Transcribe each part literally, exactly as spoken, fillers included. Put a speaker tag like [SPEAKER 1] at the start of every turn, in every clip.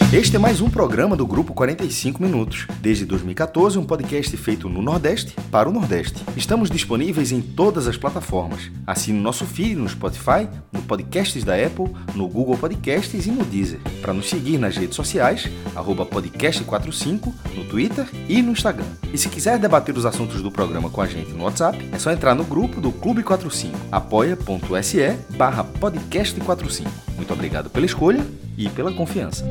[SPEAKER 1] Este é mais um programa do Grupo quarenta e cinco Minutos. Desde dois mil e catorze, um podcast feito no Nordeste para o Nordeste. Estamos disponíveis em todas as plataformas. Assine o nosso feed no Spotify, no Podcasts da Apple, no Google Podcasts e no Deezer. Para nos seguir nas redes sociais, arroba podcast quarenta e cinco, no Twitter e no Instagram. E se quiser debater os assuntos do programa com a gente no WhatsApp, é só entrar no grupo do Clube quarenta e cinco, apoia.se barra podcast quarenta e cinco. Muito obrigado pela escolha e pela confiança.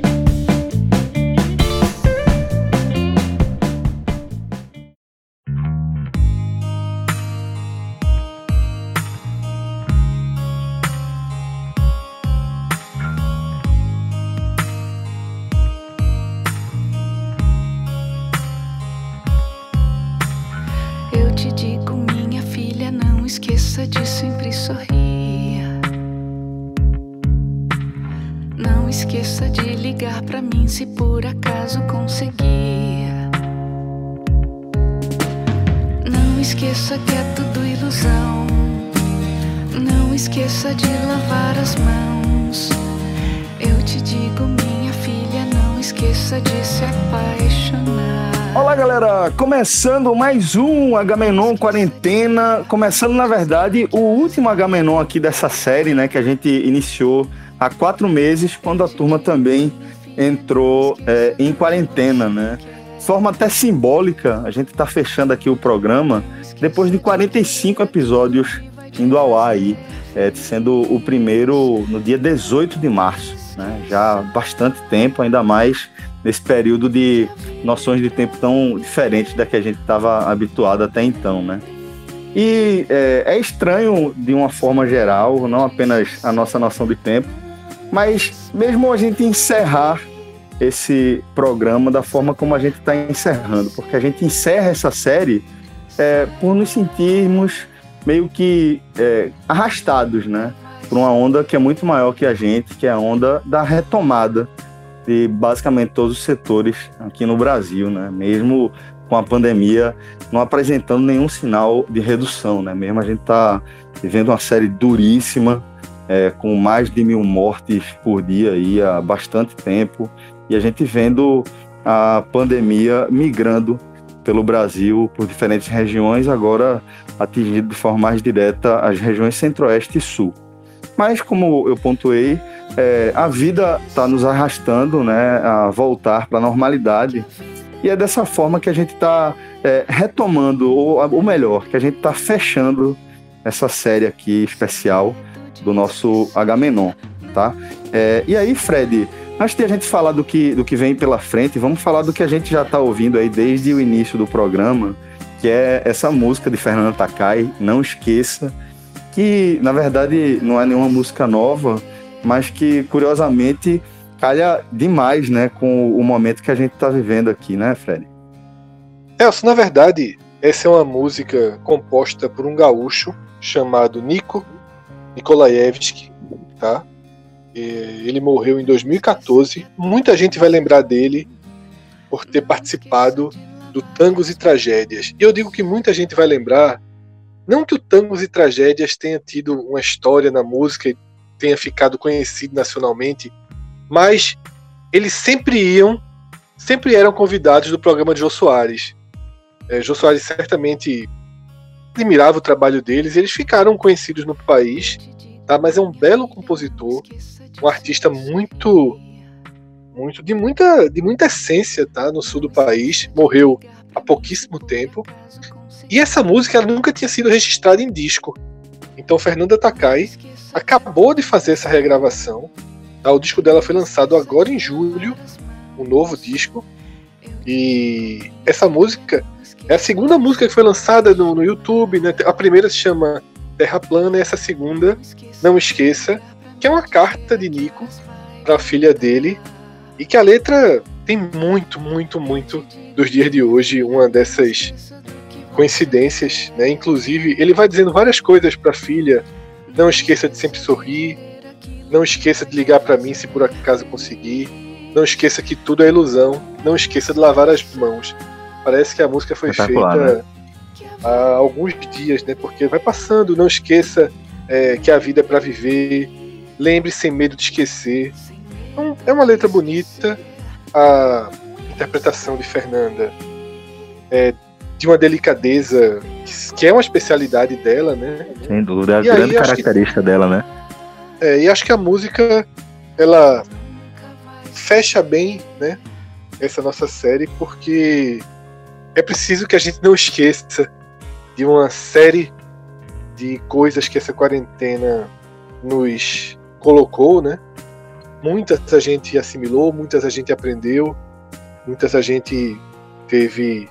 [SPEAKER 2] Eu te digo, minha filha, não esqueça de sempre sorrir. Não esqueça de ligar pra mim se por acaso conseguir. Não esqueça que é tudo ilusão. Não esqueça de lavar as mãos. Eu te digo, minha filha, não esqueça de se apaixonar.
[SPEAKER 1] Olá, galera! Começando mais um Agamenon Quarentena. Começando, na verdade, o último Agamenon aqui dessa série, né? Que a gente iniciou há quatro meses, quando a turma também entrou é, em quarentena, né? De forma até simbólica, a gente está fechando aqui o programa depois de quarenta e cinco episódios indo ao ar aí, é, sendo o primeiro no dia dezoito de março, né? Já há bastante tempo, ainda mais nesse período de noções de tempo tão diferentes da que a gente estava habituado até então, né? E é, é estranho de uma forma geral, não apenas a nossa noção de tempo, mas mesmo a gente encerrar esse programa da forma como a gente está encerrando, porque a gente encerra essa série é, por nos sentirmos meio que é, arrastados, né? Por uma onda que é muito maior que a gente, que é a onda da retomada de basicamente todos os setores aqui no Brasil, né? Mesmo com a pandemia não apresentando nenhum sinal de redução, né? Mesmo a gente está vivendo uma série duríssima, é, com mais de mil mortes por dia aí, há bastante tempo, e a gente vendo a pandemia migrando pelo Brasil, por diferentes regiões, agora atingindo de forma mais direta as regiões centro-oeste e sul. Mas, como eu pontuei, é, a vida está nos arrastando, né, a voltar para a normalidade, e é dessa forma que a gente está é, retomando, ou, ou melhor, que a gente está fechando essa série aqui especial do nosso Agamenon, tá? É, e aí, Fred, antes de a gente falar do que, do que vem pela frente, vamos falar do que a gente já está ouvindo aí desde o início do programa, que é essa música de Fernanda Takai, Não Esqueça, que, na verdade, não é nenhuma música nova, mas que, curiosamente, calha demais, né, com o momento que a gente está vivendo aqui, né, Fred?
[SPEAKER 3] Elcio, na verdade, essa é uma música composta por um gaúcho chamado Nico Nikolaevski, tá? Ele morreu em dois mil e catorze. Muita gente vai lembrar dele por ter participado do Tangos e Tragédias. E eu digo que muita gente vai lembrar, não que o Tangos e Tragédias tenha tido uma história na música e tenha ficado conhecido nacionalmente, mas eles sempre iam, sempre eram convidados do programa de Jô Soares. É, Jô Soares certamente admirava o trabalho deles e eles ficaram conhecidos no país, tá? Mas é um belo compositor, um artista muito, muito de muita, de muita essência, tá? No sul do país, morreu há pouquíssimo tempo. E essa música ela nunca tinha sido registrada em disco. Então Fernanda Takai acabou de fazer essa regravação. Tá? O disco dela foi lançado agora em julho, um novo disco. E essa música é a segunda música que foi lançada no, no YouTube, né? A primeira se chama Terra Plana e essa segunda, Não Esqueça, que é uma carta de Nico para a filha dele, e que a letra tem muito, muito, muito dos dias de hoje, uma dessas coincidências, né? Inclusive, ele vai dizendo várias coisas para a filha: não esqueça de sempre sorrir, não esqueça de ligar para mim se por acaso conseguir, não esqueça que tudo é ilusão, não esqueça de lavar as mãos. Parece que a música foi feita, né, há alguns dias, né? Porque vai passando, não esqueça é, que a vida é para viver, lembre sem medo de esquecer. Então, é uma letra bonita, a interpretação de Fernanda é de uma delicadeza que é uma especialidade dela, né?
[SPEAKER 1] Sem dúvida, é a
[SPEAKER 3] E aí,
[SPEAKER 1] grande
[SPEAKER 3] acho que-
[SPEAKER 1] característica dela, né?
[SPEAKER 3] É, e acho que a música, ela fecha bem, né, essa nossa série, porque é preciso que a gente não esqueça de uma série de coisas que essa quarentena nos colocou, né? Muitas a gente assimilou, muitas a gente aprendeu, muitas a gente teve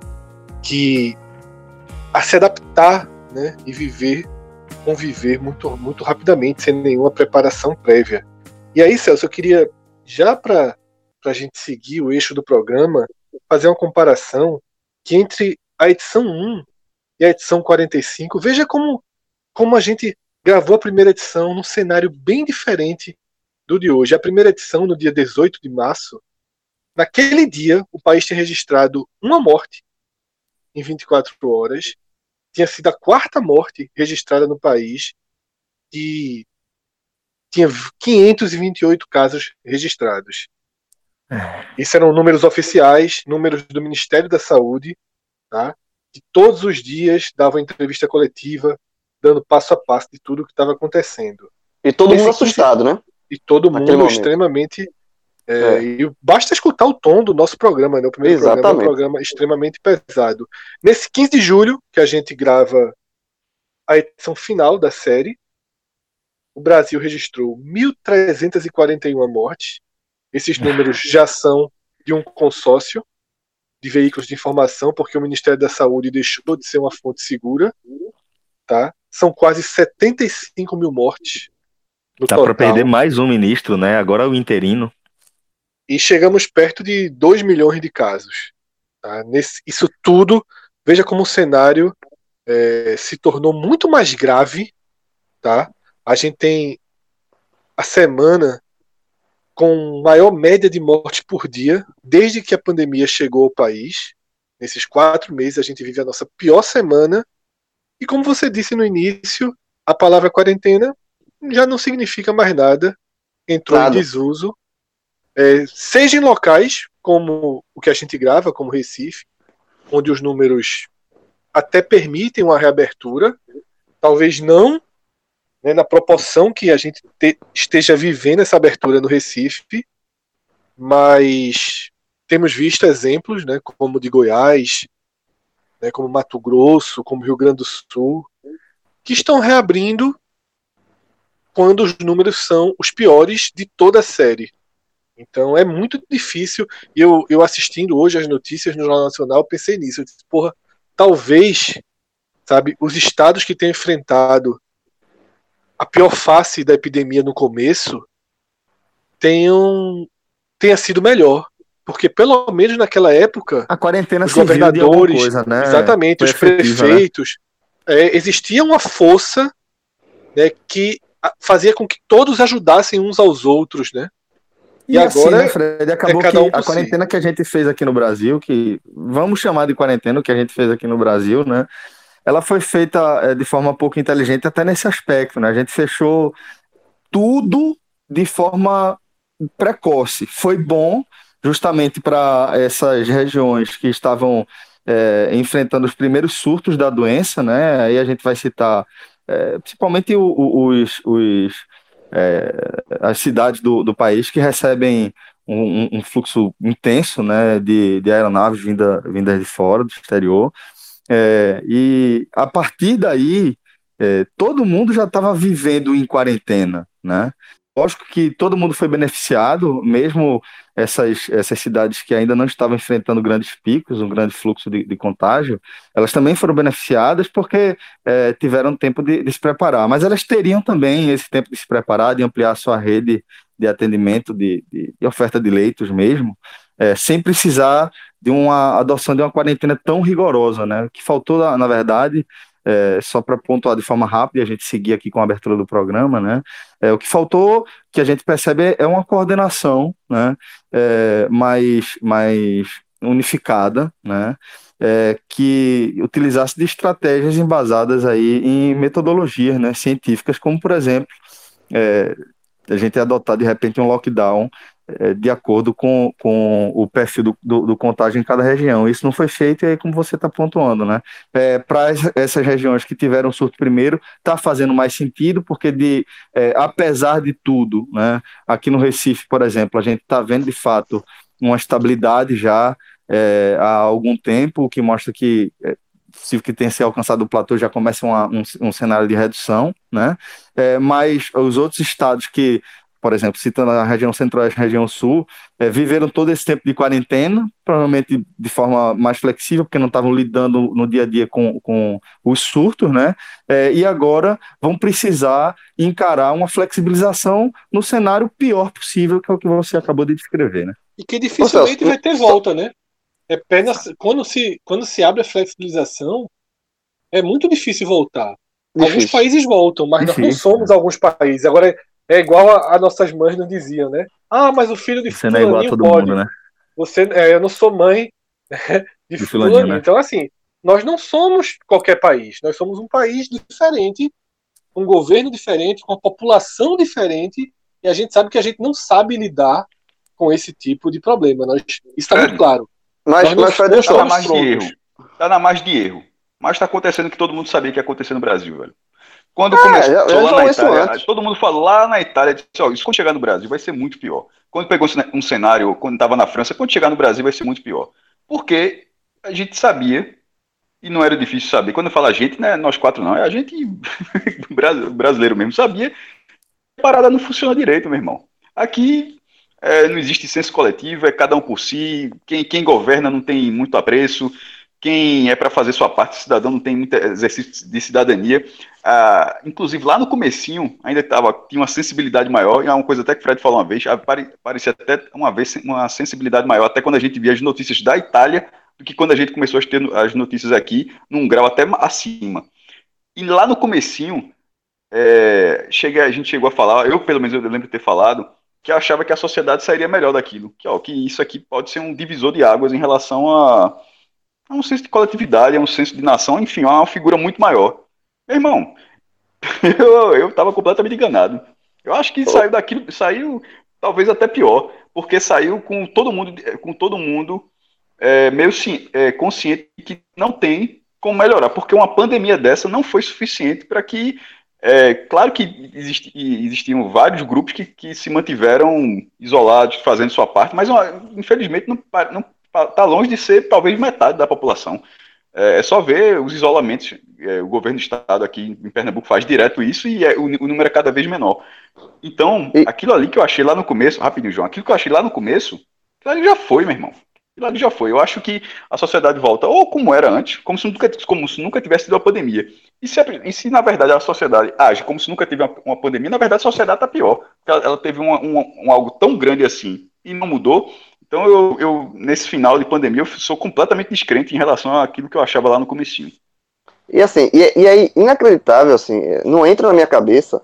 [SPEAKER 3] que a se adaptar, né, e viver, conviver muito, muito rapidamente, sem nenhuma preparação prévia. E aí, Celso, eu queria, já para a gente seguir o eixo do programa, fazer uma comparação que entre a edição um e a edição quarenta e cinco, veja como, como a gente gravou a primeira edição num cenário bem diferente do de hoje. A primeira edição, no dia dezoito de março, naquele dia, o país tinha registrado uma morte em vinte e quatro horas, tinha sido a quarta morte registrada no país e tinha quinhentos e vinte e oito casos registrados. Isso eram números oficiais, números do Ministério da Saúde, tá? Que todos os dias davam entrevista coletiva, dando passo a passo de tudo o que estava acontecendo.
[SPEAKER 4] E todo
[SPEAKER 3] Nesse
[SPEAKER 4] mundo assustado, né?
[SPEAKER 3] E todo
[SPEAKER 4] Naquele
[SPEAKER 3] mundo
[SPEAKER 4] momento.
[SPEAKER 3] extremamente. É,
[SPEAKER 4] É.
[SPEAKER 3] E basta escutar o tom do nosso programa, né? O primeiro programa é um
[SPEAKER 4] Exatamente.
[SPEAKER 3] programa extremamente pesado. Nesse quinze de julho, que a gente grava a edição final da série, o Brasil registrou mil trezentas e quarenta e uma mortes. Esses números já são de um consórcio de veículos de informação, porque o Ministério da Saúde deixou de ser uma fonte segura. Tá? São quase setenta e cinco mil mortes no
[SPEAKER 1] Tá
[SPEAKER 3] total.
[SPEAKER 1] para perder mais um ministro, né? Agora o interino.
[SPEAKER 3] E chegamos perto de dois milhões de casos. Tá? Nesse, isso tudo, veja como o cenário é, se tornou muito mais grave. Tá? A gente tem a semana com maior média de mortes por dia desde que a pandemia chegou ao país. Nesses quatro meses a gente vive a nossa pior semana. E como você disse no início, a palavra quarentena já não significa mais nada. Entrou
[SPEAKER 4] Nada.
[SPEAKER 3] em desuso. É, seja em locais como o que a gente grava, como Recife, onde os números até permitem uma reabertura, talvez não, né, na proporção que a gente te, esteja vivendo essa abertura no Recife, mas temos visto exemplos, né, como o de Goiás, né, como Mato Grosso, como Rio Grande do Sul, que estão reabrindo quando os números são os piores de toda a série. Então é muito difícil. E eu, eu assistindo hoje as notícias no Jornal Nacional, pensei nisso. Eu disse, porra, talvez, sabe, os estados que têm enfrentado a pior face da epidemia no começo tenham tenha sido melhor. Porque pelo menos naquela época,
[SPEAKER 1] A quarentena
[SPEAKER 3] os
[SPEAKER 1] serviu de alguma
[SPEAKER 3] governadores,
[SPEAKER 1] coisa, né?
[SPEAKER 3] exatamente,
[SPEAKER 1] Foi
[SPEAKER 3] os
[SPEAKER 1] efetiva, né?
[SPEAKER 3] prefeitos, é, existia uma força, né, que a- fazia com que todos ajudassem uns aos outros, né?
[SPEAKER 1] E,
[SPEAKER 3] E
[SPEAKER 1] assim,
[SPEAKER 3] agora
[SPEAKER 1] né, Fred? Acabou
[SPEAKER 3] é cada
[SPEAKER 1] que
[SPEAKER 3] um
[SPEAKER 1] a
[SPEAKER 3] por si.
[SPEAKER 1] quarentena que a gente fez aqui no Brasil, que vamos chamar de quarentena o que a gente fez aqui no Brasil, né? Ela foi feita é, de forma pouco inteligente até nesse aspecto, né? A gente fechou tudo de forma precoce. Foi bom justamente para essas regiões que estavam é, enfrentando os primeiros surtos da doença, né? Aí a gente vai citar é, principalmente o- o- os, os, é, as cidades do, do país que recebem um, um- um fluxo intenso, né, de, de aeronaves vinda, vindas de fora, do exterior. É, e a partir daí, é, todo mundo já estava vivendo em quarentena, né? Lógico que todo mundo foi beneficiado, mesmo essas, essas cidades que ainda não estavam enfrentando grandes picos, um grande fluxo de, de contágio, elas também foram beneficiadas porque é, tiveram tempo de, de se preparar. Mas elas teriam também esse tempo de se preparar, de ampliar sua rede de atendimento, de, de, de oferta de leitos mesmo, é, sem precisar de uma adoção de uma quarentena tão rigorosa, né? O que faltou, na, na verdade, é, só para pontuar de forma rápida e a gente seguir aqui com a abertura do programa, né? É, o que faltou, que a gente percebe, é uma coordenação, né? É, mais, mais unificada, né? É, que utilizasse de estratégias embasadas aí em metodologias, né, científicas, como, por exemplo, é, a gente adotar de repente um lockdown é, de acordo com, com o perfil do, do, do contágio em cada região. Isso não foi feito, e aí, como você está pontuando, né? É, para essas regiões que tiveram surto primeiro, está fazendo mais sentido, porque, de, é, apesar de tudo, né, aqui no Recife, por exemplo, a gente está vendo, de fato, uma estabilidade já é, há algum tempo, o que mostra que é, se que tem se alcançado o platô já começa uma, um, um cenário de redução, né? É, mas os outros estados que, por exemplo, citando a região centro-oeste e a região sul, é, viveram todo esse tempo de quarentena, provavelmente de forma mais flexível, porque não estavam lidando no dia a dia com, com os surtos, né? É, e agora vão precisar encarar uma flexibilização no cenário pior possível, que é o que você acabou de descrever, né?
[SPEAKER 3] E que dificilmente vai ter volta, né? É apenas quando se, quando se abre a flexibilização, é muito difícil voltar. Difícil. Alguns países voltam, mas difícil, nós não somos alguns países. Agora é, é igual a, a nossas mães nos diziam, né? Ah, mas o filho de
[SPEAKER 1] Você não é igual a todo
[SPEAKER 3] pode.
[SPEAKER 1] Mundo, né?
[SPEAKER 3] Você, é, eu não sou mãe, né, de, de fulaninho. fulaninho. Né? Então, assim, nós não somos qualquer país. Nós somos um país diferente, um governo diferente, com uma população diferente, e a gente sabe que a gente não sabe lidar com esse tipo de problema. Nós, isso está muito claro.
[SPEAKER 4] Mas, mas Fred, está na margem de erro. Está na margem de erro. Mas está acontecendo o que todo mundo sabia que ia acontecer no Brasil, velho. Quando é, começou já, já lá na Itália, todo mundo falou lá na Itália, disse, ó, isso quando chegar no Brasil vai ser muito pior. Quando pegou um cenário, quando estava na França, quando chegar no Brasil vai ser muito pior. Porque a gente sabia, e não era difícil saber, quando eu falo a gente, não é nós quatro não, é a gente brasileiro mesmo, sabia que a parada não funciona direito, meu irmão. Aqui é, não existe senso coletivo, é cada um por si, quem, quem governa não tem muito apreço, quem é para fazer sua parte, cidadão não tem muito exercício de cidadania. Ah, inclusive, lá no comecinho, ainda tava, tinha uma sensibilidade maior, e é uma coisa até que o Fred falou uma vez, parecia até uma vez uma sensibilidade maior, até quando a gente via as notícias da Itália, do que quando a gente começou a ter as notícias aqui, num grau até acima. E lá no comecinho, é, cheguei, a gente chegou a falar, eu pelo menos eu lembro de ter falado, que eu achava que a sociedade sairia melhor daquilo, que, ó, que isso aqui pode ser um divisor de águas em relação a é um senso de coletividade, é um senso de nação, enfim, é uma figura muito maior. Meu irmão, eu, eu tava completamente enganado. Eu acho que saiu daquilo, saiu talvez até pior, porque saiu com todo mundo, com todo mundo é, meio é, consciente que não tem como melhorar, porque uma pandemia dessa não foi suficiente para que, é, claro que existi, existiam vários grupos que, que se mantiveram isolados, fazendo sua parte, mas infelizmente não, não está longe de ser talvez metade da população. É, é só ver os isolamentos. É, o governo do estado aqui em Pernambuco faz direto isso e é, o, o número é cada vez menor. Então, e... aquilo ali que eu achei lá no começo, rapidinho, João, aquilo que eu achei lá no começo, aquilo ali já foi, meu irmão. Aquilo ali já foi. Eu acho que a sociedade volta ou como era antes, como se nunca, como se nunca tivesse tido uma pandemia. E se, e se na verdade a sociedade age como se nunca teve uma, uma pandemia, na verdade a sociedade está pior. Ela, ela teve uma, uma, um algo tão grande assim e não mudou. Então, eu, eu, nesse final de pandemia, eu sou completamente descrente em relação àquilo que eu achava lá no comecinho.
[SPEAKER 5] E assim, e, e é inacreditável, assim, não entra na minha cabeça,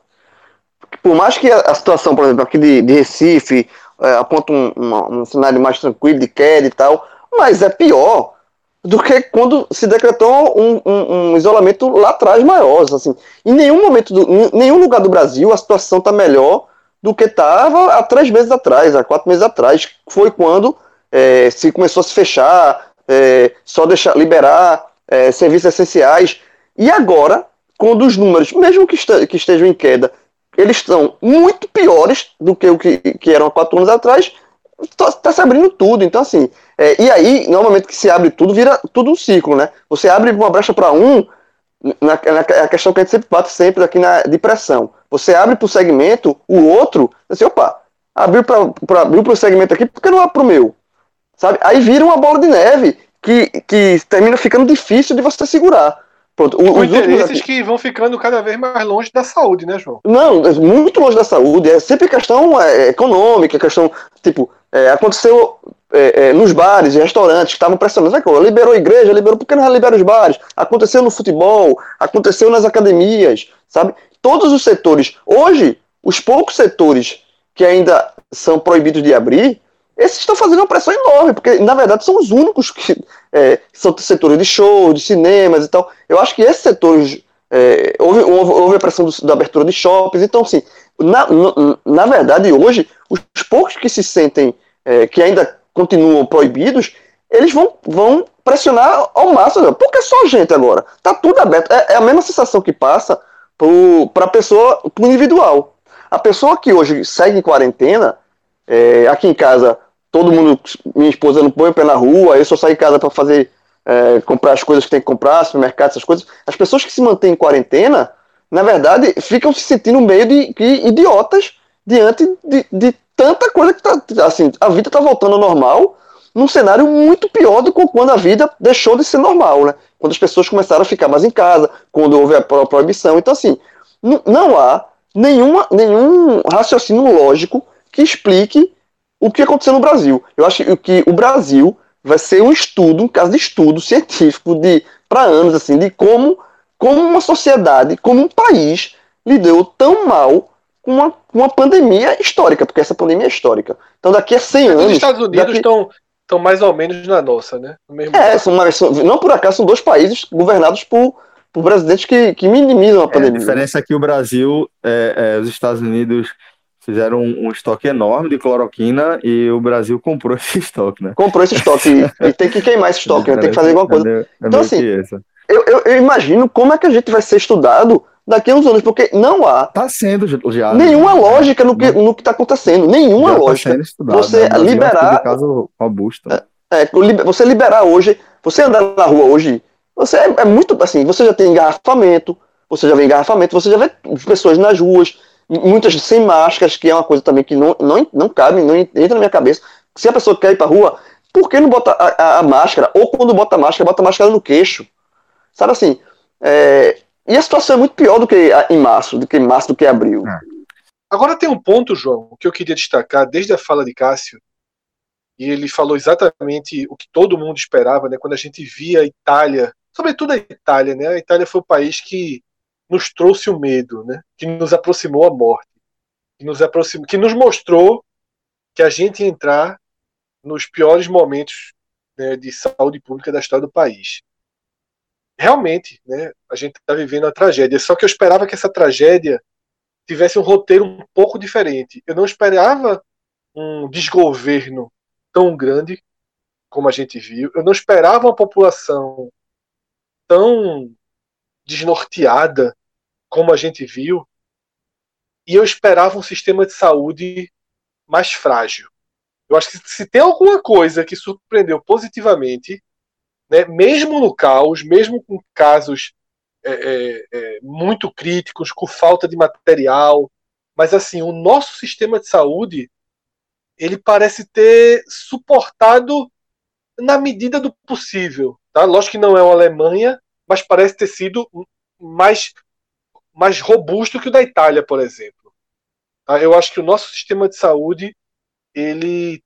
[SPEAKER 5] por mais que a, a situação, por exemplo, aqui de, de Recife, é, aponta um, uma, um cenário mais tranquilo de queda e tal, mas é pior do que quando se decretou um, um, um isolamento lá atrás maior, assim. Em nenhum momento, do, em nenhum lugar do Brasil a situação está melhor do que estava há três meses atrás, há quatro meses atrás, foi quando é, se começou a se fechar, é, só deixar, liberar é, serviços essenciais. E agora, quando os números, mesmo que, este, que estejam em queda, eles estão muito piores do que o que, que eram há quatro anos atrás, está se abrindo tudo. Então, assim, é, e aí, normalmente que se abre tudo, vira tudo um ciclo, né? Você abre uma brecha para um, na, na, a questão que a gente sempre bate sempre aqui na de pressão. Você abre para o segmento, o outro, assim, opa, abriu para abriu o segmento aqui, por que não abre para o meu? Sabe? Aí vira uma bola de neve que, que termina ficando difícil de você segurar. Pronto,
[SPEAKER 3] os Com interesses aqui, que vão ficando cada vez mais longe da saúde, né, João?
[SPEAKER 5] Não, muito longe da saúde. É sempre questão é, econômica, questão, tipo, é, aconteceu é, é, nos bares e restaurantes que estavam pressionando. Sabe, liberou a igreja, liberou, por que não libera os bares? Aconteceu no futebol, aconteceu nas academias, sabe? Todos os setores. Hoje, os poucos setores que ainda são proibidos de abrir, esses estão fazendo uma pressão enorme, porque, na verdade, são os únicos que é, são setores de show, de cinemas e tal. Eu acho que esses setores, é, houve, houve a pressão do, da abertura de shoppings, então, assim, na, na, na verdade, hoje, os poucos que se sentem, é, que ainda continuam proibidos, eles vão, vão pressionar ao máximo, porque é só gente agora, tá tudo aberto, é, é a mesma sensação que passa para a pessoa, para o individual. A pessoa que hoje segue em quarentena, é, aqui em casa, todo mundo, minha esposa não põe o pé na rua, eu só saio em casa para fazer, é, comprar as coisas que tem que comprar, supermercado, essas coisas. As pessoas que se mantêm em quarentena, na verdade, ficam se sentindo meio de, de idiotas diante de, de tanta coisa que tá, assim, a vida tá voltando ao normal, num cenário muito pior do que quando a vida deixou de ser normal, né? Quando as pessoas começaram a ficar mais em casa, quando houve a proibição. Então, assim, não há nenhuma, nenhum raciocínio lógico que explique o que aconteceu no Brasil. Eu acho que o Brasil vai ser um estudo, um caso de estudo científico de para anos, assim, de como, como uma sociedade, como um país lidou tão mal com uma, uma pandemia histórica, porque essa pandemia é histórica. Então, daqui a cem anos... Os
[SPEAKER 3] Estados Unidos
[SPEAKER 5] daqui...
[SPEAKER 3] estão... estão mais ou menos na nossa, né?
[SPEAKER 5] É, são, são, não por acaso, são dois países governados por, por presidentes que, que minimizam a pandemia.
[SPEAKER 1] É, a diferença é que o Brasil, é, é, os Estados Unidos fizeram um, um estoque enorme de cloroquina e o Brasil comprou esse estoque, né?
[SPEAKER 5] Comprou esse estoque e, e tem que queimar esse estoque, né? Tem que fazer alguma coisa. É, é então, assim, eu, eu, eu imagino como é que a gente vai ser estudado daqui a uns anos, porque não há
[SPEAKER 1] tá sendo já,
[SPEAKER 5] nenhuma né? lógica no que está no que tá acontecendo, nenhuma já lógica. Tá sendo estudado, você né? liberar...
[SPEAKER 1] É um caso robusto. Né?
[SPEAKER 5] É, é, você liberar hoje, você andar na rua hoje, você é, é muito assim, você já tem engarrafamento, você já vê engarrafamento, você já vê pessoas nas ruas, muitas sem máscaras, que é uma coisa também que não, não, não cabe, não entra na minha cabeça. Se a pessoa quer ir pra rua, por que não bota a, a, a máscara? Ou quando bota a máscara, bota a máscara no queixo. Sabe assim? É, e a situação é muito pior do que em março, do que em março, do que em abril. É.
[SPEAKER 3] Agora tem um ponto, João, que eu queria destacar desde a fala de Cássio, e ele falou exatamente o que todo mundo esperava, né? Quando a gente via a Itália, sobretudo a Itália, né? A Itália foi o país que nos trouxe o medo, né? Que nos aproximou a morte, que nos aproximou, que nos mostrou que a gente ia entrar nos piores momentos, né, de saúde pública da história do país. Realmente, né? A gente está vivendo uma tragédia. Só que eu esperava que essa tragédia tivesse um roteiro um pouco diferente. Eu não esperava um desgoverno tão grande como a gente viu. Eu não esperava uma população tão desnorteada como a gente viu. E eu esperava um sistema de saúde mais frágil. Eu acho que se tem alguma coisa que surpreendeu positivamente, né, mesmo no caos, mesmo com casos é, é, é, muito críticos, com falta de material, mas assim, o nosso sistema de saúde, ele parece ter suportado na medida do possível. Tá? Lógico que não é uma Alemanha, mas parece ter sido mais, mais robusto que o da Itália, por exemplo. Tá? Eu acho que o nosso sistema de saúde, ele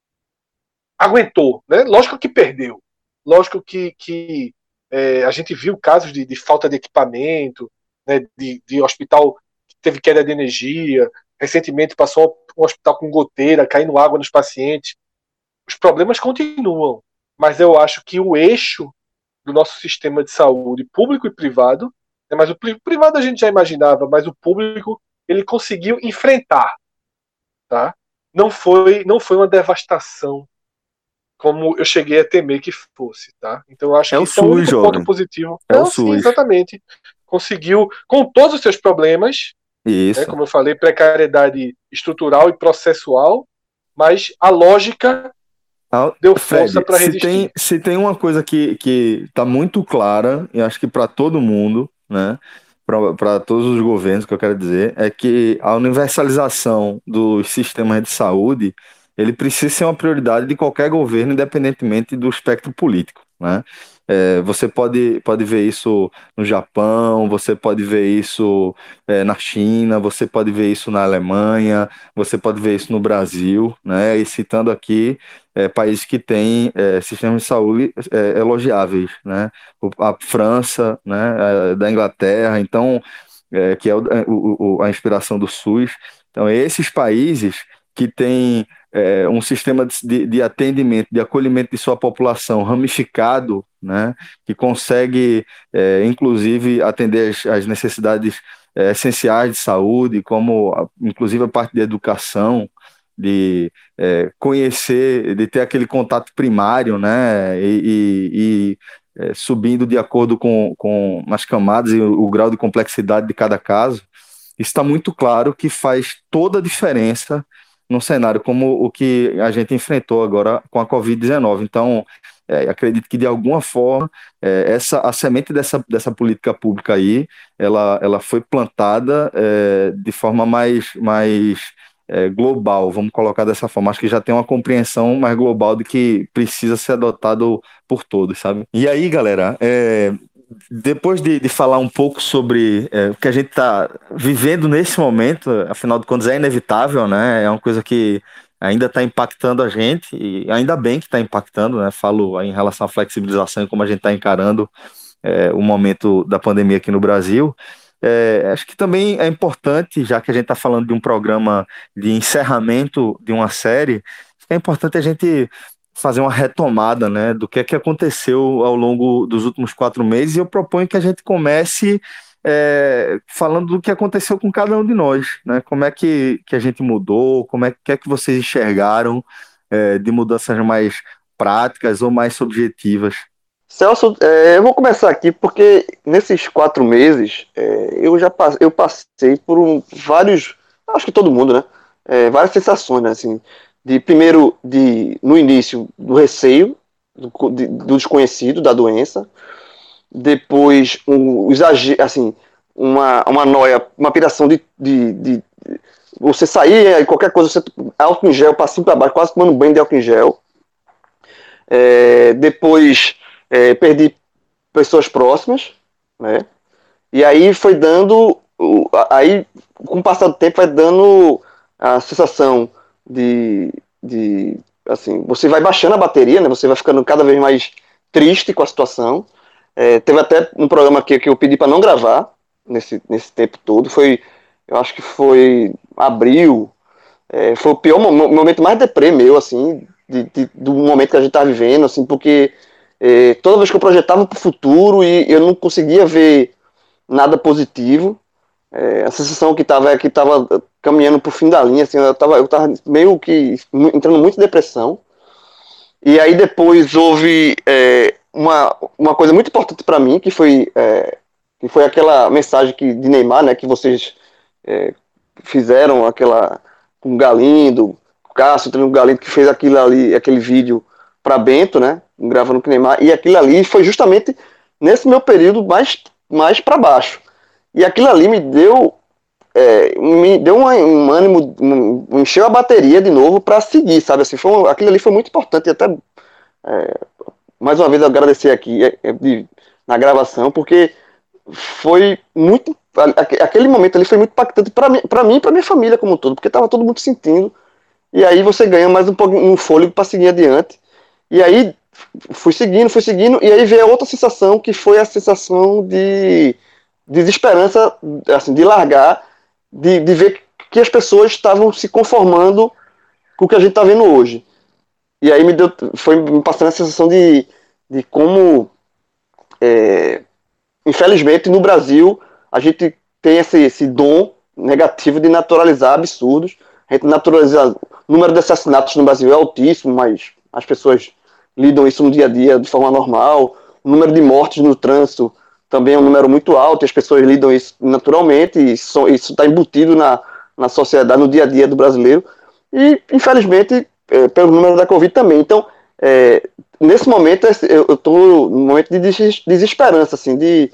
[SPEAKER 3] aguentou. Né? Lógico que perdeu. Lógico que, que é, a gente viu casos de, de falta de equipamento, né? de, de hospital que teve queda de energia. Recentemente passou um hospital com goteira, caindo água nos pacientes. Os problemas continuam, mas eu acho que o eixo do nosso sistema de saúde, público e privado, né, mas o privado a gente já imaginava, mas o público ele conseguiu enfrentar, tá? Não foi, não foi uma devastação como eu cheguei a temer que fosse, tá? Então eu acho
[SPEAKER 1] é
[SPEAKER 3] que
[SPEAKER 1] o
[SPEAKER 3] isso é o único
[SPEAKER 1] jovem.
[SPEAKER 3] ponto positivo.
[SPEAKER 1] É
[SPEAKER 3] Não,
[SPEAKER 1] o
[SPEAKER 3] sim,
[SPEAKER 1] SUS.
[SPEAKER 3] Exatamente. Conseguiu, com todos os seus problemas,
[SPEAKER 1] isso.
[SPEAKER 3] Né, como eu falei, precariedade estrutural e processual, mas a lógica deu força para resistir.
[SPEAKER 1] Se tem, se tem uma coisa que que está muito clara, e acho que para todo mundo, né, para todos os governos, que eu quero dizer, é que a universalização dos sistemas de saúde, ele precisa ser uma prioridade de qualquer governo, independentemente do espectro político, né? É, você pode, pode ver isso no Japão, você pode ver isso é, na China, você pode ver isso na Alemanha, você pode ver isso no Brasil, né? E citando aqui é, países que têm é, sistemas de saúde é, elogiáveis, né? A França, né? Da Inglaterra, então, é, que é o, o, a inspiração do SUS. Então, esses países que têm é, um sistema de, de atendimento, de acolhimento de sua população ramificado, né, que consegue, é, inclusive, atender as, as necessidades é, essenciais de saúde, como a, inclusive a parte de educação, de é, conhecer, de ter aquele contato primário, né, e, e, e é, subindo de acordo com, com as camadas e o, o grau de complexidade de cada caso, está muito claro que faz toda a diferença num cenário como o que a gente enfrentou agora com a covid dezenove. Então, é, acredito que de alguma forma é, essa, a semente dessa, dessa política pública aí, ela, ela foi plantada é, de forma mais, mais é, global, vamos colocar dessa forma. Acho que já tem uma compreensão mais global de que precisa ser adotado por todos, sabe? E aí, galera, é, depois de, de falar um pouco sobre é, o que a gente está vivendo nesse momento, afinal de contas é inevitável, né? É uma coisa que ainda está impactando a gente, e ainda bem que está impactando, né? Falo em relação à flexibilização e como a gente está encarando é, o momento da pandemia aqui no Brasil. É, acho que também é importante, já que a gente está falando de um programa de encerramento de uma série, é importante a gente fazer uma retomada, né, do que é que aconteceu ao longo dos últimos quatro meses, e eu proponho que a gente comece é, falando do que aconteceu com cada um de nós, né, como é que, que a gente mudou, como é que, é que vocês enxergaram é, de mudanças mais práticas ou mais subjetivas.
[SPEAKER 5] Celso, é, eu vou começar aqui porque nesses quatro meses é, eu já passei, eu passei por um, vários, acho que todo mundo, né? É, várias sensações, né? Assim, de primeiro, de, no início, do receio, do, de, do desconhecido, da doença, depois um exagero, assim, uma, uma noia, uma piração de, de, de você sair, qualquer coisa, você álcool em gel, passinho para baixo, quase tomando banho de álcool em gel. É, depois é, perdi pessoas próximas, né? E aí foi dando, aí com o passar do tempo vai dando a sensação de, de assim, você vai baixando a bateria, né? Você vai ficando cada vez mais triste com a situação. É, teve até um programa aqui que eu pedi para não gravar nesse, nesse tempo todo. Foi, eu acho que foi abril. É, foi o pior momento, momento mais deprê meu, assim, de, de, do momento que a gente tá vivendo, assim, porque é, toda vez que eu projetava para o futuro e eu não conseguia ver nada positivo, é, a sensação que tava é que tava caminhando pro fim da linha, assim, eu tava, eu tava meio que entrando muito em depressão. E aí depois houve é, uma, uma coisa muito importante para mim, que foi, é, que foi aquela mensagem que, de Neymar, né, que vocês é, fizeram, aquela com o Galindo, o Cássio, o Galindo que fez aquilo ali, aquele vídeo para Bento, né, gravando com o Neymar, e aquilo ali foi justamente nesse meu período mais, mais para baixo. E aquilo ali me deu é, me deu um, um ânimo, um, encheu a bateria de novo para seguir, sabe? Assim, foi um, aquilo ali foi muito importante, e até é, mais uma vez eu agradecer aqui é, de, na gravação, porque foi muito, aquele momento ali foi muito impactante para mim, para mim e para minha família como um todo, porque estava todo mundo sentindo, e aí você ganha mais um pouco um fôlego para seguir adiante. E aí fui seguindo, fui seguindo, e aí veio outra sensação, que foi a sensação de desesperança, assim, de largar, de, de ver que as pessoas estavam se conformando com o que a gente está vendo hoje. E aí me deu, foi me passando a sensação de, de como, é, infelizmente, no Brasil, a gente tem esse, esse dom negativo de naturalizar absurdos. A gente naturaliza, o número de assassinatos no Brasil é altíssimo, mas as pessoas lidam isso no dia a dia de forma normal. O número de mortes no trânsito também é um número muito alto, e as pessoas lidam isso naturalmente, e isso está embutido na, na sociedade, no dia a dia do brasileiro, e infelizmente é, pelo número da Covid também. Então, é, nesse momento eu estou num momento de desesperança, assim, de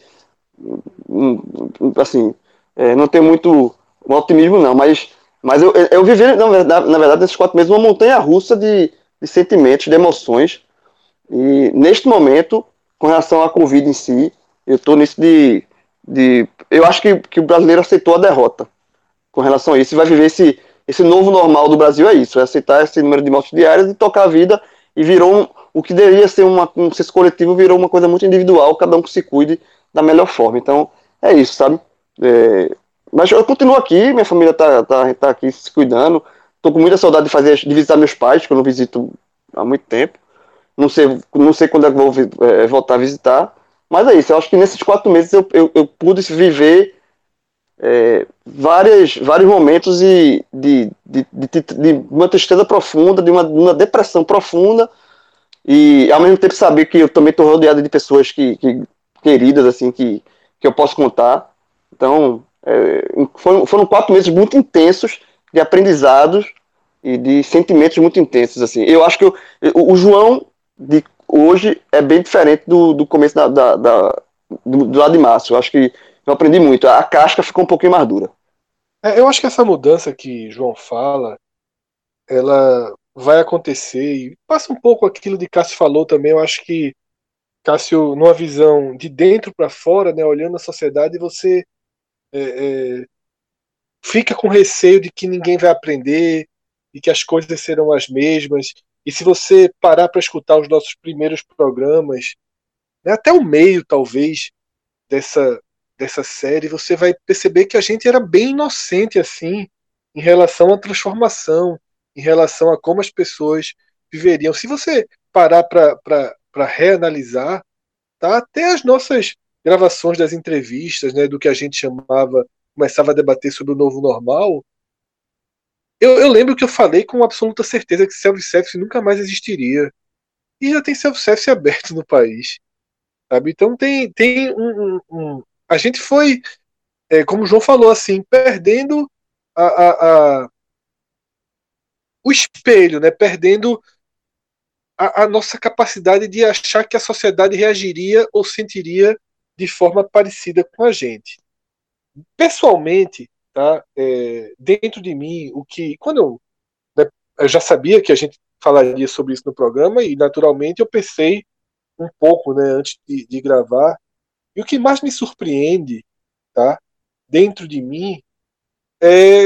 [SPEAKER 5] assim, é, não tem muito um otimismo não, mas, mas eu, eu vivi, na verdade, na verdade, nesses quatro meses, uma montanha-russa de, de sentimentos, de emoções, e neste momento, com relação à Covid em si, eu estou nisso de, de... Eu acho que, que o brasileiro aceitou a derrota com relação a isso, e vai viver esse, esse novo normal do Brasil, é isso, é aceitar esse número de mortes diárias e tocar a vida, e virou um, o que deveria ser uma, um senso coletivo, virou uma coisa muito individual, cada um que se cuide da melhor forma. Então, é isso, sabe? É, mas eu continuo aqui, minha família tá, tá, tá aqui se cuidando, tô com muita saudade de, fazer, de visitar meus pais, que eu não visito há muito tempo, não sei, não sei quando é que vou é, voltar a visitar. Mas é isso, eu acho que nesses quatro meses eu, eu, eu pude viver é, várias, vários momentos de, de, de, de, de uma tristeza profunda, de uma, de uma depressão profunda, e ao mesmo tempo saber que eu também estou rodeado de pessoas que, que, queridas, assim, que, que eu posso contar. Então, é, foram, foram quatro meses muito intensos de aprendizados e de sentimentos muito intensos, assim. Eu acho que eu, o, o João de hoje é bem diferente do, do começo da, da, da, do, do lado de março. Eu acho que eu aprendi muito. A casca ficou um pouquinho mais dura.
[SPEAKER 3] É, eu acho que essa mudança que João fala, ela vai acontecer e passa um pouco aquilo de Cássio falou também. Eu acho que Cássio, numa visão de dentro para fora, né, olhando a sociedade, você é, é, fica com receio de que ninguém vai aprender e que as coisas serão as mesmas. E se você parar para escutar os nossos primeiros programas, né, até o meio talvez dessa dessa série, você vai perceber que a gente era bem inocente assim em relação à transformação, em relação a como as pessoas viveriam. Se você parar para reanalisar, tá, até as nossas gravações das entrevistas, né, do que a gente chamava, começava a debater sobre o novo normal, eu, eu lembro que eu falei com absoluta certeza que self-service nunca mais existiria. E já tem self-service aberto no país. Sabe? Então tem, tem um, um, um... A gente foi, é, como o João falou, assim, perdendo a, a, a... o espelho, né? Perdendo a, a nossa capacidade de achar que a sociedade reagiria ou sentiria de forma parecida com a gente. Pessoalmente, tá? É, dentro de mim, o que quando eu, né, eu já sabia que a gente falaria sobre isso no programa e naturalmente eu pensei um pouco, né, antes de, de gravar. E o que mais me surpreende, tá, dentro de mim é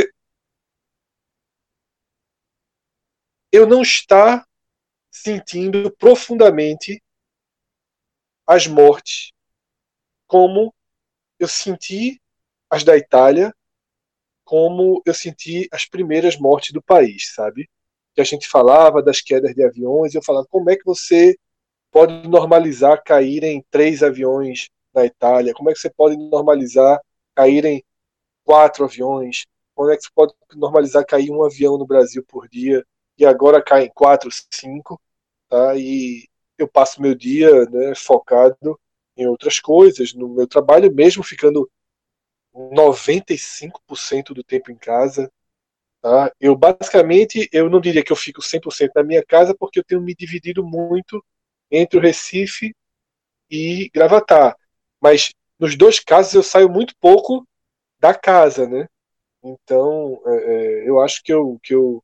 [SPEAKER 3] eu não estar sentindo profundamente as mortes como eu senti as da Itália, como eu senti as primeiras mortes do país, sabe? Que a gente falava das quedas de aviões, eu falava, como é que você pode normalizar caírem três aviões na Itália? Como é que você pode normalizar caírem quatro aviões? Como é que você pode normalizar cair um avião no Brasil por dia? E agora caem quatro, cinco, tá? E eu passo meu dia, né, focado em outras coisas, no meu trabalho, mesmo ficando noventa e cinco por cento do tempo em casa. Tá? Eu basicamente, eu não diria que eu fico cem por cento na minha casa, porque eu tenho me dividido muito entre o Recife e Gravatá. Mas nos dois casos eu saio muito pouco da casa, né? Então, é, eu acho que eu, que eu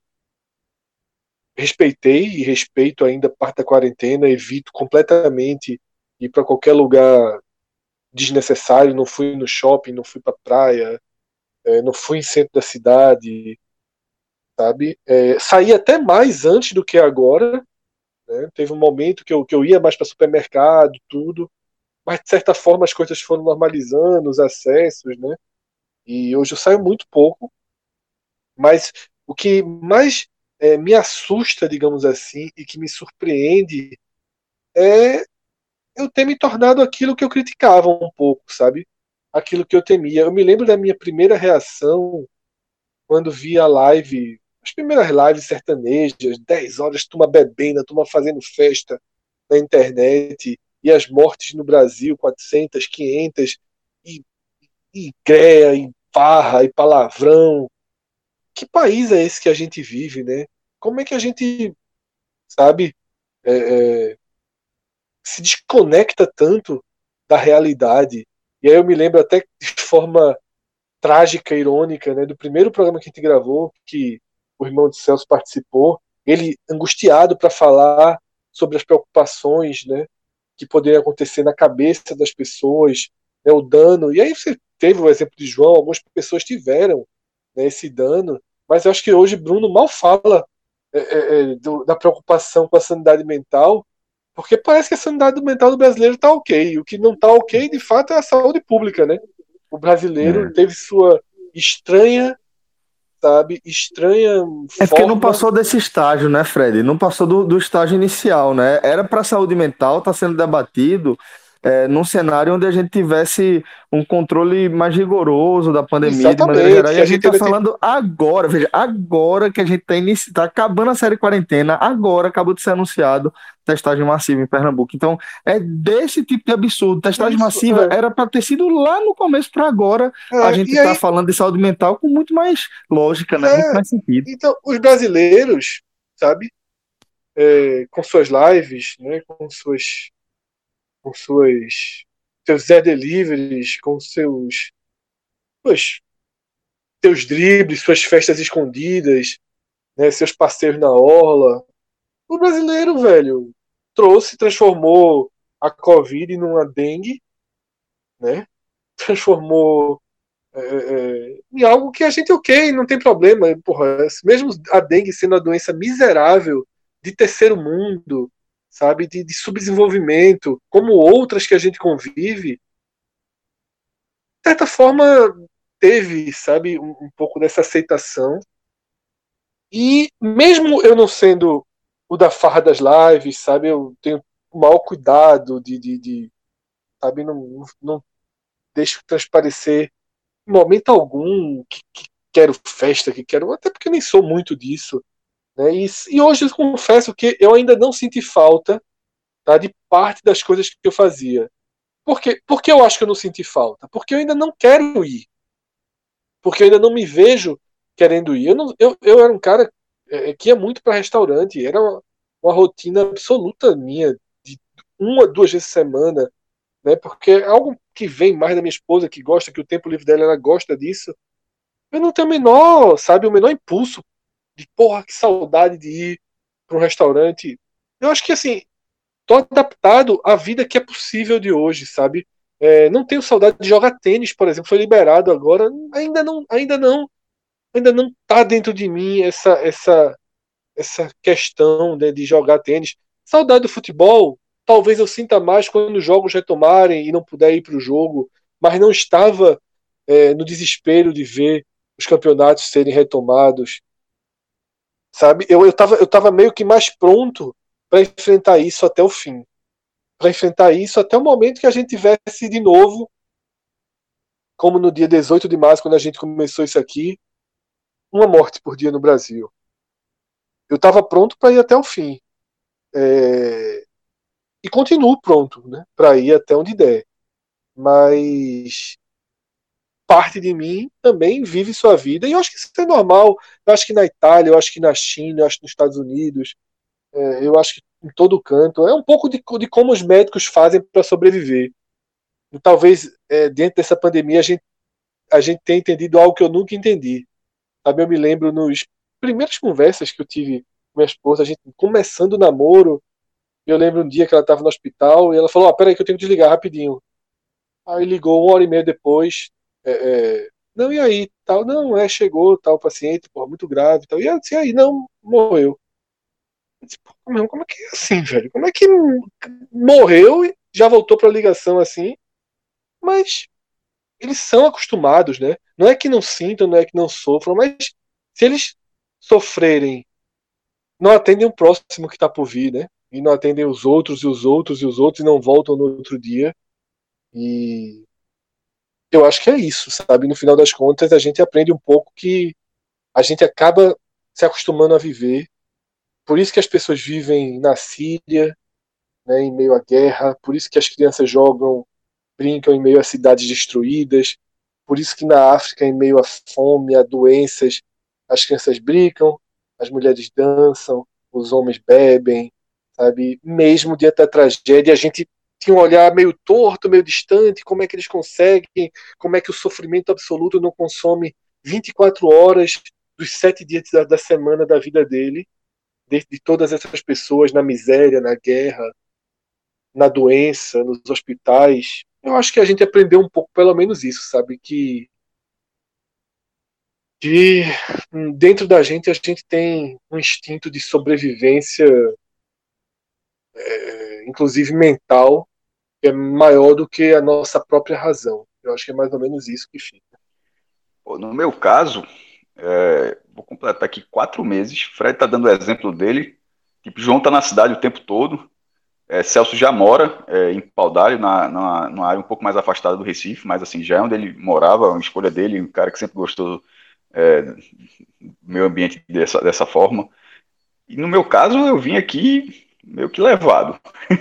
[SPEAKER 3] respeitei e respeito ainda parte da quarentena, evito completamente ir para qualquer lugar desnecessário, não fui no shopping, não fui para praia, é, não fui em centro da cidade, sabe? É, saí até mais antes do que agora, né? Teve um momento que eu, que eu ia mais para supermercado, tudo, mas de certa forma as coisas foram normalizando, os acessos, né? E hoje eu saio muito pouco, mas o que mais é, me assusta, digamos assim, e que me surpreende é eu ter me tornado aquilo que eu criticava um pouco, sabe? Aquilo que eu temia. Eu me lembro da minha primeira reação quando vi a live, as primeiras lives sertanejas, dez horas, turma bebendo, turma fazendo festa na internet, e as mortes no Brasil, quatrocentas, quinhentas, e, e greia, e farra, e palavrão. Que país é esse que a gente vive, né? Como é que a gente, sabe, é, é, se desconecta tanto da realidade? E aí eu me lembro até de forma trágica, irônica, né, do primeiro programa que a gente gravou, que o irmão de Celso participou, ele angustiado para falar sobre as preocupações, né, que poderiam acontecer na cabeça das pessoas, né, o dano. E aí você teve o exemplo de João, algumas pessoas tiveram, né, esse dano, mas eu acho que hoje Bruno mal fala é, é, do, da preocupação com a sanidade mental, porque parece que a sanidade mental do brasileiro está ok. O que não está ok, de fato, é a saúde pública, né? O brasileiro é. teve sua estranha, sabe, estranha forma...
[SPEAKER 1] É porque não passou desse estágio, né, Fred? Não passou do, do estágio inicial, né? Era para a saúde mental, está sendo debatido, é, num cenário onde a gente tivesse um controle mais rigoroso da pandemia.
[SPEAKER 3] Exatamente,
[SPEAKER 1] de maneira geral. E a,
[SPEAKER 3] a
[SPEAKER 1] gente
[SPEAKER 3] gente
[SPEAKER 1] está
[SPEAKER 3] ainda
[SPEAKER 1] falando agora, veja, agora que a gente está inici... tá acabando a série quarentena, agora acabou de ser anunciado testagem massiva em Pernambuco. Então, é desse tipo de absurdo. Testagem
[SPEAKER 3] Isso,
[SPEAKER 1] massiva
[SPEAKER 3] é.
[SPEAKER 1] era para ter sido lá no começo para agora.
[SPEAKER 3] É,
[SPEAKER 1] A gente
[SPEAKER 3] e
[SPEAKER 1] está
[SPEAKER 3] aí,
[SPEAKER 1] falando de saúde mental com muito mais lógica, né? Muito
[SPEAKER 3] é,
[SPEAKER 1] mais sentido.
[SPEAKER 3] então, os brasileiros, sabe, é, com suas lives, né, com suas, com suas, seus Zé Deliveries, com seus, pois, seus dribles, suas festas escondidas, né, seus passeios na orla. O brasileiro, velho, trouxe, transformou a Covid numa dengue, né? Transformou é, é, em algo que a gente, ok, não tem problema. Porra, mesmo a dengue sendo a doença miserável de terceiro mundo, sabe, de, de subdesenvolvimento, como outras que a gente convive, de certa forma teve, sabe, um, um pouco dessa aceitação. E mesmo eu não sendo o da farra das lives, sabe, eu tenho o maior cuidado de, de, de sabe, não, não deixo transparecer em momento algum que, que quero festa, que quero, até porque eu nem sou muito disso, né? E, e hoje eu confesso que eu ainda não senti falta, tá, de parte das coisas que eu fazia. Por quê? Porque eu acho que eu não senti falta? Porque eu ainda não quero ir. Porque eu ainda não me vejo querendo ir. Eu, não, eu, eu era um cara é, que ia muito para restaurante, era uma, uma rotina absoluta minha, de uma, duas vezes por semana, né? Porque é algo que vem mais da minha esposa, que gosta, que o tempo livre dela, ela gosta disso. Eu não tenho o menor, sabe, o menor impulso de, porra, que saudade de ir para um restaurante. Eu acho que, assim, tô adaptado à vida que é possível de hoje, sabe? É, não tenho saudade de jogar tênis, por exemplo, foi liberado agora, ainda não, ainda não, ainda não tá dentro de mim essa essa essa questão, né, de jogar tênis. Saudade do futebol, talvez eu sinta mais quando os jogos retomarem e não puder ir para o jogo, mas não estava é, no desespero de ver os campeonatos serem retomados, sabe? Eu eu tava, eu tava meio que mais pronto para enfrentar isso até o fim, para enfrentar isso até o momento que a gente tivesse de novo, como no dia dezoito de março, quando a gente começou isso aqui, uma morte por dia no Brasil. Eu estava pronto para ir até o fim. É... E continuo pronto, né, para ir até onde der. Mas parte de mim também vive sua vida. E eu acho que isso é normal. Eu acho que na Itália, eu acho que na China, eu acho que nos Estados Unidos, é, eu acho que em todo canto. É um pouco de, de como os médicos fazem para sobreviver. E talvez é, dentro dessa pandemia a gente, a gente tenha entendido algo que eu nunca entendi. Sabe, eu me lembro nos primeiras conversas que eu tive com minha esposa, a gente começando o namoro. Eu lembro um dia que ela estava no hospital e ela falou: ah, peraí, que eu tenho que desligar rapidinho. Aí ligou uma hora e meia depois. É, é, não, e aí? Tal, não, é, chegou, tal, paciente, porra, muito grave. Tal. E eu disse: e aí? Não, morreu. Eu disse, pô, meu, como é que é assim, velho? Como é que morreu e já voltou para a ligação assim? Mas eles são acostumados, né? Não é que não sintam, não é que não sofram, mas se eles sofrerem, não atendem o próximo que está por vir, né? E não atendem os outros e os outros e os outros e não voltam no outro dia. E eu acho que é isso, sabe? No final das contas, a gente aprende um pouco que a gente acaba se acostumando a viver. Por isso que as pessoas vivem na Síria, né, em meio à guerra. Por isso que as crianças jogam, brincam em meio a cidades destruídas. Por isso que na África, em meio à fome, a doenças, as crianças brincam, as mulheres dançam, os homens bebem, sabe? Mesmo diante da tragédia, a gente tinha um olhar meio torto, meio distante, como é que eles conseguem, como é que o sofrimento absoluto não consome vinte e quatro horas dos sete dias da, da semana da vida dele, de, de todas essas pessoas na miséria, na guerra, na doença, nos hospitais. Eu acho que a gente aprendeu um pouco, pelo menos isso, sabe? Que, que dentro da gente a gente tem um instinto de sobrevivência, é, inclusive mental, que é maior do que a nossa própria razão. Eu acho que é mais ou menos isso que fica.
[SPEAKER 4] Pô, no meu caso, é, vou completar aqui quatro meses. Fred tá dando o exemplo dele. Tipo, João tá na cidade o tempo todo. é, Celso já mora é, em Paudalho, na, na, numa área um pouco mais afastada do Recife, mas assim, já é onde ele morava, uma escolha dele, um cara que sempre gostou é, do meio ambiente dessa, dessa forma. E no meu caso, eu vim aqui meio que levado.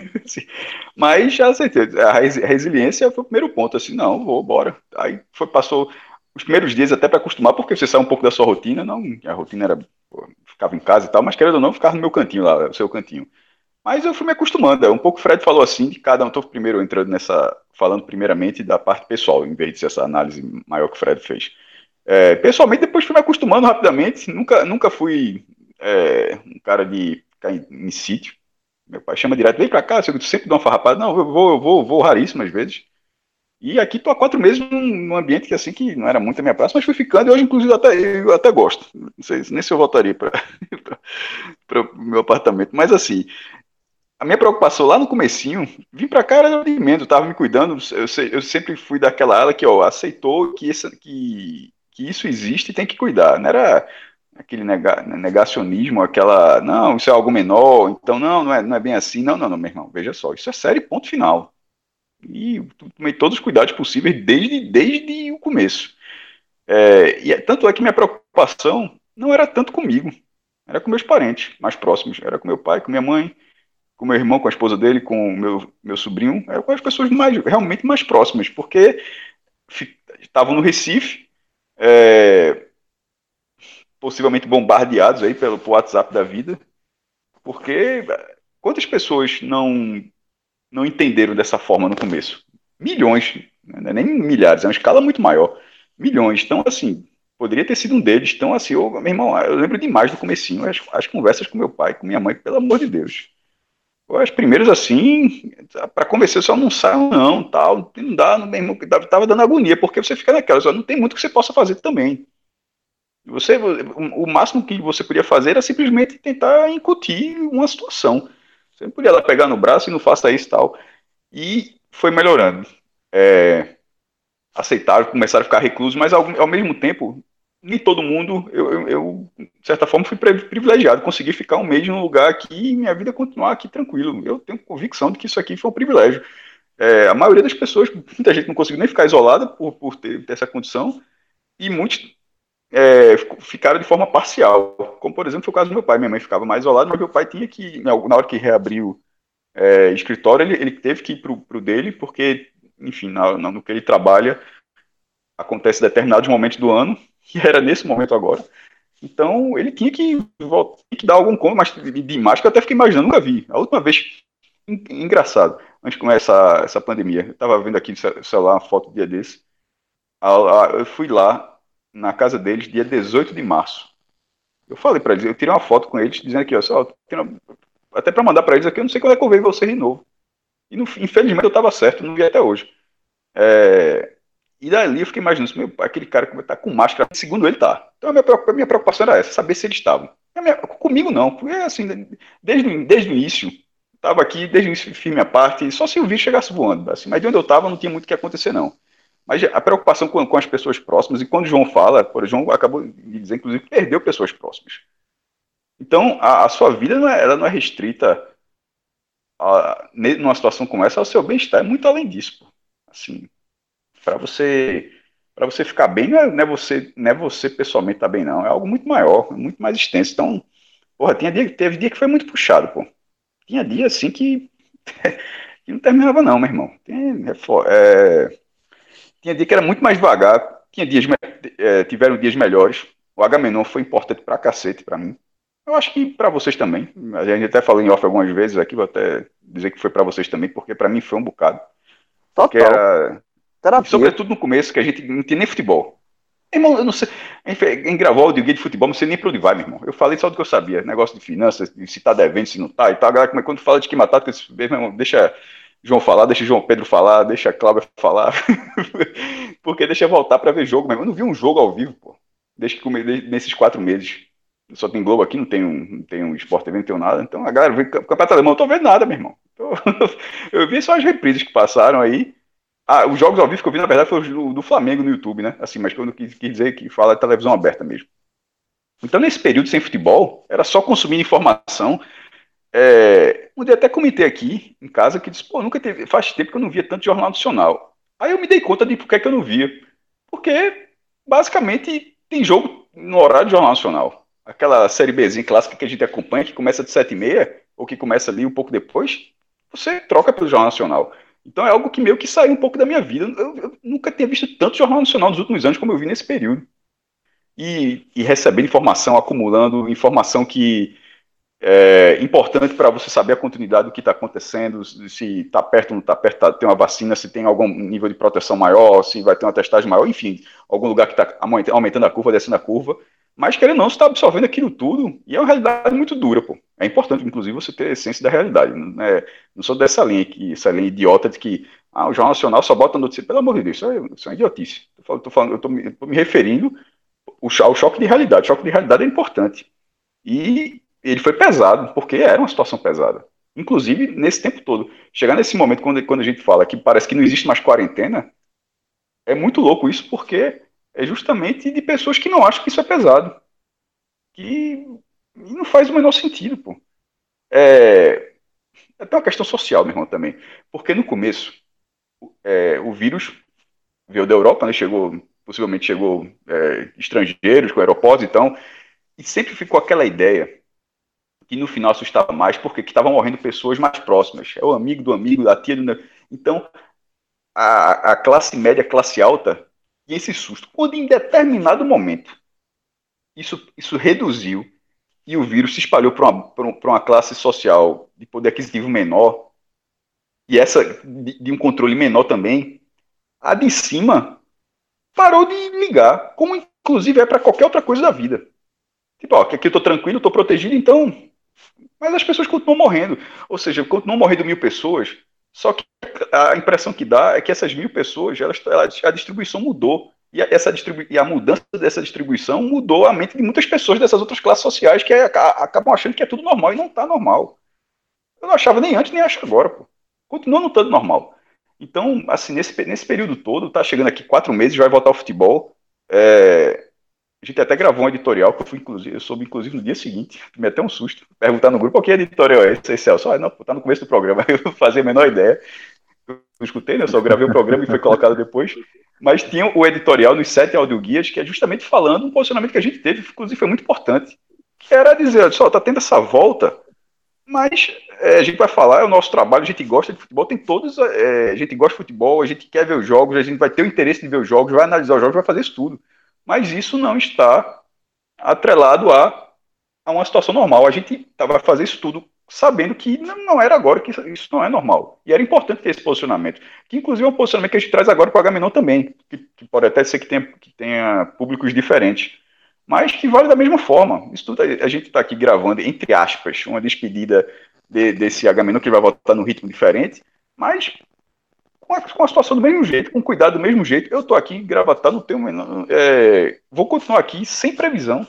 [SPEAKER 4] Mas já aceitei. A resiliência foi o primeiro ponto. Assim, não, vou, bora. Aí foi, passou os primeiros dias até para acostumar, porque você sai um pouco da sua rotina. Não, a rotina era, pô, ficava em casa e tal, mas querendo ou não, ficava no meu cantinho lá, o seu cantinho. Mas eu fui me acostumando. Um pouco o Fred falou assim, de cada um. Estou primeiro entrando nessa, falando primeiramente da parte pessoal, em vez de ser essa análise maior que o Fred fez. É, pessoalmente, depois fui me acostumando rapidamente. Nunca, nunca fui é, um cara de ficar em, em sítio. Meu pai chama direto, vem pra cá, eu sempre dou uma farrapada. Não, eu vou, eu vou, vou raríssimas vezes. E aqui tô há quatro meses num, num ambiente que assim que não era muito a minha praça, mas fui ficando e hoje, inclusive, até, eu até gosto. Não sei nem se eu voltaria para o meu apartamento. Mas assim, a minha preocupação lá no comecinho, vim pra cá era de menos, eu tava me cuidando. Eu, eu sempre fui daquela ala que ó, aceitou que, esse, que, que isso existe e tem que cuidar. Não era aquele nega, negacionismo, aquela, não, isso é algo menor, então não, não é, não é bem assim, não, não, não, meu irmão, veja só, isso é sério, ponto final. E tomei todos os cuidados possíveis desde, desde o começo. É, e tanto é que minha preocupação não era tanto comigo, era com meus parentes mais próximos, era com meu pai, com minha mãe, com meu irmão, com a esposa dele, com o meu, meu sobrinho, era com as pessoas mais, realmente mais próximas, porque estavam no Recife, é, possivelmente bombardeados aí pelo, pelo WhatsApp da vida, porque quantas pessoas não, não entenderam dessa forma no começo? Milhões, não é nem milhares, é uma escala muito maior. Milhões. Então, assim, poderia ter sido um deles. Então, assim, eu, meu irmão, eu lembro demais do comecinho, as, as conversas com meu pai, com minha mãe, pelo amor de Deus. As primeiras, assim, para convencer, só não saiam não, tal, não dá, meu irmão, tava dando agonia, porque você fica naquela, só não tem muito que você possa fazer também. Você, o máximo que você podia fazer era simplesmente tentar incutir uma situação. Você não podia lá pegar no braço e não faça isso e tal. E foi melhorando. É, aceitaram, começaram a ficar reclusos, mas ao, ao mesmo tempo, nem todo mundo, eu, eu, eu, de certa forma, fui privilegiado. Consegui ficar um mês num lugar aqui e minha vida continuar aqui tranquilo. Eu tenho convicção de que isso aqui foi um privilégio. É, a maioria das pessoas, muita gente não conseguiu nem ficar isolada por, por ter, ter essa condição, e muitos É, ficaram de forma parcial, como por exemplo foi o caso do meu pai. Minha mãe ficava mais isolada, mas meu pai tinha que, na hora que reabriu é, escritório, ele, ele teve que ir pro, pro dele, porque, enfim, na, na, no que ele trabalha, acontece determinados momentos do ano, e era nesse momento agora. Então ele tinha que, tinha que dar algum conta, mas de, de imagem que eu até fiquei imaginando, nunca vi. A última vez, engraçado, antes de começar essa, essa pandemia, eu estava vendo aqui no celular uma foto do dia desse, eu fui lá na casa deles dia dezoito de março. Eu falei para eles, eu tirei uma foto com eles, dizendo aqui, ó, só, até para mandar para eles aqui, eu não sei quando é que eu vejo vocês de novo. E no, infelizmente eu estava certo, não vi até hoje. É, e dali eu fiquei imaginando, meu, aquele cara que tá com máscara, segundo ele tá. Então a minha, a minha preocupação era essa, saber se eles estavam. Minha, comigo não, porque assim, desde, desde o início, estava aqui, desde o início firme a parte, só se o vírus chegasse voando, assim, mas de onde eu estava não tinha muito o que acontecer não. Mas a preocupação com, com as pessoas próximas, e quando o João fala, por João acabou de dizer, inclusive, que perdeu pessoas próximas. Então, a, a sua vida não é, ela não é restrita, a, numa situação como essa, ao seu bem-estar, é muito além disso. Pô. Assim, para você, para você ficar bem, não é, não, é você, não é você pessoalmente estar tá bem, não. É algo muito maior, muito mais extenso. Então, porra, tinha dia, teve dia que foi muito puxado, pô. Tinha dia, assim, que, que não terminava não, meu irmão. Tem, é, é, Tinha dia que era muito mais devagar, tinha dias, é, tiveram dias melhores. O Agamenon foi importante pra cacete pra mim. Eu acho que pra vocês também. A gente até falou em off algumas vezes aqui, vou até dizer que foi pra vocês também, porque pra mim foi um bocado. Porque era, sobretudo no começo, que a gente não tinha nem futebol. Irmão, eu não sei. A gente gravou o guia de futebol, não sei nem pra onde vai, meu irmão. Eu falei só do que eu sabia. Negócio de finanças, se tá devendo, se não tá e tal. A galera, quando fala de esquema tático, meu irmão, deixa João falar, deixa João Pedro falar, deixa a Cláudia falar. Porque deixa eu voltar pra ver jogo, meu irmão. Eu não vi um jogo ao vivo, pô. Desde que comecei nesses quatro meses. Só tem Globo aqui, não tem um, não tem um Sport T V, não tem nada. Então a galera vê Campeonato Alemão, eu tô vendo nada, meu irmão. Tô... eu vi só as reprises que passaram aí. Ah, os jogos ao vivo que eu vi, na verdade, foi do, do Flamengo no YouTube, né? Assim, mas que eu não quis, quis dizer que fala de televisão aberta mesmo. Então, nesse período sem futebol, era só consumir informação. É, Um dia até comentei aqui em casa que disse, pô, nunca teve, faz tempo que eu não via tanto Jornal Nacional. Aí eu me dei conta de por que, é que eu não via. Porque, basicamente, tem jogo no horário do Jornal Nacional. Aquela série Bzinha clássica que a gente acompanha, que começa de sete e meia, ou que começa ali um pouco depois, você troca pelo Jornal Nacional. Então é algo que meio que saiu um pouco da minha vida. Eu, eu nunca tinha visto tanto Jornal Nacional nos últimos anos como eu vi nesse período. E, e recebendo informação, acumulando informação que é importante para você saber a continuidade do que está acontecendo, se está perto ou não está perto, tá, tem uma vacina, se tem algum nível de proteção maior, se vai ter uma testagem maior, enfim, algum lugar que está aumentando a curva, descendo a curva, mas querendo ou não, você está absorvendo aquilo tudo, e é uma realidade muito dura, pô. É importante, inclusive, você ter a essência da realidade, né? Não sou dessa linha, que, essa linha idiota de que ah, o Jornal Nacional só bota notícia, pelo amor de Deus, isso é, isso é uma idiotice. Eu estou falando, eu tô me, tô me referindo ao choque de realidade. O choque de realidade é importante. E ele foi pesado, porque era uma situação pesada. Inclusive, nesse tempo todo. Chegar nesse momento, quando, quando a gente fala que parece que não existe mais quarentena, é muito louco isso, porque é justamente de pessoas que não acham que isso é pesado. Que não faz o menor sentido, pô. É, é até uma questão social, meu irmão, também. Porque no começo, é, o vírus veio da Europa, né, chegou, possivelmente chegou é, estrangeiros com aeroportos, então, e sempre ficou aquela ideia que no final assustava mais, porque estavam morrendo pessoas mais próximas. É o amigo do amigo, da tia do... Então, a, a classe média, a classe alta, tinha esse susto. Quando em determinado momento isso, isso reduziu e o vírus se espalhou para uma, uma classe social de poder aquisitivo menor, e essa de, de um controle menor também, a de cima parou de ligar, como inclusive é para qualquer outra coisa da vida. Tipo, ó, que aqui eu estou tranquilo, estou protegido, então... Mas as pessoas continuam morrendo. Ou seja, continuam morrendo mil pessoas, só que a impressão que dá é que essas mil pessoas, elas, a distribuição mudou. E, essa distribu e a mudança dessa distribuição mudou a mente de muitas pessoas dessas outras classes sociais que acabam achando que é tudo normal e não está normal. Eu não achava nem antes, nem acho agora, pô. Continua não estando normal. Então, assim, nesse, nesse período todo, tá chegando aqui quatro meses, vai voltar ao futebol. É, a gente até gravou um editorial que eu fui, inclusive, eu soube, inclusive, no dia seguinte, me até um susto, perguntar no grupo, o que editorial é esse, Celso? Ah, não, tá no começo do programa, eu não fazia a menor ideia. Eu não escutei, né? Eu só gravei o programa e foi colocado depois. Mas tinha o editorial nos sete audioguias, que é justamente falando um posicionamento que a gente teve, inclusive foi muito importante, que era dizer, só tá tendo essa volta, mas é, a gente vai falar, é o nosso trabalho, a gente gosta de futebol, tem todos, é, a gente gosta de futebol, a gente quer ver os jogos, a gente vai ter o interesse de ver os jogos, vai analisar os jogos, vai fazer isso tudo. Mas isso não está atrelado a, a uma situação normal. A gente vai fazer isso tudo sabendo que não era agora, que isso não é normal. E era importante ter esse posicionamento, que inclusive é um posicionamento que a gente traz agora para o Agamenon também, que, que pode até ser que tenha, que tenha públicos diferentes, mas que vale da mesma forma. Isso tudo a gente está aqui gravando, entre aspas, uma despedida de, desse Agamenon que vai voltar num ritmo diferente, mas com a, com a situação do mesmo jeito, com cuidado do mesmo jeito. Eu estou aqui gravatado, não tenho, é, vou continuar aqui sem previsão.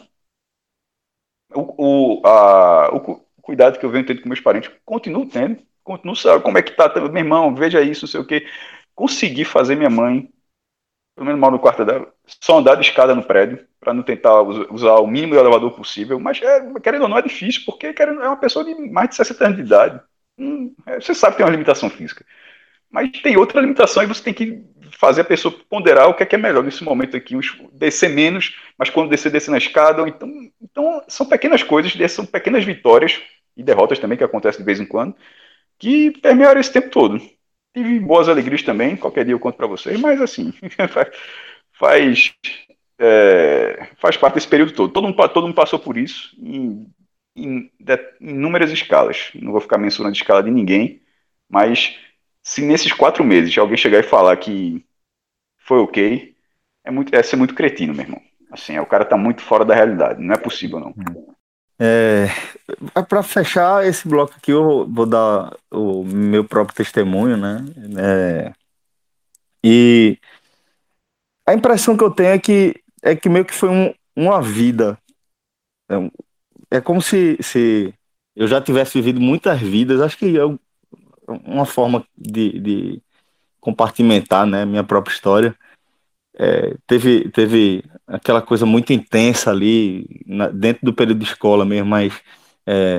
[SPEAKER 4] O, o, a, o cuidado que eu venho tendo com meus parentes, continuo tendo, continuo sabendo como é que tá, meu irmão, veja isso, não sei o que. Consegui fazer minha mãe, pelo menos mal no quarto dela, só andar de escada no prédio, para não tentar usar o mínimo de elevador possível, mas é, querendo ou não é difícil, porque querendo, é uma pessoa de mais de sessenta anos de idade. Hum, é, você sabe que tem uma limitação física. Mas tem outra limitação e você tem que fazer a pessoa ponderar o que é, que é melhor nesse momento aqui, descer menos, mas quando descer, descer na escada. Então, então são pequenas coisas, são pequenas vitórias e derrotas também que acontecem de vez em quando, que permearam esse tempo todo. Tive boas alegrias também, qualquer dia eu conto para vocês, mas assim, faz, é, faz parte desse período todo. Todo mundo, todo mundo passou por isso em, em, em inúmeras escalas. Não vou ficar mencionando a escala de ninguém, mas se nesses quatro meses alguém chegar e falar que foi ok, é, muito, é ser muito cretino, meu irmão. Assim, é, o cara tá muito fora da realidade. Não é possível, não.
[SPEAKER 1] É, para fechar esse bloco aqui, eu vou dar o meu próprio testemunho, né? É, e a impressão que eu tenho é que, é que meio que foi um, uma vida. É, é como se, se eu já tivesse vivido muitas vidas. Acho que é uma forma de, de compartimentar, né, minha própria história. É, teve, teve aquela coisa muito intensa ali na, dentro do período de escola mesmo, mas é,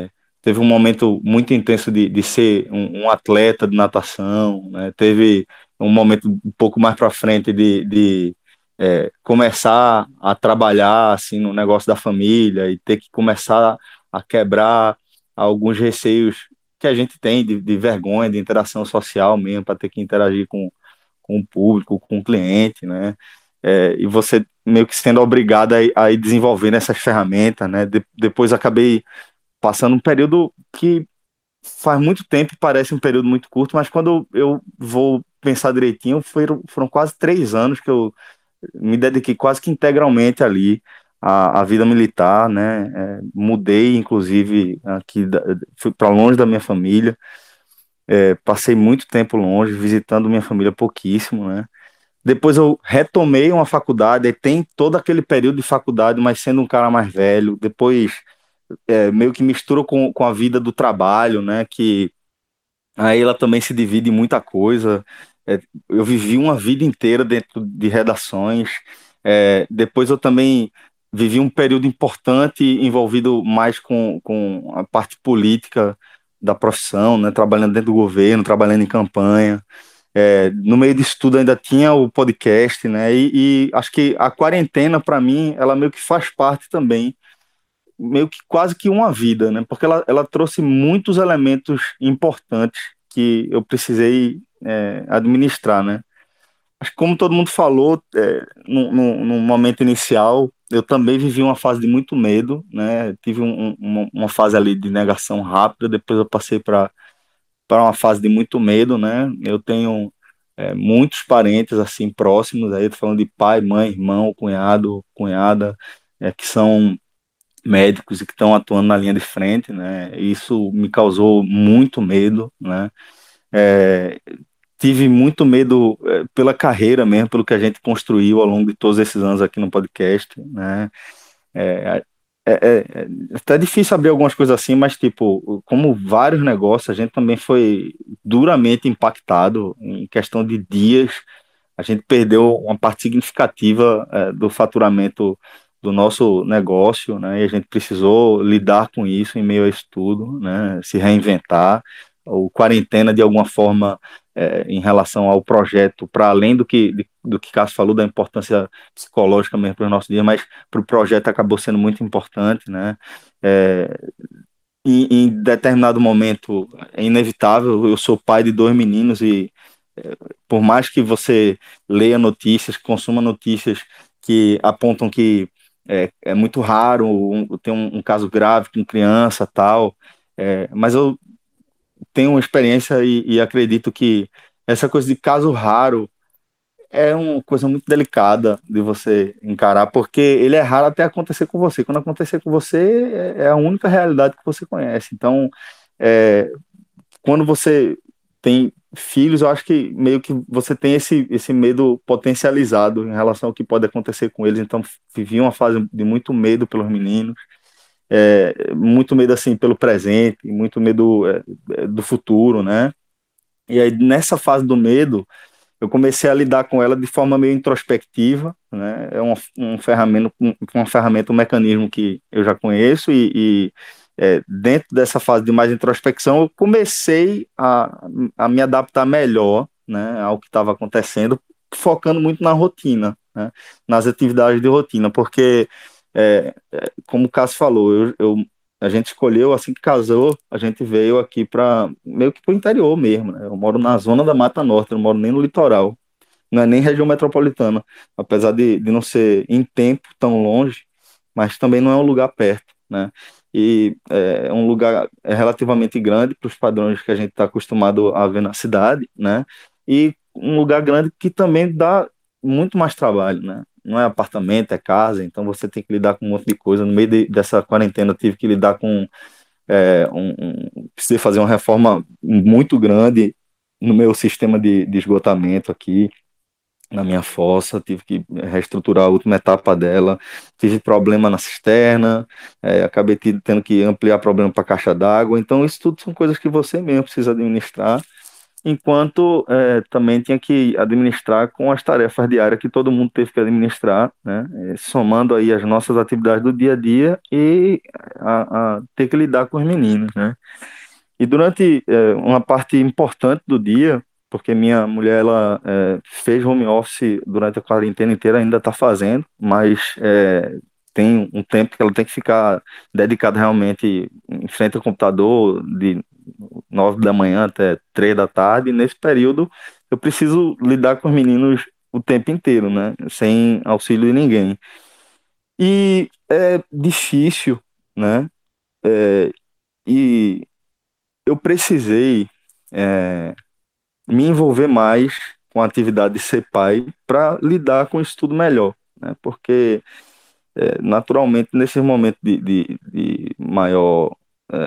[SPEAKER 1] teve um momento muito intenso de, de ser um, um atleta de natação, né? Teve um momento um pouco mais para frente de, de é, começar a trabalhar assim no negócio da família e ter que começar a quebrar alguns receios que a gente tem de, de vergonha, de interação social mesmo, para ter que interagir com, com o público, com o cliente, né? É, e você meio que sendo obrigado a, ir- a ir desenvolvendo essas ferramentas, né? De- depois acabei passando um período que faz muito tempo e parece um período muito curto, mas quando eu vou pensar direitinho, foram, foram quase três anos que eu me dediquei quase que integralmente ali à, à vida militar, né? É, mudei, inclusive, aqui, da- fui para longe da minha família, é, passei muito tempo longe, visitando minha família pouquíssimo, né? Depois eu retomei uma faculdade, aí tem todo aquele período de faculdade, mas sendo um cara mais velho. Depois é, meio que mistura com, com a vida do trabalho, né? Que aí ela também se divide em muita coisa. É, eu vivi uma vida inteira dentro de redações. É, depois eu também vivi um período importante envolvido mais com, com a parte política da profissão, né? Trabalhando dentro do governo, trabalhando em campanha. É, no meio disso tudo ainda tinha o podcast, né? E, e acho que a quarentena, para mim, ela meio que faz parte também, meio que quase que uma vida, né? Porque ela, ela trouxe muitos elementos importantes que eu precisei é, administrar, né? Acho que como todo mundo falou, é, no, no, no momento inicial, eu também vivi uma fase de muito medo, né? Tive um, um, uma, uma fase ali de negação rápida, depois eu passei para para uma fase de muito medo, né? Eu tenho é, muitos parentes assim próximos, aí tô falando de pai, mãe, irmão, cunhado, cunhada, é, que são médicos e que estão atuando na linha de frente, né? Isso me causou muito medo, né? É, tive muito medo é, pela carreira mesmo, pelo que a gente construiu ao longo de todos esses anos aqui no podcast, né? É, é, é, é até difícil abrir algumas coisas assim, mas tipo, como vários negócios, a gente também foi duramente impactado em questão de dias. A gente perdeu uma parte significativa é, do faturamento do nosso negócio, né? E a gente precisou lidar com isso em meio a isso tudo, né? Se reinventar. O quarentena, de alguma forma, é, em relação ao projeto, para além do que, de, do que Cássio falou, da importância psicológica mesmo para os nossos dias, mas para o projeto acabou sendo muito importante, né? É, em, em determinado momento, é inevitável, eu sou pai de dois meninos e por mais que você leia notícias, consuma notícias que apontam que é, é muito raro um, ter um, um caso grave com criança tal, é, mas eu tenho uma experiência e, e acredito que essa coisa de caso raro é uma coisa muito delicada de você encarar, porque ele é raro até acontecer com você. Quando acontecer com você, é é a única realidade que você conhece. Então, é, quando você tem filhos, eu acho que meio que você tem esse, esse medo potencializado em relação ao que pode acontecer com eles. Então, vivi uma fase de muito medo pelos meninos, é, muito medo assim pelo presente, muito medo é, é, do futuro, né? E aí, nessa fase do medo, eu comecei a lidar com ela de forma meio introspectiva, né? É uma, um ferramenta, um, uma ferramenta, um mecanismo que eu já conheço e, e é, dentro dessa fase de mais introspecção, eu comecei a, a me adaptar melhor, né, ao que estava acontecendo, focando muito na rotina, né, nas atividades de rotina, porque, é, é, como o Cássio falou, eu, eu a gente escolheu, assim que casou, a gente veio aqui para meio que para o interior mesmo, né? Eu moro na zona da Mata Norte, eu não moro nem no litoral, não é nem região metropolitana, apesar de, de não ser em tempo tão longe, mas também não é um lugar perto, né? E é um lugar é relativamente grande para os padrões que a gente está acostumado a ver na cidade, né? E um lugar grande que também dá muito mais trabalho, né? Não é apartamento, é casa, então você tem que lidar com um monte de coisa. No meio de, dessa quarentena, eu tive que lidar com é, um, um, precisei fazer uma reforma muito grande no meu sistema de, de esgotamento aqui, na minha fossa, tive que reestruturar a última etapa dela, tive problema na cisterna, é, acabei tendo que ampliar problema para a caixa d'água, então isso tudo são coisas que você mesmo precisa administrar, enquanto é, também tinha que administrar com as tarefas diárias que todo mundo teve que administrar, né? É, somando aí as nossas atividades do dia a dia e a, a ter que lidar com os meninos, né? E durante é, uma parte importante do dia, porque minha mulher ela é, fez home office durante a quarentena inteira, ainda está fazendo, mas é, tem um tempo que ela tem que ficar dedicada realmente em frente ao computador, de nove da manhã até três da tarde, e nesse período eu preciso lidar com os meninos o tempo inteiro, né? Sem auxílio de ninguém. E é difícil, né? É, e eu precisei é, me envolver mais com a atividade de ser pai para lidar com isso tudo melhor, né? Porque é, naturalmente nesses momentos de, de, de maior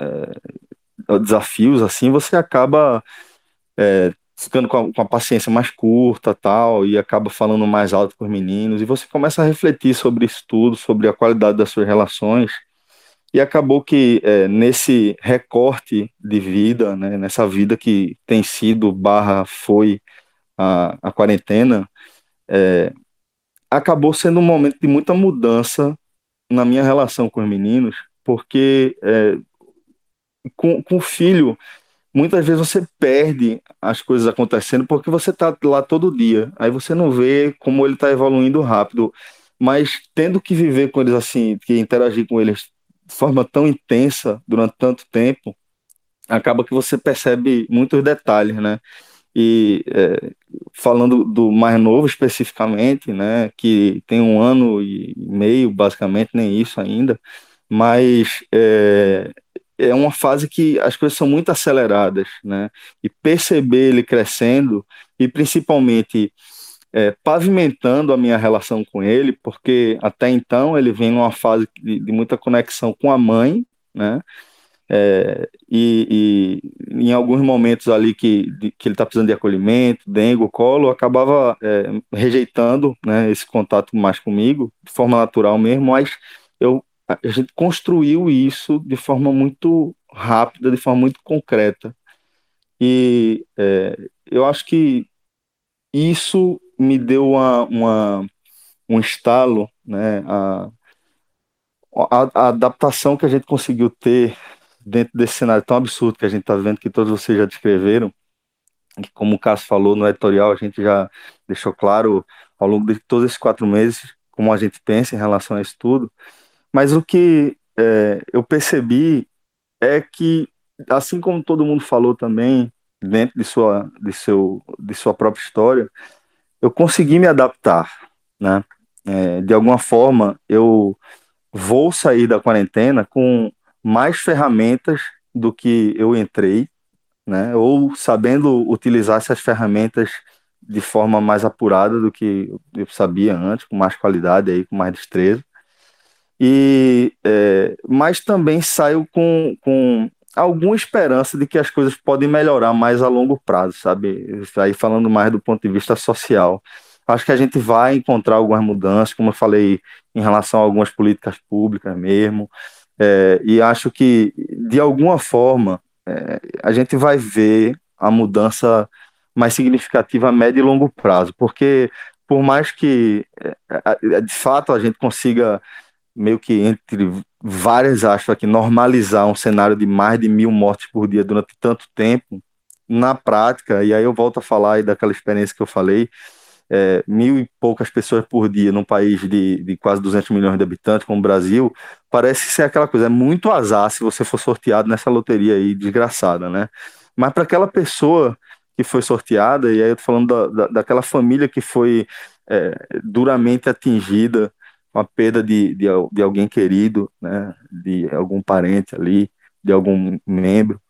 [SPEAKER 1] é, desafios assim você acaba é, ficando com a, com a paciência mais curta, tal, e acaba falando mais alto com os meninos, e você começa a refletir sobre isso tudo, sobre a qualidade das suas relações, e acabou que é, nesse recorte de vida, né, nessa vida que tem sido, barra, foi a, a quarentena, é, acabou sendo um momento de muita mudança na minha relação com os meninos, porque é, com, com o filho, muitas vezes você perde as coisas acontecendo porque você está lá todo dia. Aí você não vê como ele está evoluindo rápido. Mas tendo que viver com eles assim, que interagir com eles de forma tão intensa durante tanto tempo, acaba que você percebe muitos detalhes, né? E é, falando do mais novo especificamente, né, que tem um ano e meio, basicamente, nem isso ainda, mas é, é uma fase que as coisas são muito aceleradas, né? E perceber ele crescendo e principalmente é, pavimentando a minha relação com ele, porque até então ele vem numa fase de, de muita conexão com a mãe, né? É, e, e em alguns momentos ali que, de- que ele está precisando de acolhimento, dengo, colo, eu acabava é, rejeitando, né, esse contato mais comigo, de forma natural mesmo, mas eu, a a gente construiu isso de forma muito rápida, de forma muito concreta. E é, eu acho que isso me deu uma, uma- um estalo, né, a, a, a adaptação que a gente conseguiu ter dentro desse cenário tão absurdo que a gente está vendo, que todos vocês já descreveram, que como o Cássio falou no editorial, a gente já deixou claro ao longo de todos esses quatro meses como a gente pensa em relação a isso tudo, mas o que é, eu percebi é que, assim como todo mundo falou também, dentro de sua, de seu, de sua própria história, eu consegui me adaptar, né? É, de alguma forma, eu vou sair da quarentena com mais ferramentas do que eu entrei, né? Ou sabendo utilizar essas ferramentas de forma mais apurada do que eu sabia antes, com mais qualidade aí, com mais destreza. E é, mas também saio com, com alguma esperança de que as coisas podem melhorar mais a longo prazo, sabe? Aí falando mais do ponto de vista social. Acho que a gente vai encontrar algumas mudanças, como eu falei, em relação a algumas políticas públicas mesmo. É, e acho que, de alguma forma, é, a gente vai ver a mudança mais significativa a médio e longo prazo, porque por mais que, é, é, de fato, a gente consiga meio que entre várias aspas aqui, normalizar um cenário de mais de mil mortes por dia durante tanto tempo, na prática, e aí eu volto a falar aí daquela experiência que eu falei, é, mil e poucas pessoas por dia num país de, de quase duzentos milhões de habitantes, como o Brasil, parece ser aquela coisa, é muito azar se você for sorteado nessa loteria aí desgraçada, né? Mas para aquela pessoa que foi sorteada, e aí eu tô falando da, da, daquela família que foi é, duramente atingida com a perda de, de, al- de alguém querido, né? De algum parente ali, de algum membro,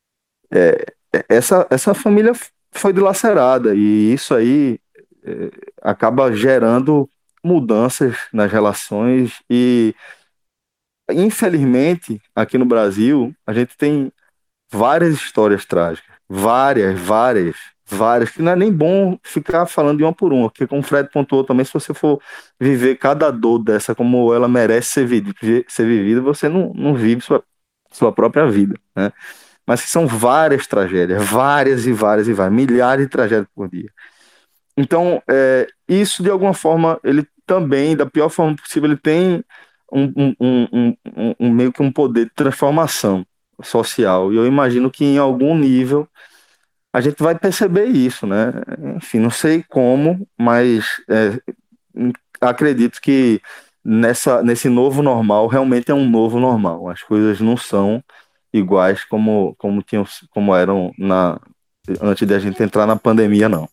[SPEAKER 1] essa, essa família foi dilacerada, e isso aí eh, acaba gerando mudanças nas relações e, infelizmente, aqui no Brasil, a gente tem várias histórias trágicas, várias, várias, várias, que não é nem bom ficar falando de uma por uma, porque como o Fred pontuou também, se você for viver cada dor dessa como ela merece ser vivida, ser vivida, você não, não vive sua, sua própria vida, né? mas que são várias tragédias, várias e várias e várias, milhares de tragédias por dia. Então, é, isso de alguma forma, ele também, da pior forma possível, ele tem um, um, um, um, um meio que um poder de transformação social. E eu imagino que em algum nível a gente vai perceber isso, né? Enfim, não sei como, mas é, acredito que nessa, nesse novo normal realmente é um novo normal. As coisas não são iguais como, como, tinham, como eram na, antes de a gente entrar na pandemia, não.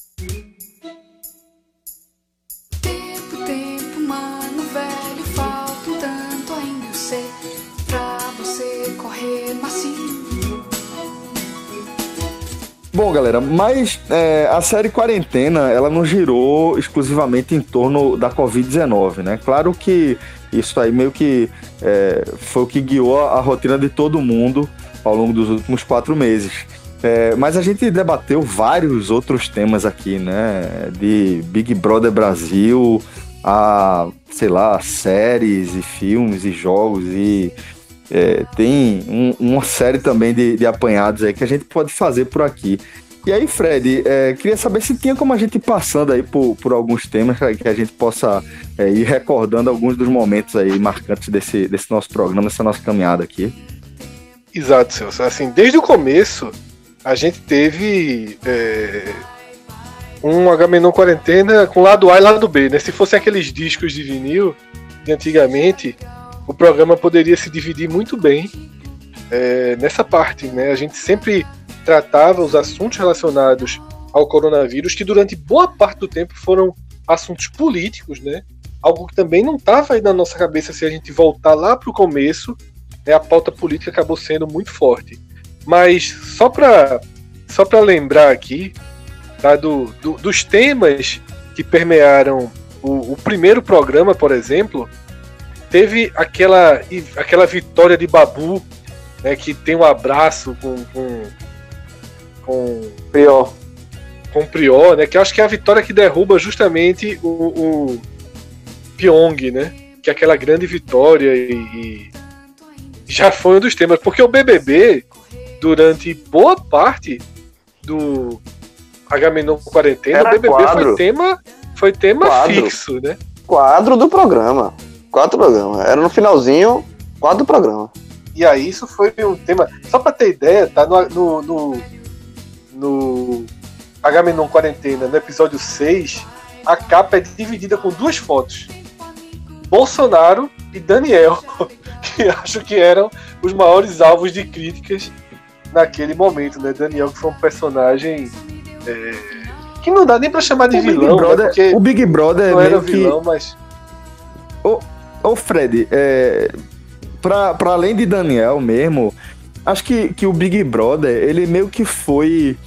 [SPEAKER 2] Tempo, tempo, mano, velho, falta um tanto ainda eu sei pra você correr macio.
[SPEAKER 1] Bom, galera, mas é, a série Quarentena, ela não girou exclusivamente em torno da covid dezenove, né? Claro que isso aí meio que é, foi o que guiou a, a rotina de todo mundo ao longo dos últimos quatro meses. É, mas a gente debateu vários outros temas aqui, né? De Big Brother Brasil, a, sei lá, séries e filmes e jogos e... É, tem um, uma série também de, de apanhados aí que a gente pode fazer por aqui. E aí, Fred, é, queria saber se tinha como a gente ir passando aí por, por alguns temas que a gente possa é, ir recordando alguns dos momentos aí marcantes desse, desse nosso programa, dessa nossa caminhada aqui.
[SPEAKER 3] Exato, Celso. Assim, desde o começo, a gente teve é, um Agamenon Quarentena com lado A e lado B, né? Se fosse aqueles discos de vinil de antigamente, o programa poderia se dividir muito bem é, nessa parte, né? A gente sempre tratava os assuntos relacionados ao coronavírus, que durante boa parte do tempo foram assuntos políticos, né? Algo que também não estava aí na nossa cabeça se a gente voltar lá para o começo, né? A pauta política acabou sendo muito forte. Mas só para só para lembrar aqui, tá, do, do, dos temas que permearam o, o primeiro programa, por exemplo, teve aquela, aquela vitória de Babu, né, que tem um abraço com com com
[SPEAKER 5] Prior,
[SPEAKER 3] com Prior, né, que eu acho que é a vitória que derruba justamente o, o Pyong, né, que é aquela grande vitória e, e já foi um dos temas, porque o B B B durante boa parte do Agamenon Quarentena,
[SPEAKER 5] era
[SPEAKER 3] o B B B
[SPEAKER 5] quadro.
[SPEAKER 3] foi tema, foi tema
[SPEAKER 5] Quadro.
[SPEAKER 3] fixo, né?
[SPEAKER 5] Quadro do programa. Quadro do programa. Era no finalzinho, quadro do programa.
[SPEAKER 3] E aí isso foi um tema. Só pra ter ideia, tá no, no, no, no Agamenon Quarentena, no episódio seis, a capa é dividida com duas fotos. Bolsonaro e Daniel, que acho que eram os maiores alvos de críticas naquele momento, né? Daniel, que foi um personagem é, que não dá nem pra chamar de
[SPEAKER 1] o
[SPEAKER 3] vilão,
[SPEAKER 1] Big Brother,
[SPEAKER 3] né? Porque
[SPEAKER 1] o Big Brother
[SPEAKER 3] não era
[SPEAKER 1] meio
[SPEAKER 3] vilão,
[SPEAKER 1] que...
[SPEAKER 3] mas...
[SPEAKER 1] Ô, ô Fred, é, pra, pra além de Daniel mesmo, acho que, que o Big Brother, ele meio que foi...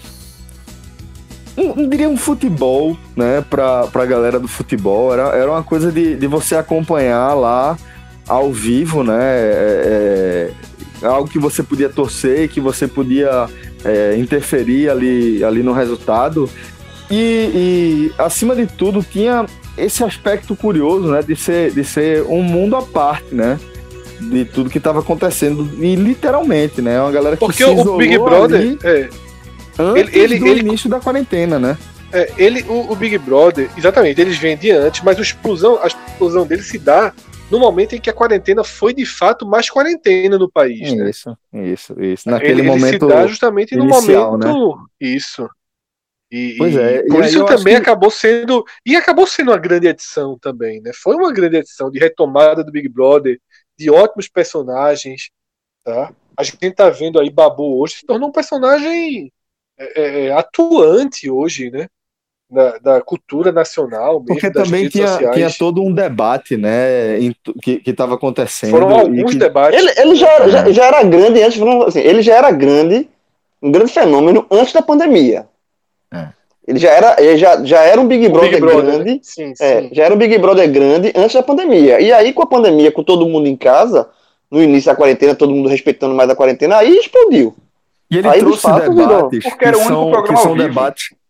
[SPEAKER 1] Não, não diria um futebol, né, pra, pra galera do futebol, era, era uma coisa de, de você acompanhar lá ao vivo, né, é, é, algo que você podia torcer, que você podia é, interferir ali, ali no resultado, e, e acima de tudo tinha esse aspecto curioso, né, de ser, de ser um mundo à parte, né, de tudo que estava acontecendo, e literalmente, né, uma galera que
[SPEAKER 3] porque
[SPEAKER 1] se
[SPEAKER 3] o Big Brother...
[SPEAKER 1] ali,
[SPEAKER 3] é...
[SPEAKER 1] antes
[SPEAKER 3] ele, ele,
[SPEAKER 1] do
[SPEAKER 3] ele,
[SPEAKER 1] início da quarentena, né?
[SPEAKER 3] É, ele, o, o Big Brother, exatamente, eles vêm de antes, mas a explosão, a explosão dele se dá no momento em que a quarentena foi de fato mais quarentena no país.
[SPEAKER 1] Isso,
[SPEAKER 3] né?
[SPEAKER 1] isso, isso. Naquele
[SPEAKER 3] ele,
[SPEAKER 1] momento
[SPEAKER 3] ele se dá justamente
[SPEAKER 1] inicial,
[SPEAKER 3] no momento.
[SPEAKER 1] Né?
[SPEAKER 3] Isso. E,
[SPEAKER 1] pois é.
[SPEAKER 3] Por
[SPEAKER 1] e
[SPEAKER 3] isso também
[SPEAKER 1] que...
[SPEAKER 3] acabou sendo. E acabou sendo uma grande edição também, né? Foi uma grande edição de retomada do Big Brother, de ótimos personagens. Tá? A gente tá vendo aí Babu hoje se tornou um personagem é, é, atuante hoje, né? Da, da cultura nacional mesmo,
[SPEAKER 1] porque
[SPEAKER 3] das
[SPEAKER 1] também
[SPEAKER 3] redes
[SPEAKER 1] tinha,
[SPEAKER 3] sociais.
[SPEAKER 1] tinha todo um debate, né, em, que estava acontecendo.
[SPEAKER 3] Foram alguns
[SPEAKER 1] que...
[SPEAKER 3] debates.
[SPEAKER 5] Ele, ele já, é. já, já era grande antes, assim, ele já era grande, um grande fenômeno antes da pandemia. É. Ele já era, ele já, já era um Big Brother, Big Brother grande, né?
[SPEAKER 3] sim,
[SPEAKER 5] é,
[SPEAKER 3] sim.
[SPEAKER 5] já era um Big Brother grande antes da pandemia. E aí com a pandemia, com todo mundo em casa, no início da quarentena, todo mundo respeitando mais a quarentena, aí explodiu.
[SPEAKER 1] E ele
[SPEAKER 5] aí,
[SPEAKER 1] trouxe
[SPEAKER 5] fato,
[SPEAKER 1] debates
[SPEAKER 4] porque era o único
[SPEAKER 1] são,
[SPEAKER 4] programa
[SPEAKER 1] que são
[SPEAKER 4] ao vivo.
[SPEAKER 1] debates.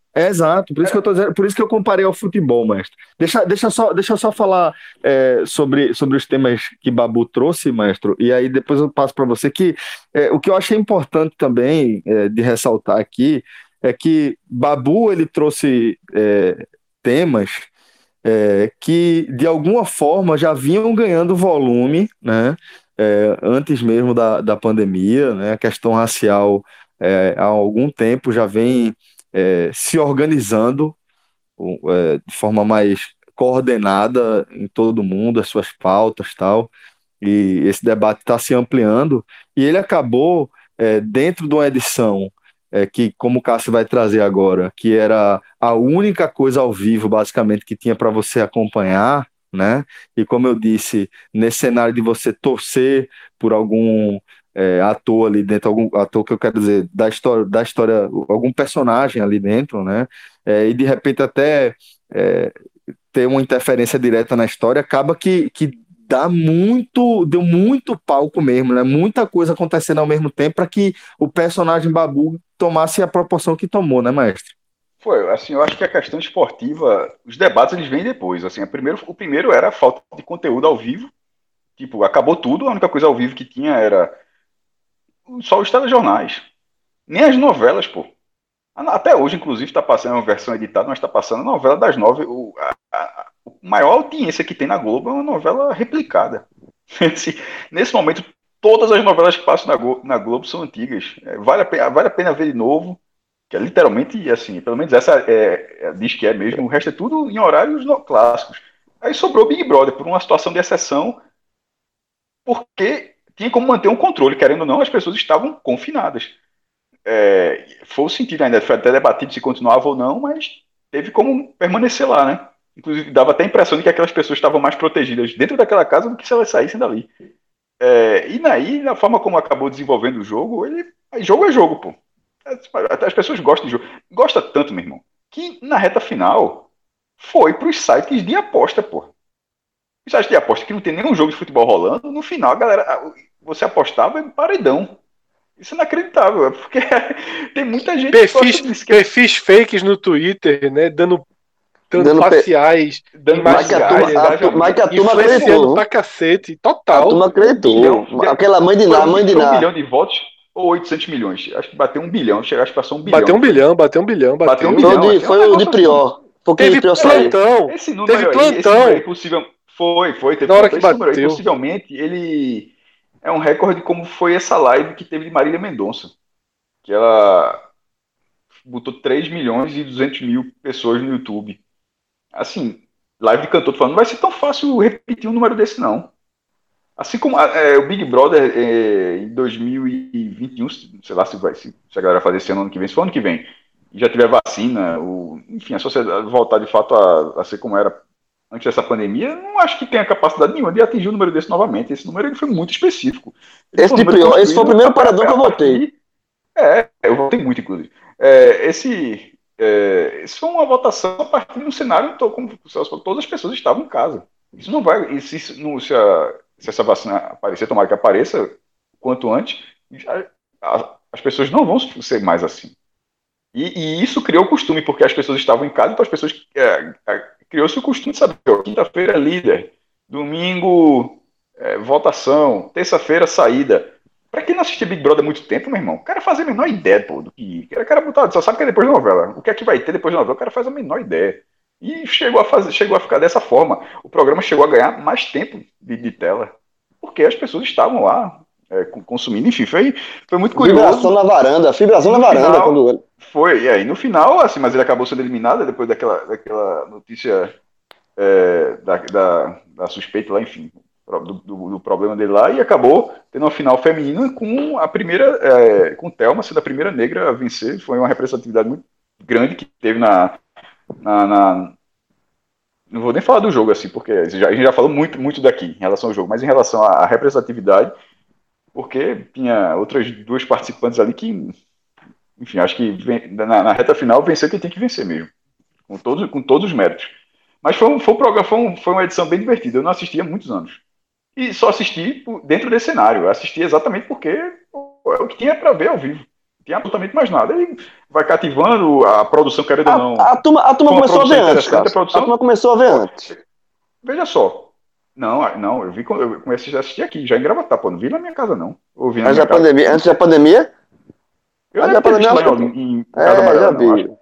[SPEAKER 1] É exato, por isso que eu tô dizendo, por isso que eu comparei ao futebol, mestre. Deixa, deixa, só, deixa eu só falar é, sobre, sobre os temas que Babu trouxe, mestre, e aí depois eu passo para você que é, o que eu achei importante também é, de ressaltar aqui é que Babu ele trouxe é, temas é, que de alguma forma já vinham ganhando volume, né? É, antes mesmo da, da pandemia, né? A questão racial é, há algum tempo já vem é, se organizando é, de forma mais coordenada em todo mundo, as suas pautas tal, e esse debate está se ampliando, e ele acabou é, dentro de uma edição é, que, como o Cássio vai trazer agora, que era a única coisa ao vivo, basicamente, que tinha para você acompanhar, né? E como eu disse, nesse cenário de você torcer por algum é, ator ali dentro, algum ator que eu quero dizer, da história, da história, algum personagem ali dentro, né? É, e de repente até é, ter uma interferência direta na história, acaba que, que dá muito, deu muito palco mesmo, né? Muita coisa acontecendo ao mesmo tempo para que o personagem Babu tomasse a proporção que tomou, né, mestre?
[SPEAKER 4] Foi, assim, eu acho que a questão esportiva, os debates eles vêm depois, assim, a primeiro, o primeiro era a falta de conteúdo ao vivo, tipo, acabou tudo, a única coisa ao vivo que tinha era só os telejornais, nem as novelas, pô. Até hoje, inclusive, está passando uma versão editada, mas está passando a novela das nove. O, a, a, a maior audiência que tem na Globo é uma novela replicada. Esse, nesse momento, todas as novelas que passam na Globo, na Globo são antigas. É, vale, a pena, vale a pena ver de novo, que é literalmente assim, pelo menos essa é, é, diz que é mesmo, o resto é tudo em horários no, clássicos. Aí sobrou Big Brother por uma situação de exceção, porque tinha como manter um controle, querendo ou não, as pessoas estavam confinadas. É, foi o sentido ainda, foi até debatido se continuava ou não, mas teve como permanecer lá, né? Inclusive, dava até a impressão de que aquelas pessoas estavam mais protegidas dentro daquela casa do que se elas saíssem dali. É, e daí, na forma como acabou desenvolvendo o jogo, ele, jogo é jogo, pô. As pessoas gostam de jogo. Gosta tanto, meu irmão, que na reta final foi pros sites de aposta, pô. Os sites de aposta que não tem nenhum jogo de futebol rolando, no final, a galera, você apostava em paredão. Isso é inacreditável, é porque tem muita gente
[SPEAKER 3] perfis,
[SPEAKER 4] que disso,
[SPEAKER 3] que... perfis fakes no Twitter, né? Dando, dando, dando parciais,
[SPEAKER 5] dando imaginárias, mas que a turma
[SPEAKER 3] acreditou pra cacete, total.
[SPEAKER 5] A turma acreditou. Um bilhão, aquela mãe de lá, mãe de lá.
[SPEAKER 4] Um bilhão de votos ou oitocentos milhões? Acho que bateu um bilhão, acho que passou um bilhão.
[SPEAKER 3] Bateu um bilhão, bateu um bilhão, bateu,
[SPEAKER 5] bateu um bilhão. Foi, de, foi um o de Prior.
[SPEAKER 3] Teve plantão.
[SPEAKER 4] Esse número
[SPEAKER 3] teve
[SPEAKER 4] aí,
[SPEAKER 3] plantão.
[SPEAKER 4] esse número aí, possível, foi, foi, teve
[SPEAKER 3] Na hora
[SPEAKER 4] plantão,
[SPEAKER 3] que
[SPEAKER 4] esse
[SPEAKER 3] bateu.
[SPEAKER 4] Número aí, possivelmente, ele é um recorde como foi essa live que teve de Marília Mendonça. Que ela botou três milhões e duzentos mil pessoas no YouTube. Assim, live de cantor, tô falando, não vai ser tão fácil repetir um número desse, não. Assim como é, o Big Brother é, em dois mil e vinte e um, sei lá se, vai, se, se a galera fazer esse ano, ano que vem, se for ano que vem, e já tiver vacina, o, enfim, a sociedade voltar de fato a, a ser como era antes dessa pandemia, não acho que tenha capacidade nenhuma de atingir um número desse novamente. Esse número ele foi muito específico.
[SPEAKER 5] Esse, um prior, esse foi o primeiro parador que eu votei.
[SPEAKER 4] É, eu votei muito, inclusive. É, esse, é, isso foi uma votação a partir de um cenário como todas as pessoas estavam em casa. Isso não vai. Isso, isso, não, se, a, se essa vacina aparecer, tomara que apareça quanto antes, a, a, as pessoas não vão ser mais assim. E, e isso criou costume, porque as pessoas estavam em casa, então as pessoas. É, é, criou-se o costume de saber: quinta-feira líder, domingo é, votação, terça-feira saída. Pra quem não assistiu Big Brother há muito tempo, meu irmão, o cara faz a menor ideia, pô, do que. O cara botar, só sabe que é depois da novela. O que é que vai ter depois da novela? O cara faz a menor ideia. E chegou a, fazer, chegou a ficar dessa forma. O programa chegou a ganhar mais tempo de, de tela. Porque as pessoas estavam lá é, consumindo. Enfim, foi, foi muito curioso.
[SPEAKER 5] Fibração na varanda, fibração na varanda.
[SPEAKER 4] Final,
[SPEAKER 5] quando...
[SPEAKER 4] Foi, e aí no final, assim, mas ele acabou sendo eliminado depois daquela, daquela notícia é, da, da, da suspeita lá, enfim. Do, do, do problema dele lá, e acabou tendo uma final feminina com a primeira, é, com Thelma sendo a primeira negra a vencer. Foi uma representatividade muito grande que teve na, na, na não vou nem falar do jogo assim, porque a gente já falou muito, muito daqui em relação ao jogo, mas em relação à representatividade, porque tinha outras duas participantes ali que, enfim, acho que na, na reta final venceu quem tem que vencer mesmo, com todos, com todos os méritos. Mas foi, um, foi, um programa, foi, um, foi uma edição bem divertida. Eu não assisti há muitos anos. E só assisti dentro desse cenário. Eu assisti exatamente porque é o que tinha para ver ao vivo. tinha absolutamente mais nada. E vai cativando a produção, querendo ou não.
[SPEAKER 5] A, a turma, a turma começou a ver antes, cara. A,
[SPEAKER 4] produção,
[SPEAKER 5] a turma começou a ver antes.
[SPEAKER 4] Veja só. Não, não, eu vi quando eu comecei a assistir aqui, já em Gravatar, pô, não vi na minha casa, não. Eu vi na
[SPEAKER 5] antes,
[SPEAKER 4] minha
[SPEAKER 5] da casa. Pandemia, antes da pandemia?
[SPEAKER 4] Eu antes da pandemia, lá em, em Casa
[SPEAKER 5] é,
[SPEAKER 4] Amarela,
[SPEAKER 5] já vi.
[SPEAKER 4] Não, acho,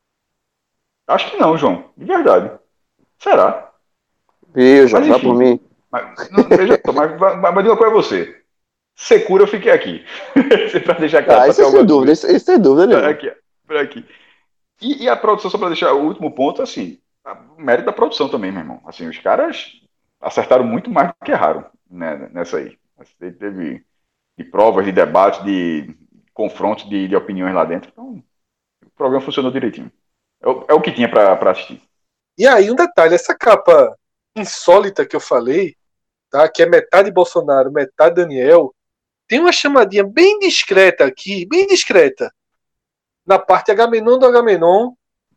[SPEAKER 4] acho que não, João. De verdade. Será?
[SPEAKER 5] Viu, João, vai por mim.
[SPEAKER 4] Mas, não, veja só, mas, mas, mas diga qual é você. Secura, eu fiquei aqui. Pra deixar claro.
[SPEAKER 5] Ah, isso é sem dúvida, isso, isso é dúvida, né?
[SPEAKER 4] Aqui, por aqui. E, e a produção, só pra deixar o último ponto, assim, o mérito da produção também, meu irmão. Assim, os caras acertaram muito mais do que erraram, né, nessa aí. Teve de provas, de debates, de confrontos de, de opiniões lá dentro. Então, o programa funcionou direitinho. É o, é o que tinha pra, pra assistir.
[SPEAKER 3] E aí, um detalhe, essa capa insólita que eu falei, tá, que é metade Bolsonaro, metade Daniel, tem uma chamadinha bem discreta aqui, bem discreta, na parte Agamenon do Agamenon.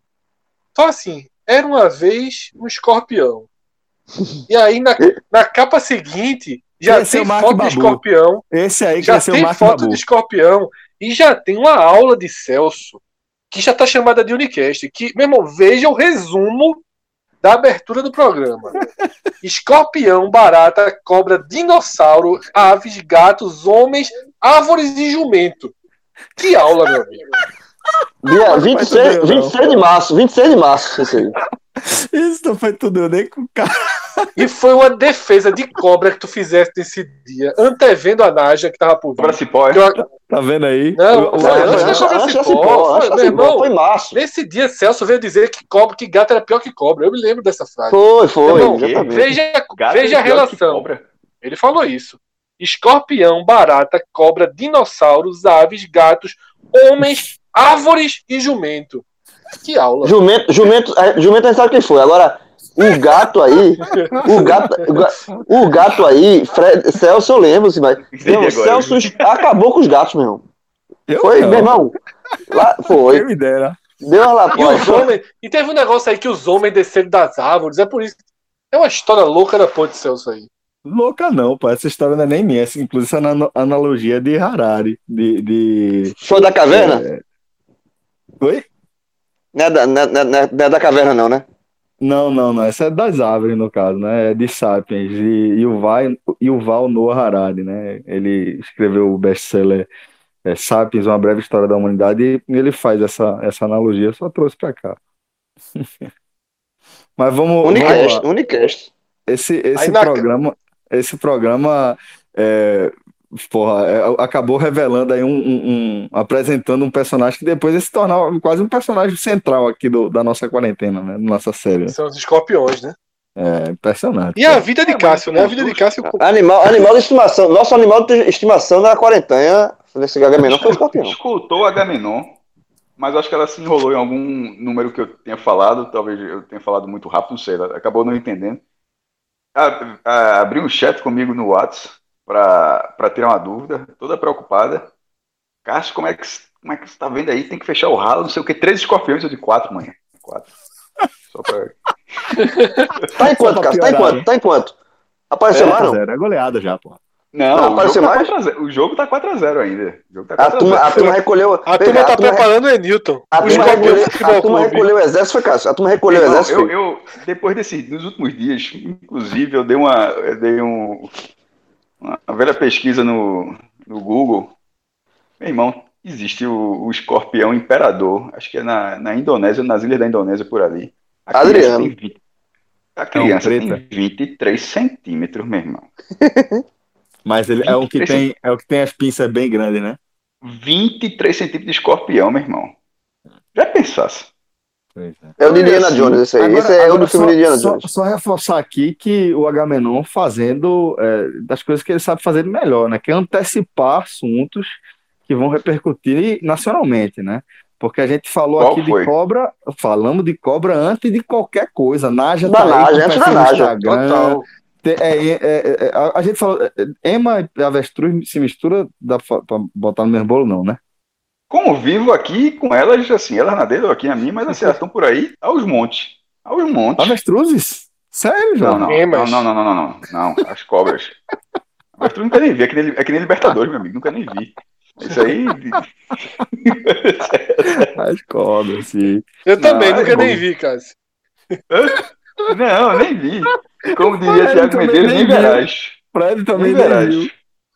[SPEAKER 3] Só assim, era uma vez um escorpião. E aí, na, na capa seguinte, já
[SPEAKER 1] Esse
[SPEAKER 3] tem
[SPEAKER 1] é
[SPEAKER 3] foto de escorpião.
[SPEAKER 1] Esse aí que
[SPEAKER 3] já
[SPEAKER 1] tem
[SPEAKER 3] foto Babu. de escorpião. E já tem uma aula de Celso, que já está chamada de Unicast. Que, meu irmão, veja o resumo da abertura do programa. Escorpião, barata, cobra, dinossauro, aves, gatos, homens, árvores e jumento. Que aula, meu amigo.
[SPEAKER 5] Dia vinte e seis, vinte e seis de março, vinte e seis de março, isso aí.
[SPEAKER 1] Isso não foi tudo nem com o cara.
[SPEAKER 3] E foi uma defesa de cobra que tu fizeste nesse dia, antevendo a Naja que tava por vir.
[SPEAKER 4] Cobra Cipó, é?
[SPEAKER 1] Eu... Tá vendo aí?
[SPEAKER 3] Não, o, foi, antes da Cobra Cipó. Foi, meu irmão, foi março. Nesse dia, Celso veio dizer que cobra, que gato era pior que cobra. Eu me lembro dessa frase.
[SPEAKER 5] Foi, foi.
[SPEAKER 3] Irmão, veja veja a relação. Ele falou isso. Escorpião, barata, cobra, dinossauros, aves, gatos, homens, árvores e jumento. Que aula.
[SPEAKER 5] Jumento, jumento, jumento a gente sabe quem foi. Agora, o gato aí, o gato, o gato aí, Fred, Celso, eu lembro, assim, mas meu, Celso acabou com os gatos, meu irmão.
[SPEAKER 1] Eu
[SPEAKER 5] foi,
[SPEAKER 1] não.
[SPEAKER 5] meu irmão. Lá, foi.
[SPEAKER 1] Quem me dera.
[SPEAKER 5] Deu uma lapóia.
[SPEAKER 3] E, homens, e teve um negócio aí que os homens desceram das árvores, é por isso. É uma história louca da porra de Celso aí.
[SPEAKER 1] Louca não, pô. Essa história não é nem minha. Essa, inclusive, essa é analogia de Harari. De, de...
[SPEAKER 5] Foi da caverna?
[SPEAKER 1] É... Oi?
[SPEAKER 5] Não é, da, não, é, não é da caverna, não, né?
[SPEAKER 1] Não, não, não. Essa é das árvores, no caso, né? É de Sapiens, de Yuval, Yuval Noah Harari, né? Ele escreveu o best-seller é, Sapiens, Uma Breve História da Humanidade, e ele faz essa, essa analogia, só trouxe pra cá. Mas vamos,
[SPEAKER 5] Unicast,
[SPEAKER 1] vamos lá.
[SPEAKER 5] Unicast.
[SPEAKER 1] Esse, esse programa, na... esse programa é, porra, é, acabou revelando aí um, um, um, apresentando um personagem que depois ia se tornar quase um personagem central aqui do, da nossa quarentena, né? Da nossa série.
[SPEAKER 3] São os escorpiões, né?
[SPEAKER 1] É, impressionante.
[SPEAKER 3] E cara. A vida de Cássio, né? A vida de Cássio.
[SPEAKER 5] Animal, animal de estimação. Nosso animal de estimação na quarentena, nesse Agamenon foi o escorpião.
[SPEAKER 4] Escutou Agamenon, mas acho que ela se enrolou em algum número que eu tenha falado, talvez eu tenha falado muito rápido, não sei, ela acabou não entendendo. A, a, abriu um chat comigo no WhatsApp para tirar uma dúvida, toda preocupada. Cássio, como é que como é que você tá vendo aí? Tem que fechar o ralo, não sei o que, três escorpiões, eu de quatro, manhã. Quatro. Só pra...
[SPEAKER 5] Tá em quanto, Cássio? Tá em quanto? Tá em quanto? Apareceu mais, não?
[SPEAKER 1] É goleada já, pô.
[SPEAKER 4] Não, não o, jogo tá mais? o jogo tá quatro a zero ainda. O jogo tá
[SPEAKER 5] a, turma, a turma recolheu.
[SPEAKER 3] A turma tá preparando o Enilton.
[SPEAKER 5] A turma recolheu, a turma recolheu o exército, foi Cássio. A turma recolheu
[SPEAKER 4] não,
[SPEAKER 5] o exército.
[SPEAKER 4] Eu, eu, depois desse, nos últimos dias, inclusive, eu dei uma, eu dei um, uma velha pesquisa no, no Google. Meu irmão, existe o, o escorpião imperador. Acho que é na, na Indonésia, nas ilhas da Indonésia, por ali. A
[SPEAKER 5] Adriano.
[SPEAKER 4] Criança tem, a criança tem vinte e três centímetros, meu irmão.
[SPEAKER 1] Mas ele é o que tem, é o que tem as pinças bem grandes, né?
[SPEAKER 4] vinte e três centímetros de escorpião, meu irmão. Já pensasse?
[SPEAKER 5] É, é o de Indiana Jones, esse aí. Agora, esse é o do filme
[SPEAKER 1] só,
[SPEAKER 5] de Indiana
[SPEAKER 1] só,
[SPEAKER 5] Jones.
[SPEAKER 1] Só reforçar aqui que o Agamenon fazendo é, das coisas que ele sabe fazer melhor, né? Que é antecipar assuntos que vão repercutir nacionalmente, né? Porque a gente falou
[SPEAKER 4] Qual
[SPEAKER 1] aqui
[SPEAKER 4] foi?
[SPEAKER 1] de cobra, falamos de cobra antes de qualquer coisa. Naja
[SPEAKER 5] da
[SPEAKER 1] tá
[SPEAKER 5] Naja, antes da Naja.
[SPEAKER 3] Total.
[SPEAKER 1] É, é, é, a, a gente falou, Ema e avestruz se mistura, dá pra, pra botar no mesmo bolo, não, né?
[SPEAKER 4] Convivo aqui com elas, assim, elas na dele, eu aqui na minha, mas assim, elas estão por aí aos montes. Aos montes.
[SPEAKER 1] Avestruzes? Sério, João?
[SPEAKER 4] Não, não,
[SPEAKER 3] Emas.
[SPEAKER 4] não, não, não, não, não, não, as cobras. Avestruz nunca nem vi, é que nem, é que nem Libertadores, meu amigo, nunca nem vi. Isso aí.
[SPEAKER 1] As cobras, sim.
[SPEAKER 3] Eu também, não, nunca nem vi, Cássio.
[SPEAKER 4] Não, nem vi. Como diria Thiago Medeiros, nem verás.
[SPEAKER 1] Fred também nem verás. Viu.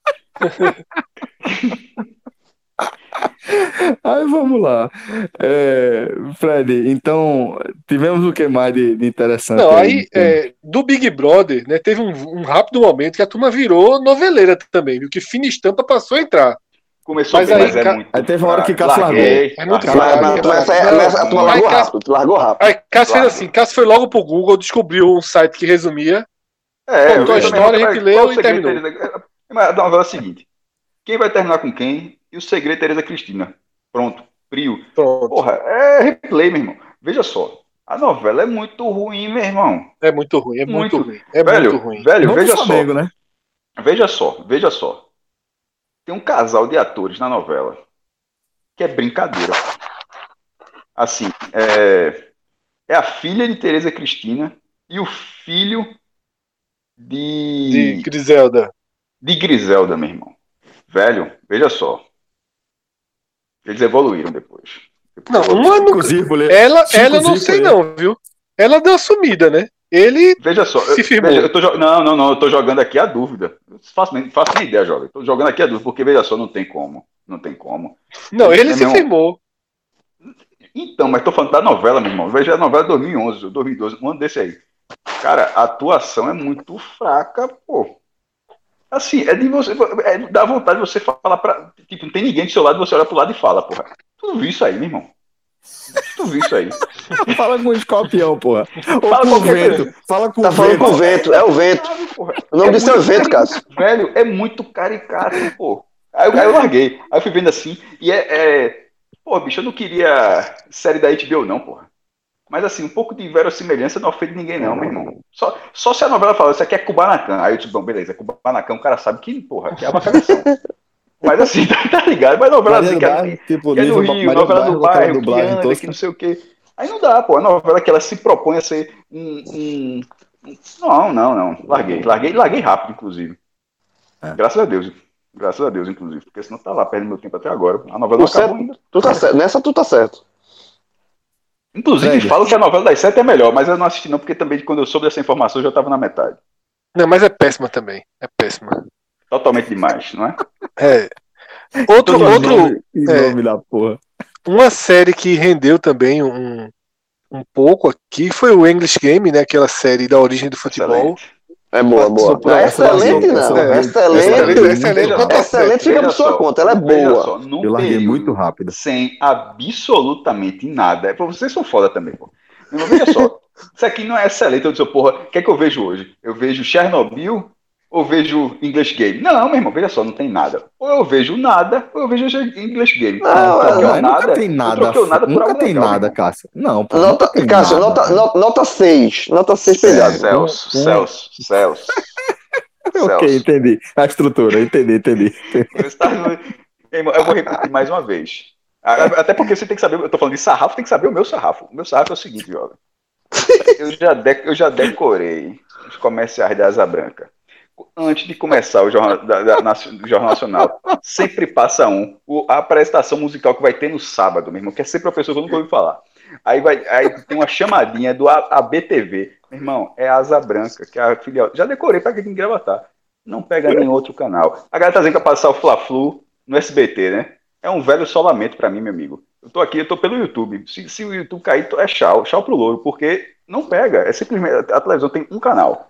[SPEAKER 1] Aí vamos lá. É, Fred, então, tivemos o que mais de, de interessante?
[SPEAKER 3] Não, aí, aí é, do Big Brother, né, teve um, um rápido momento que a turma virou noveleira também, viu? Que fina estampa passou a entrar.
[SPEAKER 4] Começou mas bem, aí, mas é muito...
[SPEAKER 1] Aí teve uma hora que Cássio largou.
[SPEAKER 3] É muito fraco.
[SPEAKER 5] Mas a turma largou rápido, largou rápido.
[SPEAKER 3] Aí Cássio fez assim, Cássio foi logo pro Google, descobriu um site que resumia,
[SPEAKER 4] é,
[SPEAKER 3] contou a história, a gente leu e terminou.
[SPEAKER 4] Mas a novela é a seguinte, quem vai terminar com quem? E o segredo é Tereza Cristina. Pronto, frio.
[SPEAKER 3] Pronto.
[SPEAKER 4] Porra, é replay, meu irmão. Veja só, a novela é muito ruim, meu irmão.
[SPEAKER 3] É muito ruim, é muito, muito ruim. É
[SPEAKER 4] velho,
[SPEAKER 3] muito ruim.
[SPEAKER 4] Velho, veja
[SPEAKER 1] Flamengo,
[SPEAKER 4] só.
[SPEAKER 1] Né?
[SPEAKER 4] Veja só, veja só. Tem um casal de atores na novela que é brincadeira. Assim, é, é a filha de Tereza Cristina e o filho de...
[SPEAKER 3] De Griselda.
[SPEAKER 4] De Griselda, meu irmão. Velho, veja só. Eles evoluíram depois.
[SPEAKER 3] depois não, uma nunca... Ela, ela eu não sei não, viu? Ela deu uma sumida, né? Ele
[SPEAKER 4] veja só, se firmou. Veja, eu tô, não, não, não, eu tô jogando aqui a dúvida. Eu faço nem, faço nem ideia, joga. Eu tô jogando aqui a dúvida, porque veja só, não tem como. Não tem como.
[SPEAKER 3] Não, ele, ele se firmou.
[SPEAKER 4] Então, mas tô falando da novela, meu irmão. Veja a novela de dois mil e onze, dois mil e doze, um ano desse aí. Cara, a atuação é muito fraca, pô. Assim, é de você. É, dá vontade de você falar pra. Tipo, não tem ninguém do seu lado, você olha pro lado e fala, porra. Tu viu isso aí, meu irmão? Tu viu isso aí?
[SPEAKER 1] Fala com o escorpião, porra. Ou fala com o vento.
[SPEAKER 5] Coisa.
[SPEAKER 1] Fala com
[SPEAKER 5] tá
[SPEAKER 1] o
[SPEAKER 5] falando
[SPEAKER 1] vento.
[SPEAKER 5] com o vento, é o vento.
[SPEAKER 4] Porra.
[SPEAKER 5] O nome
[SPEAKER 4] é
[SPEAKER 5] disso é o vento, Cássio.
[SPEAKER 4] Velho, é muito caricato, pô. Aí, aí eu larguei. Aí eu fui vendo assim. E é. é... Pô, bicho, eu não queria série da H B O, não, porra. Mas assim, um pouco de verossimilhança não ofende ninguém, não, meu irmão. Só, só se a novela fala, isso aqui é Kubanacan. Aí eu disse, bom, beleza, Kubanacan, o cara sabe que, porra, que é uma cagação. Mas assim, tá ligado? Mas novela assim, que é,
[SPEAKER 1] tipo,
[SPEAKER 4] que é do Rio, novela do bairro, que anda, que não sei o quê. Aí não dá, pô. A novela que ela se propõe a ser um... um, um... Não, não, não. Larguei, larguei, larguei rápido, inclusive. É. Graças a Deus. Graças a Deus, inclusive. Porque senão tá lá, perdendo meu tempo até agora. A novela não
[SPEAKER 5] certo,
[SPEAKER 4] acabou ainda.
[SPEAKER 5] Tu tá certo. Nessa tu tá certo.
[SPEAKER 4] Inclusive, Fred. Falam que a novela das sete é melhor, mas eu não assisti não, porque também quando eu soube dessa informação eu já tava na metade.
[SPEAKER 3] Não, mas é péssima também. É péssima.
[SPEAKER 4] Totalmente demais, não é?
[SPEAKER 3] É. Outro,
[SPEAKER 1] Todo
[SPEAKER 3] outro.
[SPEAKER 1] Nome,
[SPEAKER 3] é,
[SPEAKER 1] nome da porra.
[SPEAKER 3] Uma série que rendeu também um, um pouco aqui foi o English Game, né? Aquela série da origem do futebol.
[SPEAKER 4] Excelente.
[SPEAKER 5] É boa, boa. Não, excelente não. É, excelente. Excelente, excelente, excelente fica por sua conta. Ela é boa.
[SPEAKER 4] Só,
[SPEAKER 1] eu larguei muito rápido.
[SPEAKER 4] Sem absolutamente nada. Vocês são foda também, pô. Não, veja só. Isso aqui não é excelente. Eu disse, porra, o que é que eu vejo hoje? Eu vejo Chernobyl ou vejo English Game? Não, meu irmão, veja só, não tem nada. Ou eu vejo nada, ou eu vejo English Game.
[SPEAKER 1] Não, não, não nada, nunca tem nada. nada nunca tem legal, nada, Cássio. Não, pô,
[SPEAKER 5] nota, Cássio, nota, nota, nota seis. Nota seis pegado.
[SPEAKER 4] Celso, Celso, Celso.
[SPEAKER 1] Ok, entendi. A estrutura, entendi, entendi.
[SPEAKER 4] Eu vou repetir mais uma vez. Até porque você tem que saber, eu tô falando de sarrafo, tem que saber o meu sarrafo. O meu sarrafo é o seguinte, Joga. Eu já, de, eu já decorei os comerciais da Asa Branca. Antes de começar o Jornal, da, da, na, o Jornal Nacional, sempre passa um. O, a apresentação musical que vai ter no sábado, meu irmão, que é sempre a pessoa que eu nunca ouvi falar. Aí, vai, aí tem uma chamadinha do A B T V. Meu irmão, é a Asa Branca, que é a filial. Já decorei para quem gravatar. Não pega nem outro canal. A galera tá dizendo que vai passar o Fla-Flu no S B T, né? É um velho solamento para mim, meu amigo. Eu tô aqui, eu tô pelo YouTube. Se, se o YouTube cair, é tchau. Tchau pro louro, porque não pega. É simplesmente. A televisão tem um canal.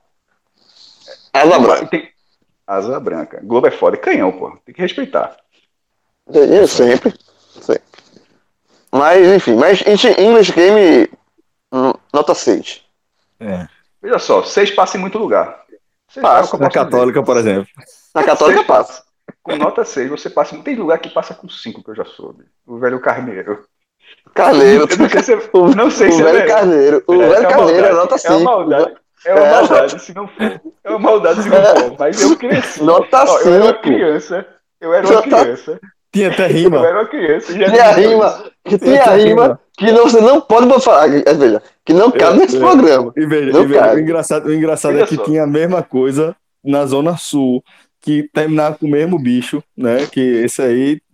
[SPEAKER 5] Asa Branca.
[SPEAKER 4] Tem... Asa Branca. Globo é foda. É canhão, pô. Tem que respeitar.
[SPEAKER 5] Eu sempre. sempre. Mas, enfim. Mas English Game, nota seis.
[SPEAKER 1] É.
[SPEAKER 4] Veja só, seis passa em muito lugar.
[SPEAKER 1] Seis passa. Na Católica, por exemplo.
[SPEAKER 5] Na Católica passa. passa.
[SPEAKER 4] Com nota seis, você passa. Tem lugar que passa com cinco, que eu já soube. O velho Carneiro.
[SPEAKER 5] Carneiro.
[SPEAKER 4] Eu não sei se é, não sei
[SPEAKER 5] o
[SPEAKER 4] se
[SPEAKER 5] velho
[SPEAKER 4] é
[SPEAKER 5] Carneiro. O é, velho é Carneiro é nota cinco.
[SPEAKER 4] É uma maldade. É uma maldade, se não for. É uma maldade, se não for. Mas eu cresci.
[SPEAKER 5] Nota cinco.
[SPEAKER 4] Eu era uma criança. Eu era uma nota... criança.
[SPEAKER 1] Tinha até rima.
[SPEAKER 4] Eu era uma criança. Já
[SPEAKER 5] tinha rima. Que tinha rima. Que não, você não pode falar. Veja, que não cabe nesse programa.
[SPEAKER 1] E veja, e veja o engraçado, o engraçado é que só. Tinha a mesma coisa na Zona Sul. Que terminava com o mesmo bicho, né? Que esse aí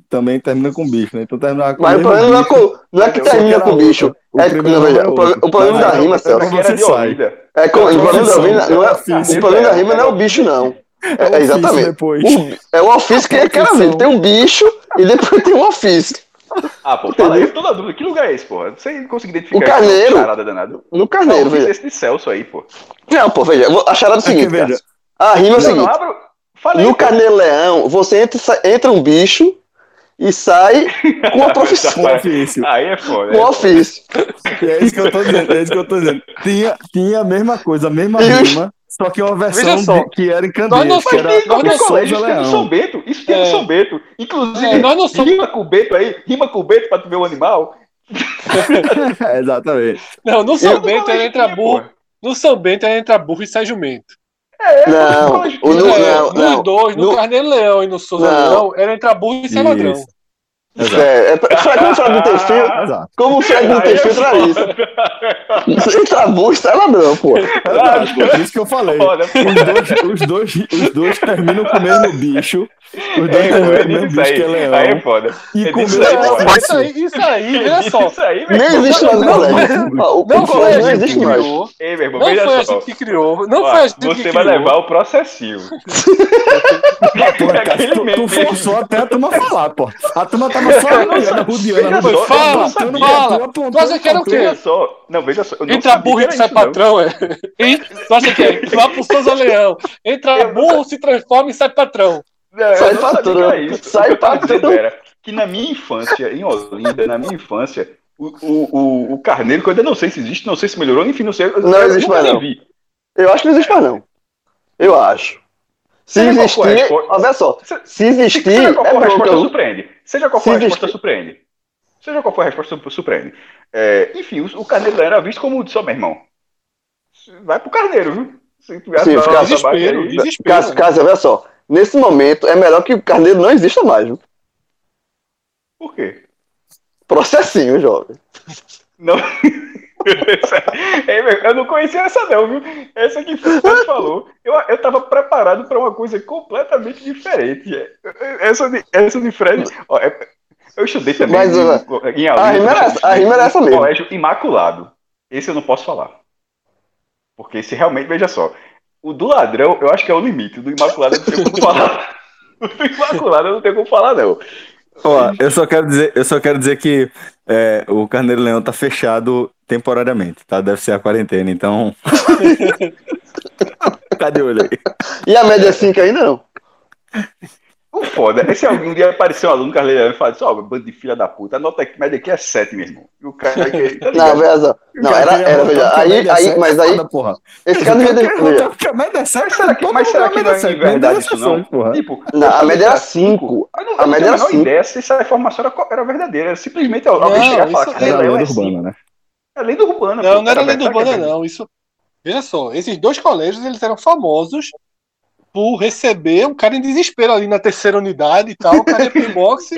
[SPEAKER 1] também termina com bicho, né? Então terminava com
[SPEAKER 5] Mas o problema não é, com, não é que termina com bicho. O, é, não, veja, o, problema, o problema da rima, Celso.
[SPEAKER 1] Você sai.
[SPEAKER 5] É, com, o problema da rima não é, o problema da rima não é o bicho, não. É, é exatamente. O, é o ofício que ele quer ver. Tem um bicho e depois tem um ofício.
[SPEAKER 4] Ah, pô, fala aí, toda dúvida. Que lugar é esse, porra? Você conseguiu identificar
[SPEAKER 5] o Carneiro.
[SPEAKER 4] Charada danado?
[SPEAKER 5] No Carneiro,
[SPEAKER 4] não,
[SPEAKER 5] veja.
[SPEAKER 4] Esse de Celso aí, pô.
[SPEAKER 5] Não, pô, veja. A charada é o seguinte, é veja. A rima é o seguinte. Não, não, no Carneiro Leão, você entra, entra um bicho e sai com a profissão.
[SPEAKER 1] Com ofício.
[SPEAKER 4] Aí é foda.
[SPEAKER 5] Com ofício.
[SPEAKER 1] É isso que eu tô dizendo, é isso que eu tô dizendo. Tinha, tinha a mesma coisa, a mesma rima, só que uma versão de, que era em Candeias, que era
[SPEAKER 4] o colégio do São Bento. Isso tem no São Bento. Inclusive, é, nós não somos... rima com o Bento aí, rima com o Bento pra tu ver o animal.
[SPEAKER 1] É, exatamente.
[SPEAKER 6] Não, no São Bento ele entra burro. No São Bento ele entra burro e sai jumento.
[SPEAKER 5] É, não, o no,
[SPEAKER 6] é,
[SPEAKER 5] não,
[SPEAKER 6] nos
[SPEAKER 5] não,
[SPEAKER 6] dois, no, no Carneiro Leão e no Souza Leão, era entrar burro e ser ladrão.
[SPEAKER 5] Exato. É, é, como o Fred não tem filtro, como o Fred não tem filtro, é isso. Entra burro e sai ladrão, pô.
[SPEAKER 1] Exato, por isso que eu falei. Os dois, os dois, os dois terminam com o mesmo bicho. Os dois é, terminam com o mesmo bicho que é leão.
[SPEAKER 4] Aí é foda.
[SPEAKER 1] E com o
[SPEAKER 6] mesmo isso, isso aí, isso aí, olha só.
[SPEAKER 4] Isso aí,
[SPEAKER 5] nem existe mais o colégio.
[SPEAKER 6] Não foi a gente
[SPEAKER 5] que
[SPEAKER 6] criou.
[SPEAKER 4] Ei, meu irmão,
[SPEAKER 6] não foi a gente que criou. Não foi a gente que criou.
[SPEAKER 4] Você vai levar o processinho.
[SPEAKER 1] Tu forçou até a turma falar, pô. A turma tava só olhando, rodeando.
[SPEAKER 6] Fala, fala. Tu acha que era o quê?
[SPEAKER 4] Não, veja só.
[SPEAKER 6] Entra burro e sai patrão, é. Tu acha que é? Lá pro Souza Leão. Entra burro, se transforma e sai patrão.
[SPEAKER 5] Não, sai patrão. Sai patrão.
[SPEAKER 4] Era que na minha infância, em Olinda, na minha infância, o, o, o, o Carneiro, que eu ainda não sei se existe, não sei se melhorou, enfim, não sei.
[SPEAKER 5] Não eu existe mais não. Vi. Eu acho que não existe mais não. Eu acho. Se seja existir, olha só, se, se existir,
[SPEAKER 4] seja qual for
[SPEAKER 5] é
[SPEAKER 4] a resposta, eu... surpreende. Seja qual for a resposta, surpreende. Seja qual for a resposta, surpreende. É, enfim, o, o Carneiro era visto como só, meu irmão. Vai pro Carneiro, viu? Se tu
[SPEAKER 5] Sim, fica desespero, aí, desespero. Cássio, Cássio, olha só. Nesse momento, é melhor que o Carneiro não exista mais, viu?
[SPEAKER 4] Por quê?
[SPEAKER 5] Processinho, jovem.
[SPEAKER 4] Não... Eu não conhecia essa não, viu? Essa que você falou. Eu, eu tava preparado para uma coisa completamente diferente. Essa de, essa de Fred... Ó, eu estudei também
[SPEAKER 5] Mas,
[SPEAKER 4] em, em
[SPEAKER 5] a, rima era, a rima era essa mesmo.
[SPEAKER 4] Colégio Imaculado. Esse eu não posso falar. Porque se realmente, veja só, o do ladrão eu acho que é o limite. O do Imaculado eu não tenho como falar. O do Imaculado eu não tenho como falar, não.
[SPEAKER 1] Ó, eu só quero dizer, eu só quero dizer que é, o Carneiro Leão tá fechado temporariamente, tá? Deve ser a quarentena, então. Tá de olho aí.
[SPEAKER 5] E a média cinco aí não?
[SPEAKER 4] O foda é se algum dia aparecer um aluno Carneiro Leão e falar assim, ó, oh, bando de filha da puta, a nota aqui, média aqui é sete, meu irmão. E o cara aqui, tá
[SPEAKER 5] não, veja só. Não, era, era, veja, aí, aí, mas aí,
[SPEAKER 1] porra.
[SPEAKER 5] Esse cara devia ter...
[SPEAKER 1] Porque a média é sete,
[SPEAKER 4] será que, mas será que não é verdade isso não?
[SPEAKER 1] Porra.
[SPEAKER 5] Tipo, não, a média era cinco.
[SPEAKER 4] A média era cinco. Ideia se essa informação era, era verdadeira, era simplesmente alguém chegar e falar que
[SPEAKER 1] era lenda urbana, né?
[SPEAKER 4] É lenda urbana.
[SPEAKER 6] Não, não era lenda urbana, não. Isso, veja só, esses dois colégios, eles eram famosos por receber um cara em desespero ali na terceira unidade e tal, o cara de boxe.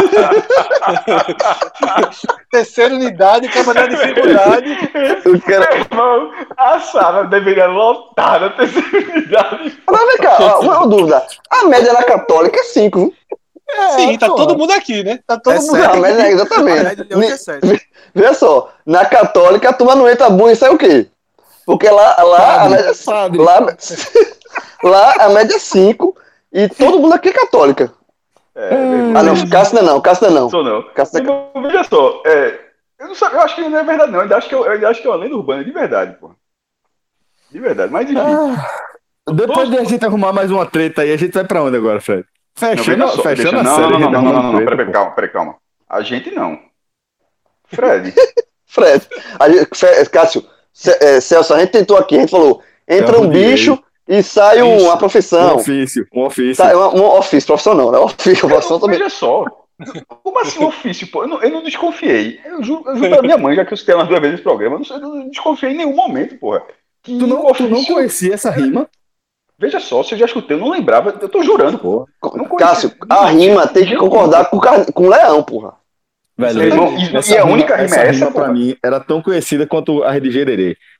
[SPEAKER 6] Terceira unidade, câmara da dificuldade.
[SPEAKER 5] O cara...
[SPEAKER 4] Meu irmão, a sala deveria lotar na terceira unidade.
[SPEAKER 5] Mas vem cá, uma dúvida. A média na católica é cinco.
[SPEAKER 6] É, sim, tá pô. Todo mundo aqui, né? Tá todo
[SPEAKER 5] é
[SPEAKER 6] mundo
[SPEAKER 5] aqui. A média é exatamente. Veja só, na católica a turma não entra burro e sai o quê? Porque lá, lá
[SPEAKER 1] sabe,
[SPEAKER 5] a média
[SPEAKER 1] sabe.
[SPEAKER 5] Lá, lá a média é cinco e todo mundo aqui é católica.
[SPEAKER 4] É,
[SPEAKER 5] hum. Ah, não, Cássio não, Cássio não.
[SPEAKER 4] Sou não.
[SPEAKER 5] Cássio
[SPEAKER 4] não. Não, veja só, é, eu, não sabe, eu acho que não é verdade, não. Eu ainda acho que eu, eu ainda acho que é uma lenda urbana, de verdade, pô. De verdade, mas enfim.
[SPEAKER 1] Ah, depois de a gente arrumar mais uma treta aí, a gente vai pra onde agora, Fred? Fechando,
[SPEAKER 4] só,
[SPEAKER 1] fechando a
[SPEAKER 4] não,
[SPEAKER 1] série.
[SPEAKER 4] Não, não, não, não, não, não, não, peraí, calma, peraí, calma. A gente não. Fred.
[SPEAKER 5] Fred. A gente, Cássio, Celso, a gente tentou aqui, a gente falou, entra um bicho e sai um, uma profissão.
[SPEAKER 1] Um ofício, um ofício.
[SPEAKER 5] Sai um, um ofício, profissional, né? Ofício, profissão também.
[SPEAKER 4] Veja só. Como assim um ofício, pô? Eu não, eu não desconfiei. Eu juro, eu juro pra minha mãe, já que eu citei umas duas vezes esse programa, eu não, eu não desconfiei em nenhum momento, porra.
[SPEAKER 1] Tu não, ofício... tu não conhecia essa rima?
[SPEAKER 4] Veja só, se eu já escutei, eu não lembrava, eu tô jurando, porra.
[SPEAKER 5] Cássio, a rima tem que concordar com, com o leão, porra.
[SPEAKER 1] Velho,
[SPEAKER 4] irmão, e, e a única rima é essa,
[SPEAKER 1] rima pra mim era tão conhecida quanto a de Gererê.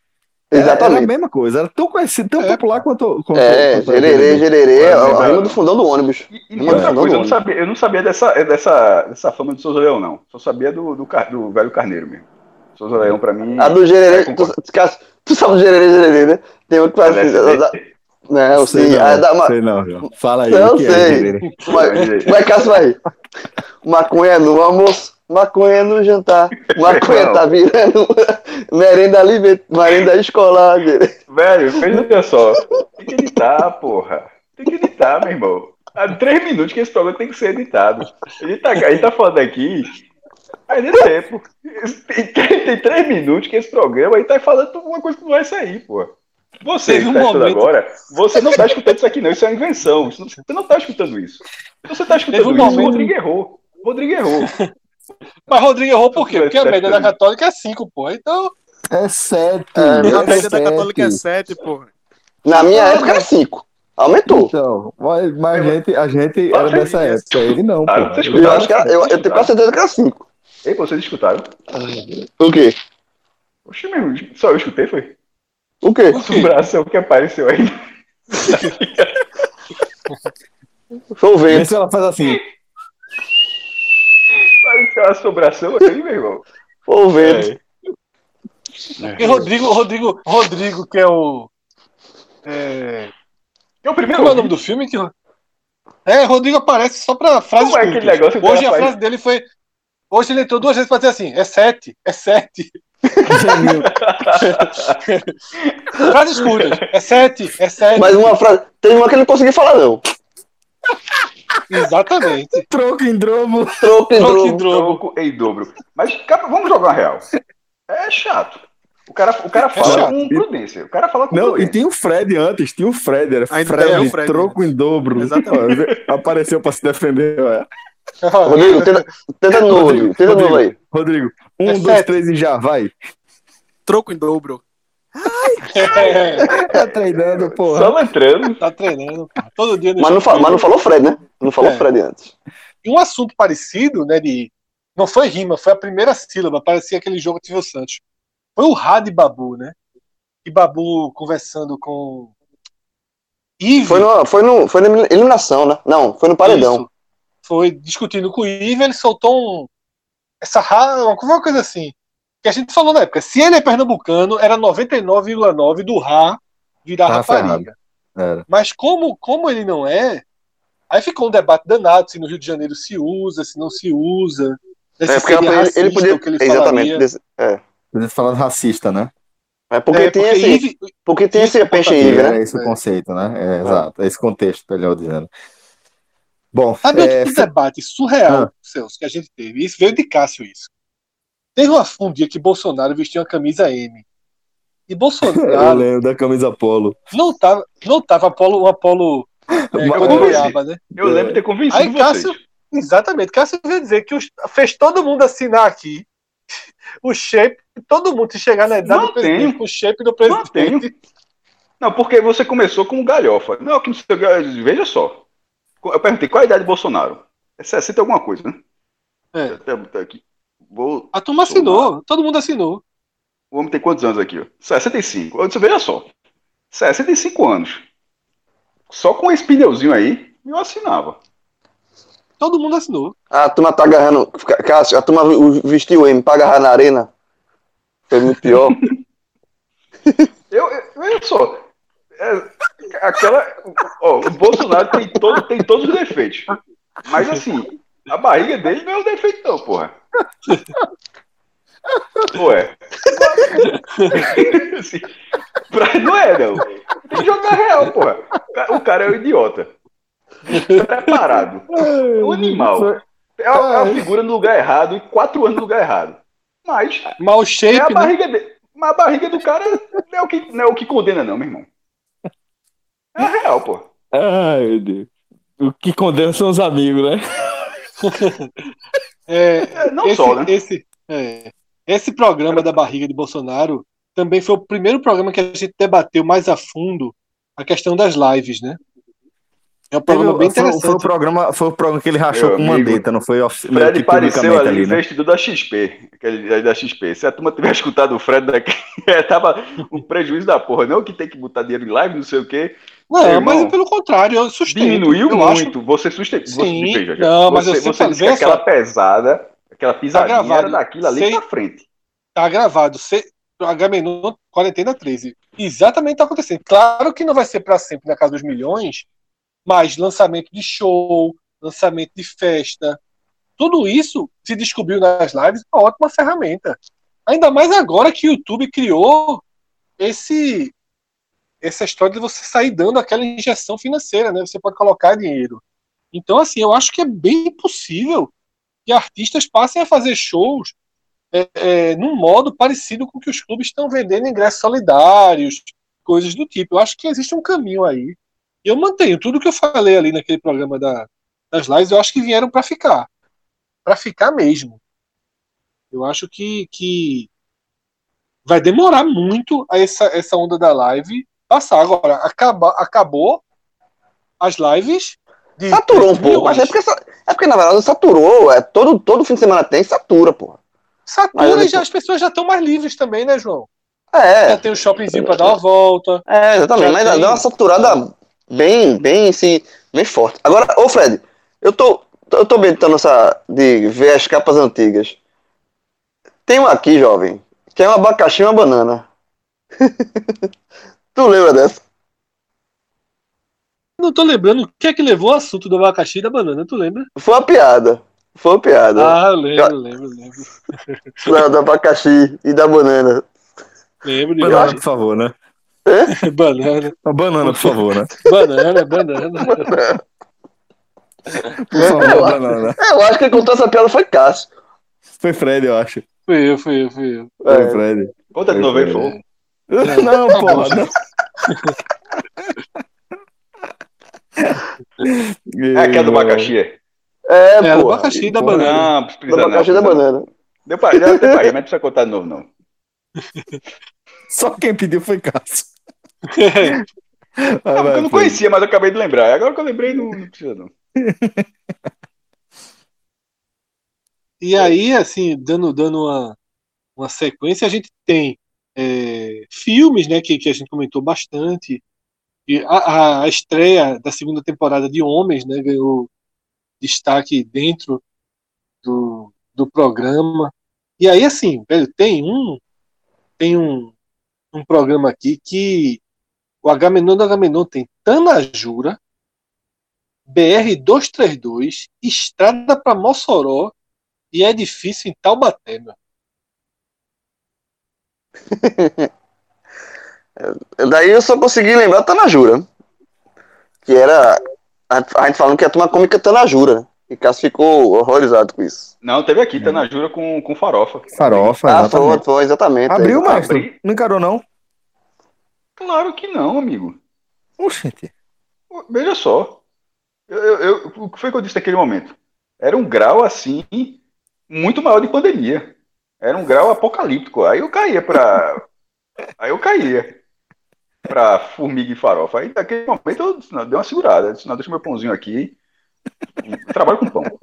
[SPEAKER 5] Exatamente.
[SPEAKER 1] Era a mesma coisa, era tão conhecido, tão
[SPEAKER 6] É.
[SPEAKER 1] popular quanto. quanto
[SPEAKER 5] É,
[SPEAKER 1] quanto
[SPEAKER 5] gererê, gererê,
[SPEAKER 4] É,
[SPEAKER 5] a
[SPEAKER 4] é,
[SPEAKER 5] rima do fundão do ônibus.
[SPEAKER 4] E, e
[SPEAKER 5] Rima do
[SPEAKER 4] outra
[SPEAKER 5] fundão
[SPEAKER 4] coisa,
[SPEAKER 5] do
[SPEAKER 4] eu não
[SPEAKER 5] ônibus.
[SPEAKER 4] sabia, eu não sabia dessa, dessa, dessa fama do Souza Leão, não. Só sabia do, do, Car- do velho Carneiro mesmo. Souza Leão, pra mim.
[SPEAKER 5] A do
[SPEAKER 4] é,
[SPEAKER 5] gererê, tu,
[SPEAKER 4] concordo.
[SPEAKER 5] tu, tu sabe do gererê, gererê, né? Tem outro que faz
[SPEAKER 4] É
[SPEAKER 5] assim.
[SPEAKER 4] L S D?
[SPEAKER 5] da- da- Não,
[SPEAKER 1] Sei
[SPEAKER 5] sim. Aí
[SPEAKER 1] não,
[SPEAKER 5] dá uma,
[SPEAKER 1] sei não, João. Fala aí,
[SPEAKER 5] não
[SPEAKER 1] o que é
[SPEAKER 5] sei.
[SPEAKER 1] gererê?
[SPEAKER 5] Mas, mas Cássio vai rir. Maconha no almoço, maconha no jantar. Maconha
[SPEAKER 4] Não.
[SPEAKER 5] tá virando merenda alimentar, merenda escolar. gererê.
[SPEAKER 4] Velho, veja só. Tem que editar, porra. Tem que editar, meu irmão. Há três minutos que esse programa tem que ser editado. A gente tá, a gente tá falando aqui. Aí dê tempo. Tem, tem, tem três minutos que esse programa aí tá falando uma coisa que não vai sair, porra. Você
[SPEAKER 6] Teve
[SPEAKER 4] que
[SPEAKER 6] um
[SPEAKER 4] tá escutando
[SPEAKER 6] momento-
[SPEAKER 4] agora, você não tá escutando isso aqui, não. Isso é uma invenção. Isso não- Você não tá escutando isso. Se você tá escutando
[SPEAKER 6] Teve um
[SPEAKER 4] isso, o
[SPEAKER 6] momento-
[SPEAKER 4] Rodrigo errou. O Rodrigo errou.
[SPEAKER 6] Mas Rodrigo errou por quê?
[SPEAKER 4] Não,
[SPEAKER 6] Porque a
[SPEAKER 4] tá
[SPEAKER 6] média da
[SPEAKER 4] escutando.
[SPEAKER 6] Católica é cinco, pô. Então,
[SPEAKER 1] É sete.
[SPEAKER 5] É,
[SPEAKER 1] é
[SPEAKER 7] A média
[SPEAKER 1] sete.
[SPEAKER 7] da Católica é sete, porra.
[SPEAKER 5] Na minha época era cinco. Aumentou.
[SPEAKER 1] Então, mas, mas a gente, a gente era
[SPEAKER 4] Vocês-
[SPEAKER 1] dessa época, ele não,
[SPEAKER 4] Ah,
[SPEAKER 1] pô.
[SPEAKER 4] vocês
[SPEAKER 5] Eu
[SPEAKER 4] escutaram?
[SPEAKER 5] acho que era, eu, eu tenho quase certeza que era cinco.
[SPEAKER 4] Ei, vocês escutaram?
[SPEAKER 5] O quê?
[SPEAKER 4] Oxi, mesmo. Só eu escutei, foi.
[SPEAKER 5] O quê?
[SPEAKER 4] O assombração que apareceu aí.
[SPEAKER 5] Foi o
[SPEAKER 1] Vê
[SPEAKER 5] vento.
[SPEAKER 1] se ela faz assim.
[SPEAKER 4] Apareceu uma assombração aí, meu irmão.
[SPEAKER 5] Foi o vento.
[SPEAKER 4] É.
[SPEAKER 6] e Rodrigo, Rodrigo, Rodrigo, que é o. É,
[SPEAKER 4] É o primeiro.
[SPEAKER 6] como é o nome do filme? Que... É, Rodrigo aparece só pra frases
[SPEAKER 4] Como é aquele
[SPEAKER 6] curtas.
[SPEAKER 4] negócio que o
[SPEAKER 6] Hoje
[SPEAKER 4] cara
[SPEAKER 6] a
[SPEAKER 4] faz?
[SPEAKER 6] frase dele foi. Hoje ele entrou duas vezes pra dizer assim: é sete, é sete.
[SPEAKER 1] Genil.
[SPEAKER 6] Frases curtas. É sete, é sete.
[SPEAKER 5] Mas uma frase. Teve uma que ele não conseguiu falar, não.
[SPEAKER 6] Exatamente.
[SPEAKER 1] Troco em dromo.
[SPEAKER 5] Troco em
[SPEAKER 6] Troco em
[SPEAKER 5] drogo.
[SPEAKER 6] drogo.
[SPEAKER 4] Troco em dobro. Mas cara, vamos jogar uma real. É chato. O cara, o cara fala
[SPEAKER 6] chato.
[SPEAKER 4] com prudência. O cara fala com
[SPEAKER 1] Não, e
[SPEAKER 4] prudência.
[SPEAKER 1] tem o Fred antes, tinha o Fred, era
[SPEAKER 7] Ainda
[SPEAKER 1] Fred,
[SPEAKER 7] tem o Fred
[SPEAKER 1] troco em dobro.
[SPEAKER 7] Exatamente.
[SPEAKER 1] Apareceu pra se defender, ué.
[SPEAKER 5] Rodrigo, tenta, tenta de novo, Rodrigo. Tenta de novo aí.
[SPEAKER 1] Rodrigo, um,
[SPEAKER 6] É
[SPEAKER 1] dois,
[SPEAKER 6] sete.
[SPEAKER 1] três e já, vai.
[SPEAKER 7] Troco em dobro.
[SPEAKER 6] É,
[SPEAKER 1] Tá treinando,
[SPEAKER 4] Só
[SPEAKER 1] porra.
[SPEAKER 4] letrando.
[SPEAKER 6] tá treinando. Pô. Todo dia no
[SPEAKER 5] Mas não, fa- mas não falou Fred, né? Não falou
[SPEAKER 6] É.
[SPEAKER 5] Fred antes.
[SPEAKER 6] E um assunto parecido, né? De... Não foi rima, foi a primeira sílaba. Parecia aquele jogo que o Santos. Foi o Rá de Babu, né? E Babu conversando com. Ive.
[SPEAKER 5] Foi, no, foi, no, foi na eliminação, né? Não, foi no paredão.
[SPEAKER 6] Isso. Foi discutindo com o Ive, ele soltou um. Essa Rá, uma coisa assim. Que a gente falou na época. Se ele é pernambucano, era noventa e nove vírgula nove do Rá virar
[SPEAKER 1] Tá
[SPEAKER 6] rapariga.
[SPEAKER 1] Era.
[SPEAKER 6] Mas como, como ele não é, aí ficou um debate danado se no Rio de Janeiro se usa, se não se usa.
[SPEAKER 5] É,
[SPEAKER 6] Se
[SPEAKER 5] porque
[SPEAKER 6] seria
[SPEAKER 5] ele,
[SPEAKER 6] racista
[SPEAKER 5] ele podia.
[SPEAKER 6] o que ele
[SPEAKER 5] Exatamente.
[SPEAKER 6] falaria.
[SPEAKER 5] desse- é.
[SPEAKER 1] Você falando racista, né?
[SPEAKER 5] É porque,
[SPEAKER 6] É,
[SPEAKER 5] tem
[SPEAKER 6] porque
[SPEAKER 5] esse,
[SPEAKER 6] Ive-
[SPEAKER 5] porque tem
[SPEAKER 6] isso
[SPEAKER 5] esse peixe aí,
[SPEAKER 1] É
[SPEAKER 5] né?
[SPEAKER 1] esse o
[SPEAKER 6] É.
[SPEAKER 1] conceito, né? É, exato. É esse contexto, melhor dizendo. Bom,
[SPEAKER 6] Sabe
[SPEAKER 1] é,
[SPEAKER 6] outro debate surreal,
[SPEAKER 1] Ah.
[SPEAKER 6] Celso, que a gente teve? Isso veio de Cássio, isso. Teve uma, um dia que Bolsonaro vestiu uma camisa M. E
[SPEAKER 1] eu
[SPEAKER 6] Bolsonaro
[SPEAKER 1] lembro da camisa polo.
[SPEAKER 6] não tava, não tava Apolo, um Apolo é,
[SPEAKER 1] Mas-
[SPEAKER 6] cor de goiaba, né?
[SPEAKER 4] Eu lembro de ter convencido
[SPEAKER 6] Aí Cássio,
[SPEAKER 4] vocês.
[SPEAKER 6] exatamente, Cássio veio dizer que os- fez todo mundo assinar aqui o shape, todo mundo se chegar na idade do
[SPEAKER 4] Mantenho.
[SPEAKER 6] presidente com o shape do presidente.
[SPEAKER 4] Mantenho. Não, porque você começou como galhofa. Não, que não sei o que. Veja só. Eu perguntei qual a idade do Bolsonaro? É sessenta e alguma coisa, né?
[SPEAKER 6] É.
[SPEAKER 4] Até botar aqui. Vou...
[SPEAKER 6] A turma assinou, todo mundo assinou.
[SPEAKER 4] O homem tem quantos anos aqui? Ó? sessenta e cinco. Eu disse, veja só. sessenta e cinco anos. Só com esse pneuzinho aí, eu assinava.
[SPEAKER 6] Todo mundo assinou.
[SPEAKER 5] A turma tá agarrando. Cássio, a turma vestiu o M pra agarrar na arena. Foi muito pior.
[SPEAKER 4] Eu, eu, veja só. É, aquela. Ó, o Bolsonaro tem, todo, tem todos os defeitos. Mas assim, a barriga dele não é o defeito, não, porra. Ué. Assim, pra, não é, não. Tem que jogar real, porra. O cara é um idiota. Preparado. É um animal. É uma, é uma figura no lugar errado e quatro anos no lugar errado. Mas
[SPEAKER 6] Mas o
[SPEAKER 4] é a
[SPEAKER 6] shape, né?
[SPEAKER 4] barriga dele. Mas a barriga do cara não é o que, não é o que condena, não, meu irmão. É real, pô.
[SPEAKER 1] Ai, meu Deus. O que condena são os amigos, né?
[SPEAKER 6] É,
[SPEAKER 4] É, não
[SPEAKER 6] esse,
[SPEAKER 4] só, né?
[SPEAKER 6] Esse, é, esse programa da barriga de Bolsonaro também foi o primeiro programa que a gente debateu mais a fundo a questão das lives, né? É um programa bem
[SPEAKER 1] foi,
[SPEAKER 6] interessante.
[SPEAKER 1] Foi o programa, foi o programa que ele rachou
[SPEAKER 4] Meu
[SPEAKER 1] com
[SPEAKER 4] amigo,
[SPEAKER 1] Mandetta, não foi of- meio
[SPEAKER 4] Fred
[SPEAKER 1] que
[SPEAKER 4] pareceu ali,
[SPEAKER 1] publicamente, né?
[SPEAKER 4] investidor da X P. Aquele aí da X P. Se a turma tiver escutado o Fred daqui, tava um prejuízo da porra. Não que tem que botar dinheiro em live, não sei o quê. Meu
[SPEAKER 6] Não, mas é
[SPEAKER 4] irmão,
[SPEAKER 6] pelo contrário, eu sustento.
[SPEAKER 4] diminuiu
[SPEAKER 6] eu
[SPEAKER 4] muito.
[SPEAKER 6] Acho...
[SPEAKER 4] Você sustenta. Você,
[SPEAKER 6] Sim,
[SPEAKER 4] veja,
[SPEAKER 6] não, mas
[SPEAKER 4] você,
[SPEAKER 6] eu sempre
[SPEAKER 4] você
[SPEAKER 6] falo,
[SPEAKER 4] disse que
[SPEAKER 6] veja
[SPEAKER 4] aquela
[SPEAKER 6] só,
[SPEAKER 4] pesada, aquela
[SPEAKER 6] tá
[SPEAKER 4] pisadinha era
[SPEAKER 6] gravado,
[SPEAKER 4] daquilo ali
[SPEAKER 6] sei,
[SPEAKER 4] pra frente.
[SPEAKER 6] tá gravado, se, Agamenon Quarentena treze. Exatamente tá acontecendo. Claro que não vai ser para sempre na casa dos milhões, mas lançamento de show, lançamento de festa, tudo isso se descobriu nas lives, uma ótima ferramenta. Ainda mais agora que o YouTube criou esse essa história de você sair dando aquela injeção financeira, né? Você pode colocar dinheiro. Então, assim, eu acho que é bem possível que artistas passem a fazer shows é, é, num modo parecido com o que os clubes estão vendendo ingressos solidários, coisas do tipo. Eu acho que existe um caminho aí. E eu mantenho tudo que eu falei ali naquele programa da, das lives, eu acho que vieram para ficar. Para ficar mesmo. Eu acho que, que vai demorar muito a essa, essa onda da live passar. Agora, acaba, acabou as lives de,
[SPEAKER 5] Saturou um
[SPEAKER 6] de
[SPEAKER 5] pouco. Mas é
[SPEAKER 6] milhões.
[SPEAKER 5] porque, é porque, na verdade, saturou. É, todo, todo fim de semana tem, satura, porra.
[SPEAKER 6] Satura
[SPEAKER 5] Mas,
[SPEAKER 6] e já, as pessoas já estão mais livres também, né, João?
[SPEAKER 5] é,
[SPEAKER 6] Já tem o shoppingzinho para dar uma volta.
[SPEAKER 5] é, exatamente.
[SPEAKER 6] Já
[SPEAKER 5] Mas
[SPEAKER 6] tem,
[SPEAKER 5] dá uma saturada bem, bem, assim, bem forte. Agora, ô Fred, eu tô, eu tô meditando essa de ver as capas antigas. Tem uma aqui, jovem, que é um abacaxi e uma banana. Tu lembra dessa?
[SPEAKER 6] Não tô lembrando o que é que levou o assunto do abacaxi e da banana, tu lembra?
[SPEAKER 5] Foi uma piada. Foi uma piada.
[SPEAKER 6] Ah, eu lembro, lembro, lembro.
[SPEAKER 5] Não, do abacaxi e da banana.
[SPEAKER 6] Lembro
[SPEAKER 1] Banana,
[SPEAKER 6] demais.
[SPEAKER 1] por favor, né?
[SPEAKER 6] Banana.
[SPEAKER 1] Uma banana, por favor, né?
[SPEAKER 6] Banana, banana.
[SPEAKER 1] Por favor,
[SPEAKER 5] Eu,
[SPEAKER 1] banana.
[SPEAKER 5] eu acho que quem contou essa piada foi Cássio.
[SPEAKER 1] Foi Fred, eu acho.
[SPEAKER 6] Fui eu, fui eu, fui eu.
[SPEAKER 1] Foi
[SPEAKER 5] É.
[SPEAKER 1] Fred.
[SPEAKER 4] Conta de
[SPEAKER 1] Foi
[SPEAKER 4] novo aí,
[SPEAKER 1] Fred.
[SPEAKER 4] pô.
[SPEAKER 1] Não,
[SPEAKER 6] Tá
[SPEAKER 1] porra,
[SPEAKER 6] bom.
[SPEAKER 1] não.
[SPEAKER 4] É aquela do abacaxi, é?
[SPEAKER 5] É,
[SPEAKER 6] É, do
[SPEAKER 5] porra.
[SPEAKER 6] abacaxi e da
[SPEAKER 1] Porra.
[SPEAKER 6] banana.
[SPEAKER 4] Não,
[SPEAKER 5] Do
[SPEAKER 4] precisa não.
[SPEAKER 5] abacaxi e da
[SPEAKER 4] Precisa não.
[SPEAKER 5] banana.
[SPEAKER 4] Deu pra, deu, deu pra rir, mas não precisa contar de novo, não.
[SPEAKER 1] Só quem pediu foi Cássio.
[SPEAKER 4] Não,
[SPEAKER 1] Vai,
[SPEAKER 4] porque
[SPEAKER 1] vai,
[SPEAKER 4] eu não
[SPEAKER 1] Fred.
[SPEAKER 4] conhecia, mas eu acabei de lembrar. Agora que eu lembrei, não, não precisa não.
[SPEAKER 6] E aí, assim, dando, dando uma, uma sequência, a gente tem é, filmes, né, que, que a gente comentou bastante. E a, a, a estreia da segunda temporada de Homens, né, ganhou destaque dentro do, do programa. E aí, assim, velho, tem um, tem um, um programa aqui que o Agamenon do Agamenon tem Tanajura, B R duzentos e trinta e dois, Estrada para Mossoró e Edifício em Taubaté, meu.
[SPEAKER 5] Daí eu só consegui lembrar Tanajura. Que era. A, a gente falando que ia tomar cômica Tanajura, né? E Cássio ficou horrorizado com isso.
[SPEAKER 4] Não, teve aqui, tá na jura com, com farofa.
[SPEAKER 1] Farofa,
[SPEAKER 5] Ah, foi,
[SPEAKER 1] exatamente.
[SPEAKER 5] foi, exatamente.
[SPEAKER 1] Abriu,
[SPEAKER 5] é,
[SPEAKER 1] maestro?
[SPEAKER 4] Abri.
[SPEAKER 1] Não encarou, não?
[SPEAKER 4] Claro que não, amigo.
[SPEAKER 1] Oxente.
[SPEAKER 4] Veja só. Eu, eu, eu- o que foi que eu disse naquele momento? Era um grau assim, muito maior de pandemia. Era um grau apocalíptico. Aí eu caía pra. Aí eu caía pra formiga e farofa. Aí naquele momento eu disse, não, dei uma segurada. Eu disse, não, deixa meu pãozinho aqui. Eu trabalho com pão.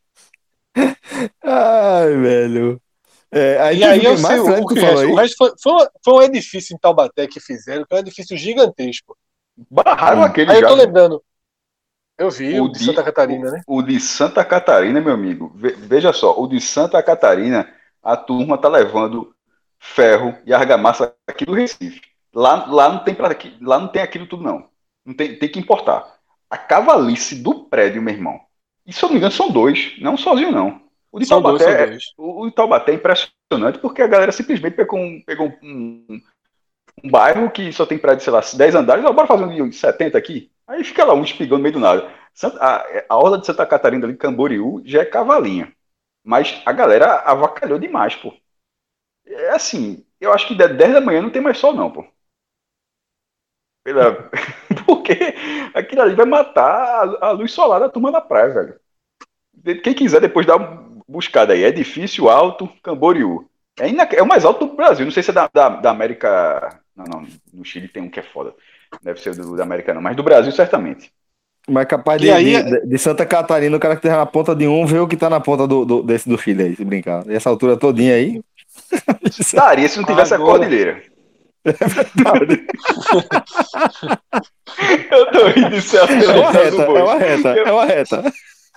[SPEAKER 1] Ai, velho. É, aí
[SPEAKER 6] E
[SPEAKER 1] teve
[SPEAKER 6] aí eu
[SPEAKER 1] quem
[SPEAKER 6] sei
[SPEAKER 1] mais,
[SPEAKER 6] o,
[SPEAKER 1] Fred,
[SPEAKER 6] o
[SPEAKER 1] tu
[SPEAKER 6] que
[SPEAKER 1] falou
[SPEAKER 6] resta.
[SPEAKER 1] aí?
[SPEAKER 6] O resto foi, foi, foi um edifício em Taubaté que fizeram, que é um edifício gigantesco.
[SPEAKER 4] Barraram
[SPEAKER 1] Hum.
[SPEAKER 4] aquele
[SPEAKER 6] Aí eu
[SPEAKER 4] já.
[SPEAKER 6] tô
[SPEAKER 4] viu?
[SPEAKER 6] lembrando. Eu vi
[SPEAKER 4] O
[SPEAKER 6] o de Santa
[SPEAKER 4] de,
[SPEAKER 6] Catarina,
[SPEAKER 4] o,
[SPEAKER 6] né?
[SPEAKER 4] o de Santa Catarina, meu amigo, ve- veja só, o de Santa Catarina, a turma tá levando ferro e argamassa aqui do Recife. Lá, lá não tem pra, aqui- lá não tem aquilo tudo não. Não tem, tem que importar. A cavalice do prédio, meu irmão. E se eu não me engano são dois, não sozinho não. O de
[SPEAKER 6] São dois, são
[SPEAKER 4] Taubaté, é-
[SPEAKER 6] dois.
[SPEAKER 4] o, o de Taubaté é impressionante porque a galera simplesmente pegou um, pegou um, um- um bairro que só tem prédio, sei lá, dez andares, ó, bora fazer um de setenta aqui. Aí fica lá um espigão no meio do nada. Santa- a, a orla de Santa Catarina ali, Camboriú, já é cavalinha. Mas a galera avacalhou demais, pô. É assim, eu acho que de dez da manhã não tem mais sol, não, pô. Pela... Porque aquilo ali vai matar a, a luz solar da turma da praia, velho. Quem quiser depois dar uma buscada aí. É difícil, alto, Camboriú. É, ina... é o mais alto do Brasil. Não sei se é da, da, da América. Não, não. No Chile tem um que é foda. Deve ser do, da América, não. Mas do Brasil, certamente.
[SPEAKER 1] Mas capaz de, aí, de, de Santa Catarina, o cara que tá na ponta de um, vê o que tá na ponta do, do, desse do Chile aí, se brincar. E essa altura todinha aí.
[SPEAKER 4] Estaria se não tivesse agora... a cordilheira.
[SPEAKER 1] É verdade.
[SPEAKER 4] Eu tô rindo de céu.
[SPEAKER 1] É uma reta, é uma reta, é uma reta.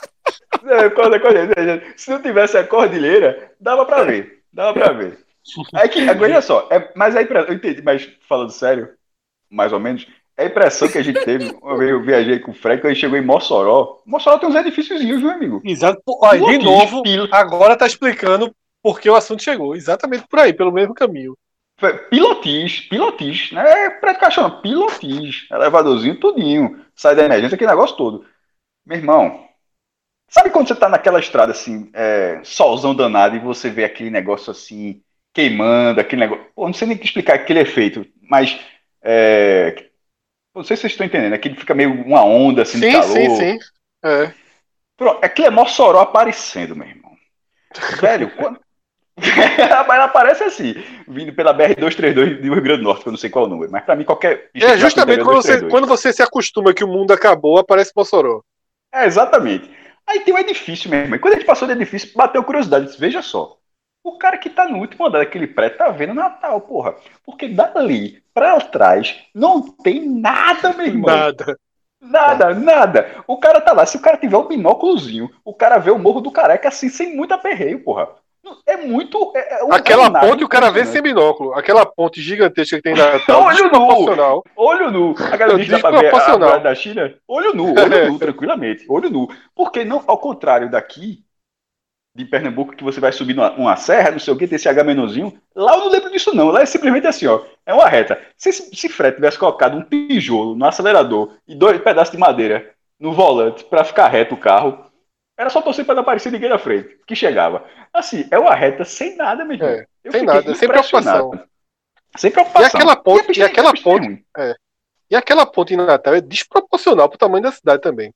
[SPEAKER 4] Se não tivesse a cordilheira, dava pra ver. Dava pra ver. É que, olha só, é, mas aí, eu entendi, mas falando sério, mais ou menos, a impressão que a gente teve, eu viajei com o Fred, quando a gente chegou em Mossoró. Mossoró tem uns edifíciozinhos, meu amigo.
[SPEAKER 6] Exato. Olha, de novo, pil... agora tá explicando por que o assunto chegou. Exatamente por aí, pelo mesmo caminho.
[SPEAKER 4] Pilotis, pilotis, não é prédio caixão, pilotis, elevadorzinho, tudinho, sai da emergência, aquele negócio todo. Meu irmão, sabe quando você tá naquela estrada assim, é, solzão danado, e você vê aquele negócio assim, queimando, aquele negócio. Pô, não sei nem explicar aquele efeito, mas. É, não sei se vocês estão entendendo, aquele fica meio uma onda assim
[SPEAKER 6] sim,
[SPEAKER 4] de calor.
[SPEAKER 6] Sim, sim, é.
[SPEAKER 4] Pronto, aquilo é Mossoró aparecendo, meu irmão. Velho, quando. Ela aparece assim, vindo pela B R duzentos e trinta e dois do Rio Grande do Norte, que eu não sei qual é o número, mas pra mim qualquer.
[SPEAKER 6] É justamente quando você, quando você se acostuma que o mundo acabou, aparece Mossoró.
[SPEAKER 4] É, exatamente. Aí tem um edifício mesmo. E quando a gente passou do edifício, bateu curiosidade. Disse, veja só, o cara que tá no último andar daquele prédio tá vendo Natal, porra. Porque dali pra trás não tem nada, meu irmão.
[SPEAKER 6] Nada.
[SPEAKER 4] Nada, nada. O cara tá lá. Se o cara tiver um binóculozinho, o cara vê o Morro do Careca assim, sem muito aperreio, porra. É muito. É, é um,
[SPEAKER 6] Aquela
[SPEAKER 4] é um
[SPEAKER 6] ponte o cara vê sem binóculo. Aquela ponte gigantesca que tem na Natal.
[SPEAKER 4] Olho nu! Olho nu! A galera diz que dá pra ver a praia da China. Olho nu, olho nu, tranquilamente. Olho nu. Porque não, ao contrário daqui, de Pernambuco, que você vai subir numa uma serra, não sei o que, tem esse H-zinho. Lá eu não lembro disso, não. Lá é simplesmente assim, ó. É uma reta. Se, se Fred tivesse colocado um tijolo no acelerador e dois pedaços de madeira no volante pra ficar reto o carro. Era só torcer para não aparecer ninguém na frente, que chegava. Assim, é uma reta sem nada mesmo.
[SPEAKER 6] É, sem nada, sem preocupação.
[SPEAKER 4] Sem preocupação.
[SPEAKER 6] E aquela ponte, e, e aquela ponte, é, e aquela ponte em Natal é desproporcional pro tamanho da cidade também.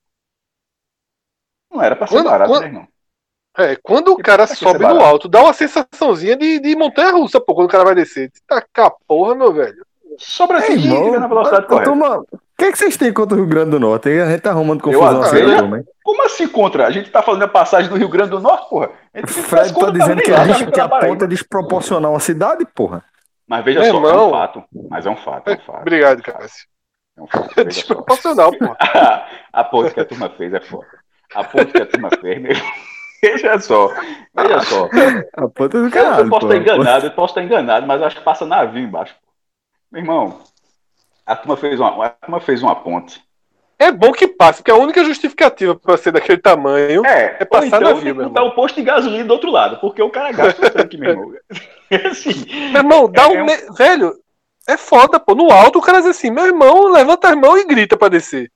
[SPEAKER 4] Não era para ser quando, barato,
[SPEAKER 6] quando,
[SPEAKER 4] né, irmão?
[SPEAKER 6] É, quando o cara sobe no alto, dá uma sensaçãozinha de, de montanha-russa, pô, quando o cara vai descer. Taca porra, meu velho.
[SPEAKER 4] Sobra assim, chega na velocidade correta.
[SPEAKER 1] O que, é que vocês têm contra o Rio Grande do Norte? A gente tá arrumando confusão assim,
[SPEAKER 4] né? Como assim contra? A gente tá falando da passagem do Rio Grande do Norte, porra.
[SPEAKER 1] O Fred tá dizendo que, lá, a, que a ponta é desproporcional à cidade, porra.
[SPEAKER 4] Mas veja Meu só, irmão, é um fato. Mas é um fato, é um fato.
[SPEAKER 6] Obrigado, Cássio.
[SPEAKER 4] É um fato. É
[SPEAKER 6] desproporcional, porra.
[SPEAKER 4] A ponte que a turma fez é foda. A ponte que a turma fez, meu... Veja só, veja só.
[SPEAKER 1] A ponta do caralho,
[SPEAKER 4] eu posso estar enganado, eu posso estar enganado, mas acho que passa navio embaixo. Meu irmão, a turma fez uma, a turma fez uma ponte.
[SPEAKER 6] É bom que passe, porque a única justificativa para ser daquele tamanho
[SPEAKER 4] é,
[SPEAKER 6] é passar
[SPEAKER 4] então
[SPEAKER 6] navio,
[SPEAKER 4] tem que botar um posto de gasolina do outro lado, porque o cara gasta o tanque, meu irmão.
[SPEAKER 6] Assim, meu irmão, dá é, um... É um... Velho, é foda, pô. No alto o cara diz assim, meu irmão, levanta as mãos e grita para descer.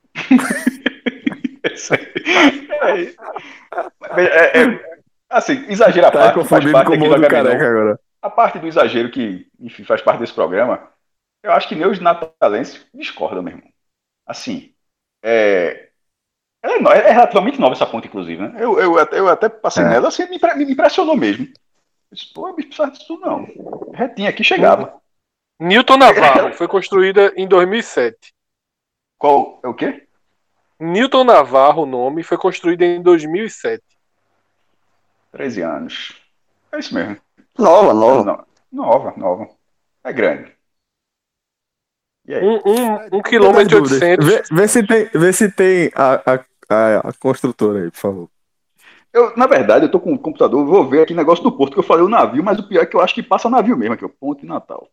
[SPEAKER 4] é, é, é, assim, exagero a
[SPEAKER 1] tá
[SPEAKER 4] parte, faz parte
[SPEAKER 1] com do careca agora.
[SPEAKER 4] A parte do exagero que, enfim, faz parte desse programa, eu acho que nem os natalenses discordam, meu irmão. Assim, é, é, é relativamente nova essa ponte, inclusive, né? Eu, eu, eu até passei é. nela, assim, me, me impressionou mesmo. Eu disse, pô, eu não precisava disso não. Retinha aqui chegava.
[SPEAKER 6] Newton Navarro, foi construída em dois mil e sete.
[SPEAKER 4] Qual, é o quê?
[SPEAKER 6] Newton Navarro, o nome, foi construída em dois mil e sete.
[SPEAKER 4] treze anos. É isso mesmo.
[SPEAKER 5] Nova, nova.
[SPEAKER 4] Nova, nova. É grande.
[SPEAKER 6] E aí? Um, um, um quilômetro e oitocentos.
[SPEAKER 1] Vê, vê se tem, vê se tem a, a, a construtora aí, por favor.
[SPEAKER 4] Eu, na verdade, eu tô com o computador, vou ver aqui o negócio do porto, que eu falei o navio, mas o pior é que eu acho que passa navio mesmo, aqui, o Ponte Natal.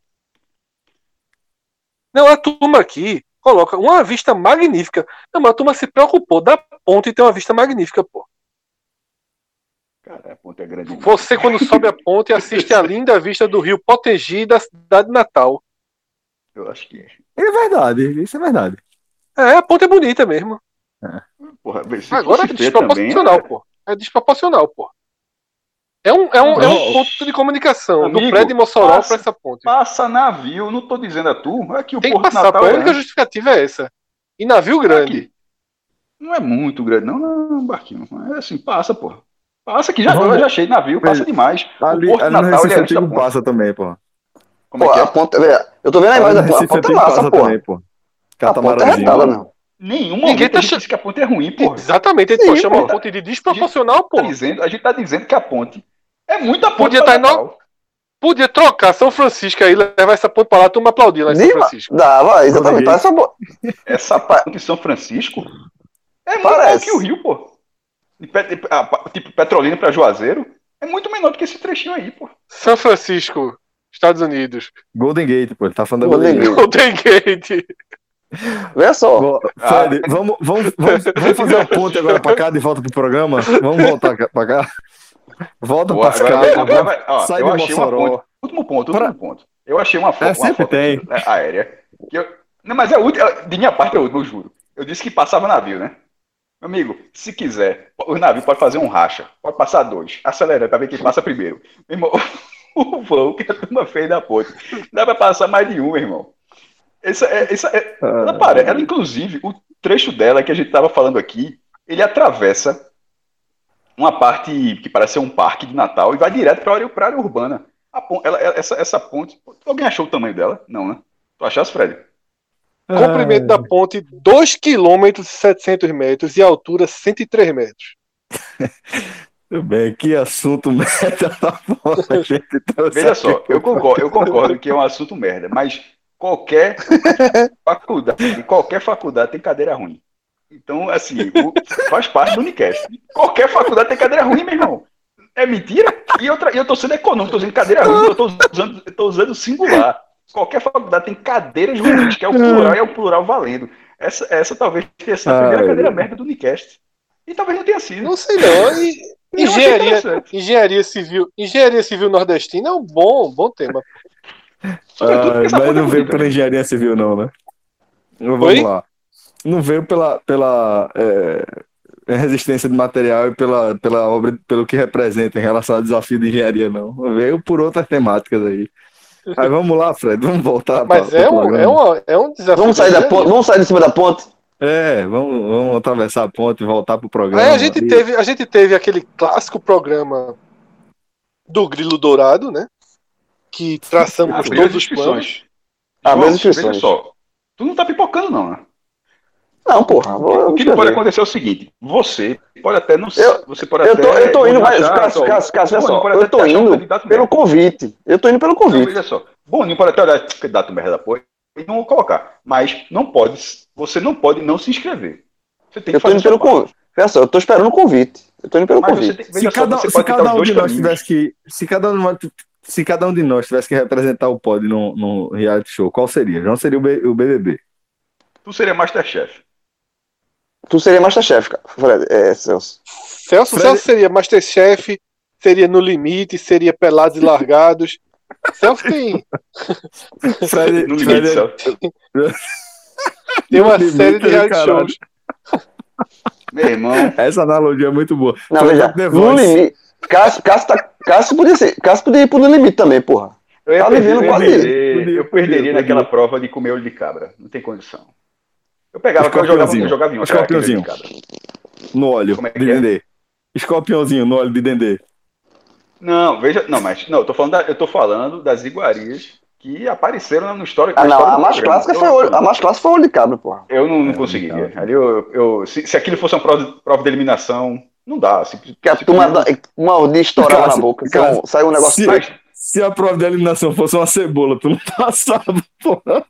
[SPEAKER 6] Não, a turma aqui coloca uma vista magnífica. Não, mas a turma se preocupou da ponte e tem uma vista magnífica, pô.
[SPEAKER 4] Cara, a ponte é grande.
[SPEAKER 6] Você, quando sobe a ponte, assiste a linda vista do rio Potengi da cidade de Natal.
[SPEAKER 4] Eu acho que é.
[SPEAKER 1] É verdade, isso é verdade.
[SPEAKER 6] É, a ponte é bonita mesmo.
[SPEAKER 1] É.
[SPEAKER 4] Porra,
[SPEAKER 6] agora é desproporcional, também, pô. É desproporcional, pô. É um, é um, é um ponto de comunicação Amigo, do prédio de Mossoró para essa ponte.
[SPEAKER 4] Passa navio, não tô dizendo a tu. Aqui o
[SPEAKER 6] Tem
[SPEAKER 4] Porto
[SPEAKER 6] que passar,
[SPEAKER 4] Natal
[SPEAKER 6] pô.
[SPEAKER 4] É
[SPEAKER 6] a única justificativa é essa. E navio grande.
[SPEAKER 4] Aqui. Não é muito grande, não, não, não barquinho. É assim, passa, pô. Passa que já,
[SPEAKER 1] Vamos,
[SPEAKER 4] eu já achei navio, passa demais.
[SPEAKER 1] Ali,
[SPEAKER 4] o Porto
[SPEAKER 1] ali
[SPEAKER 4] Natal
[SPEAKER 1] no Recife
[SPEAKER 4] ele é
[SPEAKER 1] Antigo passa também, pô.
[SPEAKER 5] Como pô, é que é? A ponta, eu tô vendo a imagem da ponta, a ponta é massa, pô.
[SPEAKER 1] também, pô.
[SPEAKER 5] A ponta é retada, não.
[SPEAKER 4] Nenhum momento
[SPEAKER 3] Ninguém tá
[SPEAKER 4] a gente
[SPEAKER 3] ch...
[SPEAKER 4] disse que a ponte é ruim, porra.
[SPEAKER 3] Exatamente, ele pode chamar a ponte de desproporcional, pô.
[SPEAKER 4] A gente, a gente tá dizendo que a ponte é muita ponte.
[SPEAKER 3] Podia estar no... Podia trocar São Francisco aí, levar essa ponte pra lá, turma aplaudir lá em São Francisco.
[SPEAKER 5] Dava, exatamente. Essa, bo...
[SPEAKER 4] essa ponte em São Francisco é muito maior que o Rio, pô. Tipo, Petrolina pra Juazeiro é muito menor do que esse trechinho aí, pô.
[SPEAKER 3] São Francisco, Estados Unidos.
[SPEAKER 1] Golden Gate, pô. Ele tá falando da
[SPEAKER 5] Golden
[SPEAKER 1] Golden Gate.
[SPEAKER 3] Golden Gate.
[SPEAKER 5] Vê só.
[SPEAKER 1] Bom, Fred, ah. vamos, vamos, vamos, vamos fazer uma ponte agora pra cá de volta pro programa? Vamos voltar pra cá? Volta pra cá. Sai do Mossoró.
[SPEAKER 4] Último ponto, último ponto. Eu achei uma, fo
[SPEAKER 1] é,
[SPEAKER 4] uma
[SPEAKER 1] sempre
[SPEAKER 4] foto
[SPEAKER 1] tem.
[SPEAKER 4] aérea. Que eu... Não, mas é a última. De minha parte, eu, eu juro. Eu disse que passava navio, né? Meu amigo, se quiser, o navio pode fazer um racha. Pode passar dois. Acelera pra ver quem passa primeiro. Meu irmão, o voo que a turma fez da ponte. Dá pra passar mais de um, meu irmão. Essa, essa, é, ela, para, ela, inclusive, o trecho dela que a gente tava falando aqui, ele atravessa uma parte que parece ser um parque de Natal e vai direto para a área, área urbana. A ponte, ela, essa, essa ponte, alguém achou o tamanho dela? Não, né? Tu achaste, Fred?
[SPEAKER 3] Ah. Comprimento da ponte, dois quilômetros e setecentos metros e altura cento e três metros.
[SPEAKER 1] Tudo bem, que assunto merda da porra, gente.
[SPEAKER 4] Veja só, eu concordo, eu concordo que é um assunto merda, mas qualquer faculdade, qualquer faculdade tem cadeira ruim. Então, assim, o, faz parte do Unicast. Qualquer faculdade tem cadeira ruim, meu irmão. É mentira? E eu, eu tô sendo econômico, tô usando cadeira ruim, eu tô usando, eu tô usando singular. Qualquer faculdade tem cadeiras ruins, que é o plural e é o plural valendo. Essa, essa talvez tenha sido a primeira ah, cadeira merda do Unicast. E talvez não tenha sido.
[SPEAKER 3] Não sei não. E, engenharia, engenharia civil, engenharia civil nordestina é um bom, bom tema.
[SPEAKER 1] Ah, mas não veio pela engenharia civil, não, né? Vamos Oi? lá. Não veio pela, pela é, resistência de material e pela, pela obra, pelo que representa em relação ao desafio de engenharia, não. Veio por outras temáticas aí. Aí vamos lá, Fred, vamos voltar.
[SPEAKER 3] Mas pra, é, um, é, uma, é um desafio.
[SPEAKER 5] Vamos sair, da ponte, vamos sair de cima da ponte?
[SPEAKER 1] É, vamos, vamos atravessar a ponte e voltar pro programa.
[SPEAKER 3] Aí a gente, teve, a gente teve aquele clássico programa do Grilo Dourado, né? Que traçamos ah, todos os planos.
[SPEAKER 5] Ah, mas inscrições.
[SPEAKER 4] Veja só, tu não tá pipocando, não, né?
[SPEAKER 5] Não, porra.
[SPEAKER 4] O que pode acontecer é o seguinte: você pode até não ser.
[SPEAKER 5] Eu,
[SPEAKER 4] você pode
[SPEAKER 5] eu,
[SPEAKER 4] até,
[SPEAKER 5] tô, eu tô indo, mas, Cássio, Cássio, Cássio, olha só. Eu tô indo um pelo merda. convite. Eu tô indo pelo convite.
[SPEAKER 4] Não, veja só. Boninho pode até olhar candidato merda da porra e não vou colocar. Mas não pode. Você não pode não se inscrever. Você tem que
[SPEAKER 5] eu tô indo pelo convite. Olha só, eu tô esperando o convite. Eu tô indo pelo mas convite.
[SPEAKER 1] Tem, se, cada, só, se cada um de nós tivesse que. Se cada um, se cada um de nós tivesse que representar o pod no, no reality show, qual seria? João seria o, B, o B B B.
[SPEAKER 4] Tu seria Masterchef.
[SPEAKER 5] Tu seria Masterchef, cara. Fred, é, Celso.
[SPEAKER 3] Celso, Fred... Celso seria Masterchef, seria No Limite, seria Pelados e Largados. Celso tem.
[SPEAKER 1] Fred, no
[SPEAKER 3] Fred...
[SPEAKER 1] limite,
[SPEAKER 3] Celso. Tem uma no série limite, de reality shows.
[SPEAKER 4] Meu irmão.
[SPEAKER 1] Essa analogia é muito boa.
[SPEAKER 5] Não, veja, no limite. Cássio, Cássio, tá... Cássio, podia ser... Cássio podia ir pro No Limite também, porra.
[SPEAKER 4] Eu, ia tá perder, eu, perder, eu perderia naquela prova de comer olho de cabra. Não tem condição. Eu pegava, eu jogava, eu jogava em um.
[SPEAKER 1] Escorpiãozinho. No óleo é de dendê. É? Escorpiãozinho no óleo de dendê.
[SPEAKER 4] Não, veja, não, mas não, eu tô falando, da, eu tô falando das iguarias que apareceram no histórico.
[SPEAKER 5] Ah, não, a mais clássica foi olho, a mais clássica foi olho de cabra, porra.
[SPEAKER 4] Eu não, não é, conseguiria. Ali eu, eu se, se aquilo fosse uma prova, prova de eliminação, não dá. Se,
[SPEAKER 5] que a
[SPEAKER 4] se
[SPEAKER 5] turma uma de estourar na boca, então sai um negócio.
[SPEAKER 1] Se, mais... se a prova de eliminação fosse uma cebola, tu não passava, porra.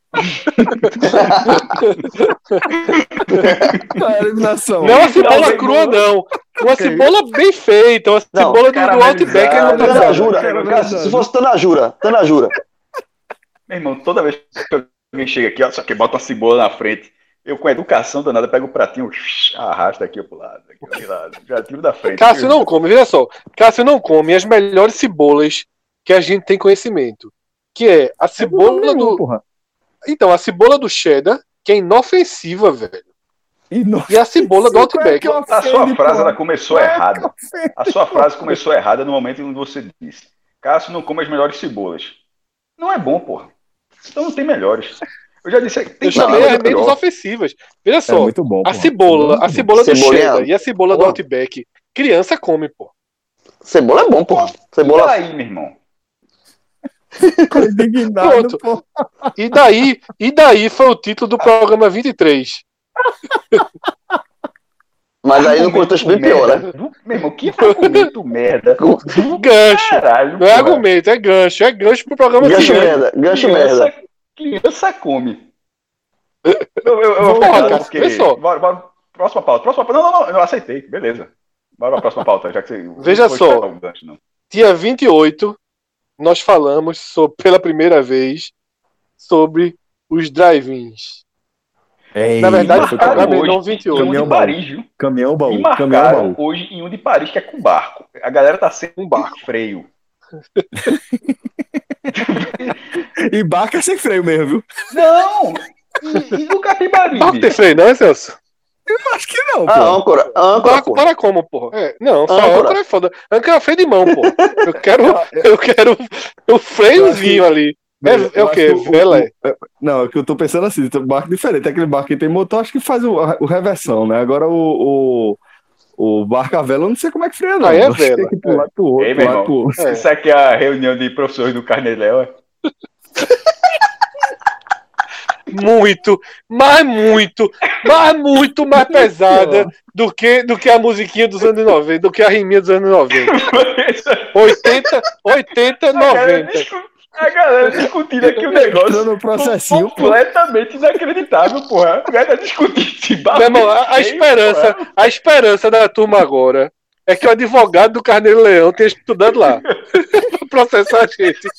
[SPEAKER 1] A eliminação.
[SPEAKER 3] Não uma cebola crua, não. Uma okay. cebola bem feita. Uma não, cebola do, do Outback.
[SPEAKER 5] Tanajura. Se fosse Tanajura. Tanajura.
[SPEAKER 4] Meu irmão, toda vez que alguém chega aqui, ó, só que bota uma cebola na frente, eu com a educação danada pego o pratinho, arrasta aqui pro lado, aqui pro lado, já tiro da frente.
[SPEAKER 3] Cássio não come, veja só. Cássio não come as melhores cebolas que a gente tem conhecimento. Que é a cebola é do... Porra. Então, a cebola do cheddar, que é inofensiva, velho. Inofensiva. E a cebola do Outback.
[SPEAKER 4] É a sua frase ela começou é errada. A sua frase começou errada no momento em que você disse: Cássio não come as melhores cebolas. Não é bom, porra. Então não tem melhores. Eu já disse, tem
[SPEAKER 3] eu chamei as menos ofensivas. Veja só, é muito bom, a cebola, a cebola do cheddar e a cebola porra. do Outback, criança come, pô.
[SPEAKER 5] Cebola é bom, pô. Cebola...
[SPEAKER 4] E daí, meu irmão?
[SPEAKER 3] Indignado, pô. E daí, e daí foi o título do programa vinte e três.
[SPEAKER 5] Mas aí no contexto bem pior, né?
[SPEAKER 4] Meu irmão, que argumento merda.
[SPEAKER 6] Gancho.
[SPEAKER 4] Caralho,
[SPEAKER 6] não é argumento, é gancho. É gancho pro programa
[SPEAKER 5] Gancho
[SPEAKER 6] seguinte.
[SPEAKER 5] merda, gancho
[SPEAKER 4] criança,
[SPEAKER 5] merda.
[SPEAKER 4] Criança come. Eu, eu, eu vou
[SPEAKER 6] Porra,
[SPEAKER 4] falar
[SPEAKER 6] cara,
[SPEAKER 4] porque...
[SPEAKER 6] pessoal.
[SPEAKER 4] Bora, bora. Próxima pauta. Próxima pauta. Não, não, não. Eu aceitei. Beleza. Bora pra próxima pauta, já que você...
[SPEAKER 6] Veja
[SPEAKER 4] não vou
[SPEAKER 6] só.
[SPEAKER 4] esperar um gancho, não.
[SPEAKER 6] Dia vinte e oito, nós falamos sobre, pela primeira vez sobre os drive-ins.
[SPEAKER 1] Ei,
[SPEAKER 6] Na verdade,
[SPEAKER 1] foi
[SPEAKER 6] foi
[SPEAKER 4] marcaram
[SPEAKER 6] Agamenon
[SPEAKER 4] hoje
[SPEAKER 6] vinte e
[SPEAKER 4] em
[SPEAKER 6] oito.
[SPEAKER 4] um
[SPEAKER 1] Caminhão
[SPEAKER 4] de
[SPEAKER 1] baú.
[SPEAKER 4] Paris, viu?
[SPEAKER 1] Caminhão
[SPEAKER 4] E
[SPEAKER 1] baú, caminhão
[SPEAKER 4] marcaram
[SPEAKER 1] baú.
[SPEAKER 4] hoje em um de Paris, que é com barco. A galera tá sem
[SPEAKER 6] Um barco.
[SPEAKER 4] freio.
[SPEAKER 1] E barca sem freio mesmo, viu?
[SPEAKER 4] Não! E, e no Capibaribe?
[SPEAKER 6] Barco tem freio, não é, Celso?
[SPEAKER 1] Eu acho que não,
[SPEAKER 5] A
[SPEAKER 1] pô.
[SPEAKER 5] âncora, a âncora,
[SPEAKER 6] Barco
[SPEAKER 5] pô.
[SPEAKER 6] para como, porra? É, não, só
[SPEAKER 5] Âncora.
[SPEAKER 6] âncora é foda. Âncora é freio de mão, pô. Eu quero, eu quero o freiozinho ali. É, é
[SPEAKER 1] Eu
[SPEAKER 6] o
[SPEAKER 1] acho
[SPEAKER 6] quê?
[SPEAKER 1] que
[SPEAKER 6] Vela?
[SPEAKER 1] o- é- Não, é que eu tô pensando assim, tem um barco diferente. Aquele barco que tem motor, acho que faz o, o reversão, né? Agora o, o, o barco a vela, eu não sei como é que freia, não.
[SPEAKER 6] Aí é
[SPEAKER 1] Acho que tem
[SPEAKER 6] vela,
[SPEAKER 1] que ir pro
[SPEAKER 6] é.
[SPEAKER 1] lado pro outro,
[SPEAKER 4] Ei,
[SPEAKER 1] pro
[SPEAKER 4] meu
[SPEAKER 1] lado pro
[SPEAKER 4] irmão,
[SPEAKER 1] outro.
[SPEAKER 6] É.
[SPEAKER 4] isso aqui é a reunião de professores do Carneléu, é?
[SPEAKER 6] Muito, mas muito, mas muito mais pesada do que, do que a musiquinha dos anos noventa, do que a riminha dos anos noventa. oitenta, oitenta,
[SPEAKER 4] A galera,
[SPEAKER 6] noventa.
[SPEAKER 4] discu- a galera discutindo aqui o negócio
[SPEAKER 1] Entrando no processinho, pô.
[SPEAKER 4] completamente inacreditável, porra. O cara tá discutindo esse barco.
[SPEAKER 6] Meu irmão, a, a esperança, a esperança da turma agora é que o advogado do Carneiro Leão tenha estudado lá pra processar a gente.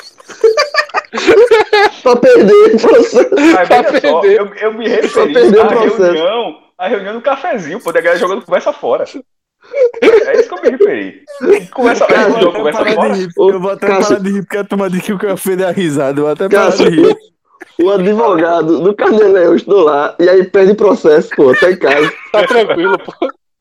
[SPEAKER 5] Pra perder, processo.
[SPEAKER 4] Mas
[SPEAKER 6] Pra
[SPEAKER 4] veja só,
[SPEAKER 6] perder.
[SPEAKER 4] eu, eu me
[SPEAKER 5] Pra
[SPEAKER 4] referi
[SPEAKER 5] perder o
[SPEAKER 4] à
[SPEAKER 5] processo.
[SPEAKER 4] reunião, à reunião do cafezinho, pô, da galera jogando conversa fora. É isso que eu me referi. Conversa,
[SPEAKER 5] Cara,
[SPEAKER 4] jogou
[SPEAKER 1] Eu vou
[SPEAKER 4] conversa
[SPEAKER 1] até parar
[SPEAKER 4] fora.
[SPEAKER 1] de rir,
[SPEAKER 5] Ô,
[SPEAKER 1] eu vou até
[SPEAKER 5] Cássio.
[SPEAKER 1] parar de rir, porque a turma disse que o café dá risada. Eu vou até parar de
[SPEAKER 5] Cássio,
[SPEAKER 1] rir.
[SPEAKER 5] o advogado do Carneiro estudou lá e aí perde processo, pô, tá em casa.
[SPEAKER 6] Tá tranquilo, pô.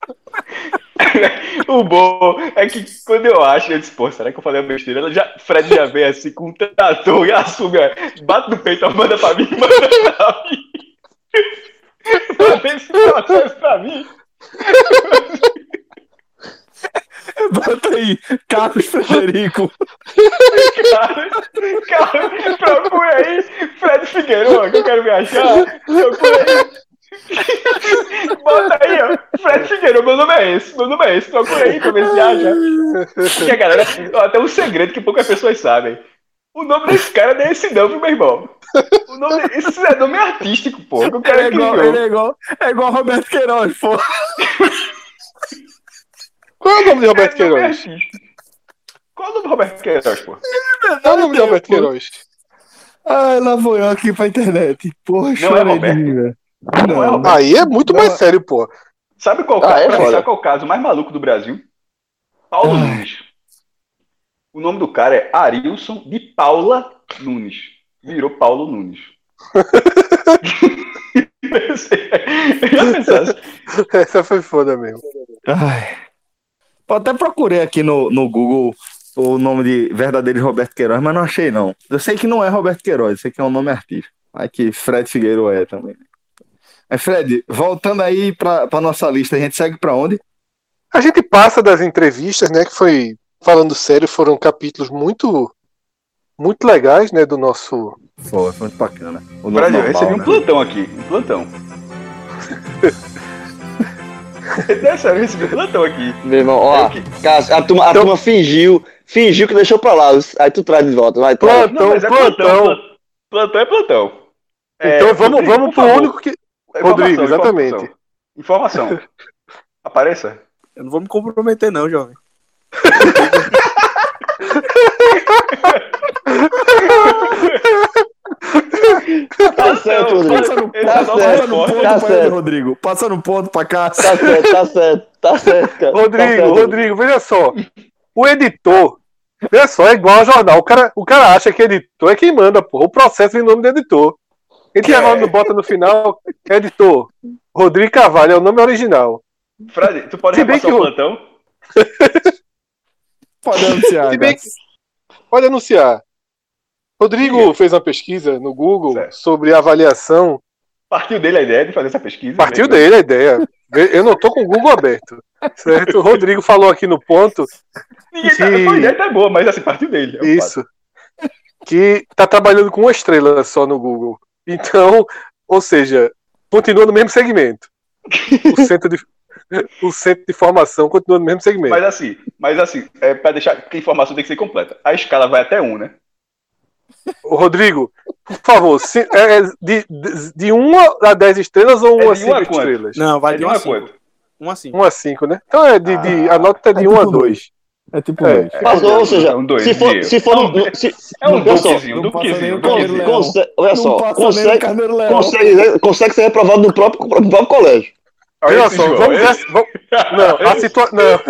[SPEAKER 4] O bom é que quando eu acho, eu disse, pô, será que eu falei a besteira? Ela já, Fred já vem assim com um trator e assume, ó, bate no peito, ó, manda pra mim, manda pra mim. Manda esse processo pra mim.
[SPEAKER 1] Bota aí, Carlos Frederico.
[SPEAKER 4] Cara, cara, procura aí, Fred Figueiredo, que eu quero me achar. Procura aí. Bota aí, ó. Fred Figueiredo, meu nome é esse, meu nome é esse. Procura aí pra ver se acha. Porque a galera, ó, tem um segredo que poucas pessoas sabem. O nome desse cara não é esse não, viu, meu irmão? O nome, esse é nome artístico, pô. Que o cara
[SPEAKER 1] Ele é igual,
[SPEAKER 4] criou.
[SPEAKER 1] ele é igual, é igual Roberto Queiroz, pô.
[SPEAKER 6] Qual é o nome de Roberto
[SPEAKER 4] É nome
[SPEAKER 6] Queiroz?
[SPEAKER 4] artístico. Qual é o nome do Roberto Queiroz, pô?
[SPEAKER 6] Qual é o nome de Roberto Queiroz?
[SPEAKER 1] Ai, lá vou eu aqui pra internet. Porra,
[SPEAKER 4] Não é
[SPEAKER 1] chorei de
[SPEAKER 4] Roberto.
[SPEAKER 1] rir, velho.
[SPEAKER 4] Não é Roberto.
[SPEAKER 6] Aí é muito
[SPEAKER 1] Não,
[SPEAKER 6] mais
[SPEAKER 1] é-
[SPEAKER 6] sério, pô.
[SPEAKER 4] Sabe qual,
[SPEAKER 5] Ah,
[SPEAKER 4] ca-
[SPEAKER 5] é
[SPEAKER 4] pra mim,
[SPEAKER 5] foda.
[SPEAKER 4] sabe qual é o caso mais maluco do Brasil? Paulo
[SPEAKER 1] Ah.
[SPEAKER 4] Nunes. O nome do cara é Arilson de Paula Nunes. Virou Paulo Nunes. Já pensasse?
[SPEAKER 6] Essa foi foda mesmo.
[SPEAKER 1] Ai. Eu até procurei aqui no, no Google o nome de verdadeiro de Roberto Queiroz, mas não achei, não. Eu sei que não é Roberto Queiroz, eu sei que é um nome artístico. Aqui, Fred Figueiredo é também. Mas, Fred, voltando aí pra, pra nossa lista, a gente segue pra onde?
[SPEAKER 6] A gente passa das entrevistas, né? Que foi, falando sério, foram capítulos muito, muito legais, né? Do nosso.
[SPEAKER 1] Foi, foi muito bacana. O nome
[SPEAKER 4] Brasil, eu
[SPEAKER 1] normal,
[SPEAKER 4] recebi um
[SPEAKER 1] né?
[SPEAKER 4] plantão aqui. Um plantão. É sério, eu recebi um plantão aqui.
[SPEAKER 5] Meu irmão, ó,
[SPEAKER 4] Eu que-
[SPEAKER 5] Cássio, a turma, a
[SPEAKER 6] Então-
[SPEAKER 5] turma fingiu, fingiu que deixou pra lá. Aí tu traz de volta, vai, traz.
[SPEAKER 6] Plantão,
[SPEAKER 4] Não, mas é
[SPEAKER 6] plantão.
[SPEAKER 4] plantão. Plantão é plantão. É,
[SPEAKER 6] Então vamos,
[SPEAKER 4] Rodrigo,
[SPEAKER 6] vamos
[SPEAKER 4] por
[SPEAKER 6] pro
[SPEAKER 4] favor.
[SPEAKER 6] único que.
[SPEAKER 4] Informação,
[SPEAKER 6] Rodrigo, exatamente.
[SPEAKER 4] Informação. Informação. Apareça.
[SPEAKER 7] Eu não vou me comprometer, não, jovem.
[SPEAKER 5] Tá certo, Rodrigo.
[SPEAKER 1] Passa no,
[SPEAKER 4] Esse
[SPEAKER 5] Tá
[SPEAKER 4] é o nosso
[SPEAKER 5] certo,
[SPEAKER 1] passa no
[SPEAKER 4] repórter.
[SPEAKER 1] ponto
[SPEAKER 5] tá
[SPEAKER 1] pra ele,
[SPEAKER 5] certo.
[SPEAKER 1] Rodrigo. Passa no ponto pra cá.
[SPEAKER 5] Tá certo, tá certo, tá certo, cara. Tá
[SPEAKER 6] Rodrigo,
[SPEAKER 5] certo.
[SPEAKER 6] Rodrigo, veja só. O editor, veja só, é igual ao jornal. O cara, o cara acha que editor é quem manda, pô. O processo vem em nome do editor. A gente
[SPEAKER 4] É.
[SPEAKER 6] é. bota no final, editor. Rodrigo Carvalho é o nome original.
[SPEAKER 4] Fred, tu pode
[SPEAKER 6] Se bem
[SPEAKER 4] repassar
[SPEAKER 6] que
[SPEAKER 4] o
[SPEAKER 6] o-
[SPEAKER 4] plantão?
[SPEAKER 1] Pode anunciar,
[SPEAKER 6] Se bem
[SPEAKER 1] cara.
[SPEAKER 6] Pode anunciar. Rodrigo fez uma pesquisa no Google
[SPEAKER 4] Certo.
[SPEAKER 6] sobre avaliação.
[SPEAKER 4] Partiu dele a ideia de fazer essa pesquisa.
[SPEAKER 6] Partiu
[SPEAKER 4] né?
[SPEAKER 6] dele a ideia. Eu não tô com o Google aberto. Certo? O Rodrigo falou aqui no ponto.
[SPEAKER 4] Ninguém tá,
[SPEAKER 6] Que-
[SPEAKER 4] a ideia tá boa, mas assim, partiu dele. é um
[SPEAKER 6] Isso. Que tá trabalhando com uma estrela só no Google. Então, ou seja, continua no mesmo segmento. O centro de, o centro de formação continua no mesmo segmento.
[SPEAKER 4] Mas assim, mas assim, é para deixar que a informação tem que ser completa. A escala vai até um, né?
[SPEAKER 6] Ô, Rodrigo, por favor, se, é de, de, de uma a dez estrelas ou uma a cinco estrelas?
[SPEAKER 7] Não, vai
[SPEAKER 4] é
[SPEAKER 7] de uma a cinco. um a cinco.
[SPEAKER 6] um a cinco, né? Então é de, de ah, a nota é de é um tipo a dois.
[SPEAKER 1] É tipo é, dois.
[SPEAKER 5] É, ou seja, um dois, se for, se for
[SPEAKER 4] não,
[SPEAKER 5] no, se,
[SPEAKER 4] é um duquezinho, um duquezinho.
[SPEAKER 5] Olha só, consegue, consegue, consegue ser reprovado no próprio, no próprio colégio.
[SPEAKER 6] Olha só, vamos ver. Vamos, não, a situação. Não.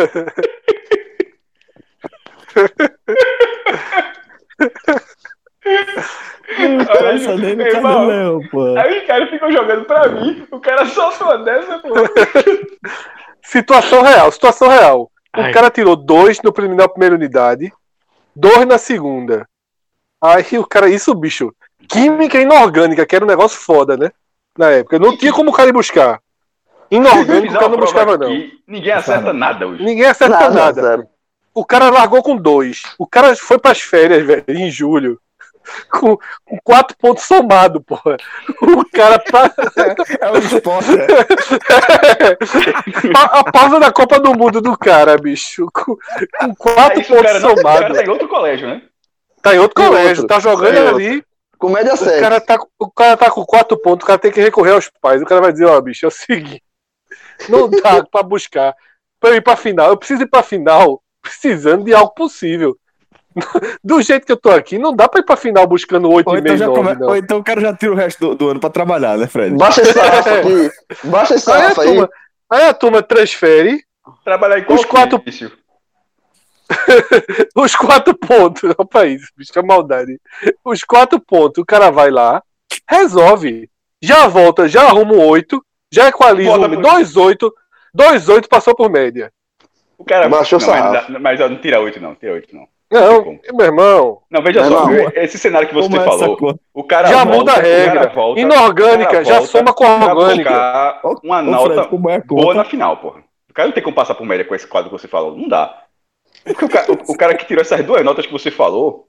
[SPEAKER 1] Olha, nem no irmão, Leão, pô.
[SPEAKER 4] Aí os caras ficam jogando pra mim, o cara solta uma dessa, pô.
[SPEAKER 6] Situação real, situação real. O Ai. cara tirou dois no primeiro, na primeira unidade, dois na segunda. Aí o cara, isso, bicho, química inorgânica, que era um negócio foda, né? Na época. Não tinha como o cara ir buscar. Inorgânico, o cara não buscava, não.
[SPEAKER 4] Ninguém acerta nada hoje.
[SPEAKER 6] Ninguém acerta nada. nada. O cara largou com dois. O cara foi pras férias, velho, em julho. Com, com quatro pontos somados, porra. O cara tá.
[SPEAKER 1] É o esporte. É.
[SPEAKER 6] A, a pausa da Copa do Mundo do cara, bicho. Com, com quatro pontos
[SPEAKER 4] cara
[SPEAKER 6] somados. O
[SPEAKER 4] cara tá em outro colégio, né?
[SPEAKER 6] Tá em outro tem colégio, outro. Tá jogando é ali. Outro.
[SPEAKER 5] Com média sete.
[SPEAKER 6] O cara, tá, o cara tá com quatro pontos, o cara tem que recorrer aos pais. O cara vai dizer, ó, oh, bicho, é o seguinte. Não dá pra buscar. Pra eu ir pra final. Eu preciso ir pra final precisando de algo possível. Do jeito que eu tô aqui, não dá pra ir pra final buscando oito e meio,
[SPEAKER 1] então nove, come... Ou então o cara já tira o resto do, do ano pra trabalhar, né, Fred?
[SPEAKER 5] Baixa essa rafa aqui. Baixa essa
[SPEAKER 6] aí
[SPEAKER 5] rafa
[SPEAKER 6] a turma,
[SPEAKER 5] aí.
[SPEAKER 6] Aí a turma transfere.
[SPEAKER 4] Trabalhar em
[SPEAKER 6] os quatro... Os quatro pontos. Opa, isso, bicho, é maldade. Os quatro pontos, o cara vai lá, resolve. Já volta, já arruma um oito, já equaliza um por... dois oito, dois oito passou por média.
[SPEAKER 4] O cara
[SPEAKER 5] baixou
[SPEAKER 4] não, mas, mas não tira oito, não, tira oito, não.
[SPEAKER 6] Não, meu irmão.
[SPEAKER 4] Não, veja
[SPEAKER 6] meu
[SPEAKER 4] só,
[SPEAKER 6] irmão.
[SPEAKER 4] Esse cenário que você
[SPEAKER 1] Como
[SPEAKER 4] falou, o cara
[SPEAKER 6] já
[SPEAKER 4] volta,
[SPEAKER 6] muda a regra.
[SPEAKER 4] Volta,
[SPEAKER 6] inorgânica, já soma com a orgânica.
[SPEAKER 4] Uma ô, nota Fred, como é boa na final, porra. O cara não tem como passar por média com esse quadro que você falou, não dá. Porque o cara, o, o cara que tirou essas duas notas que você falou,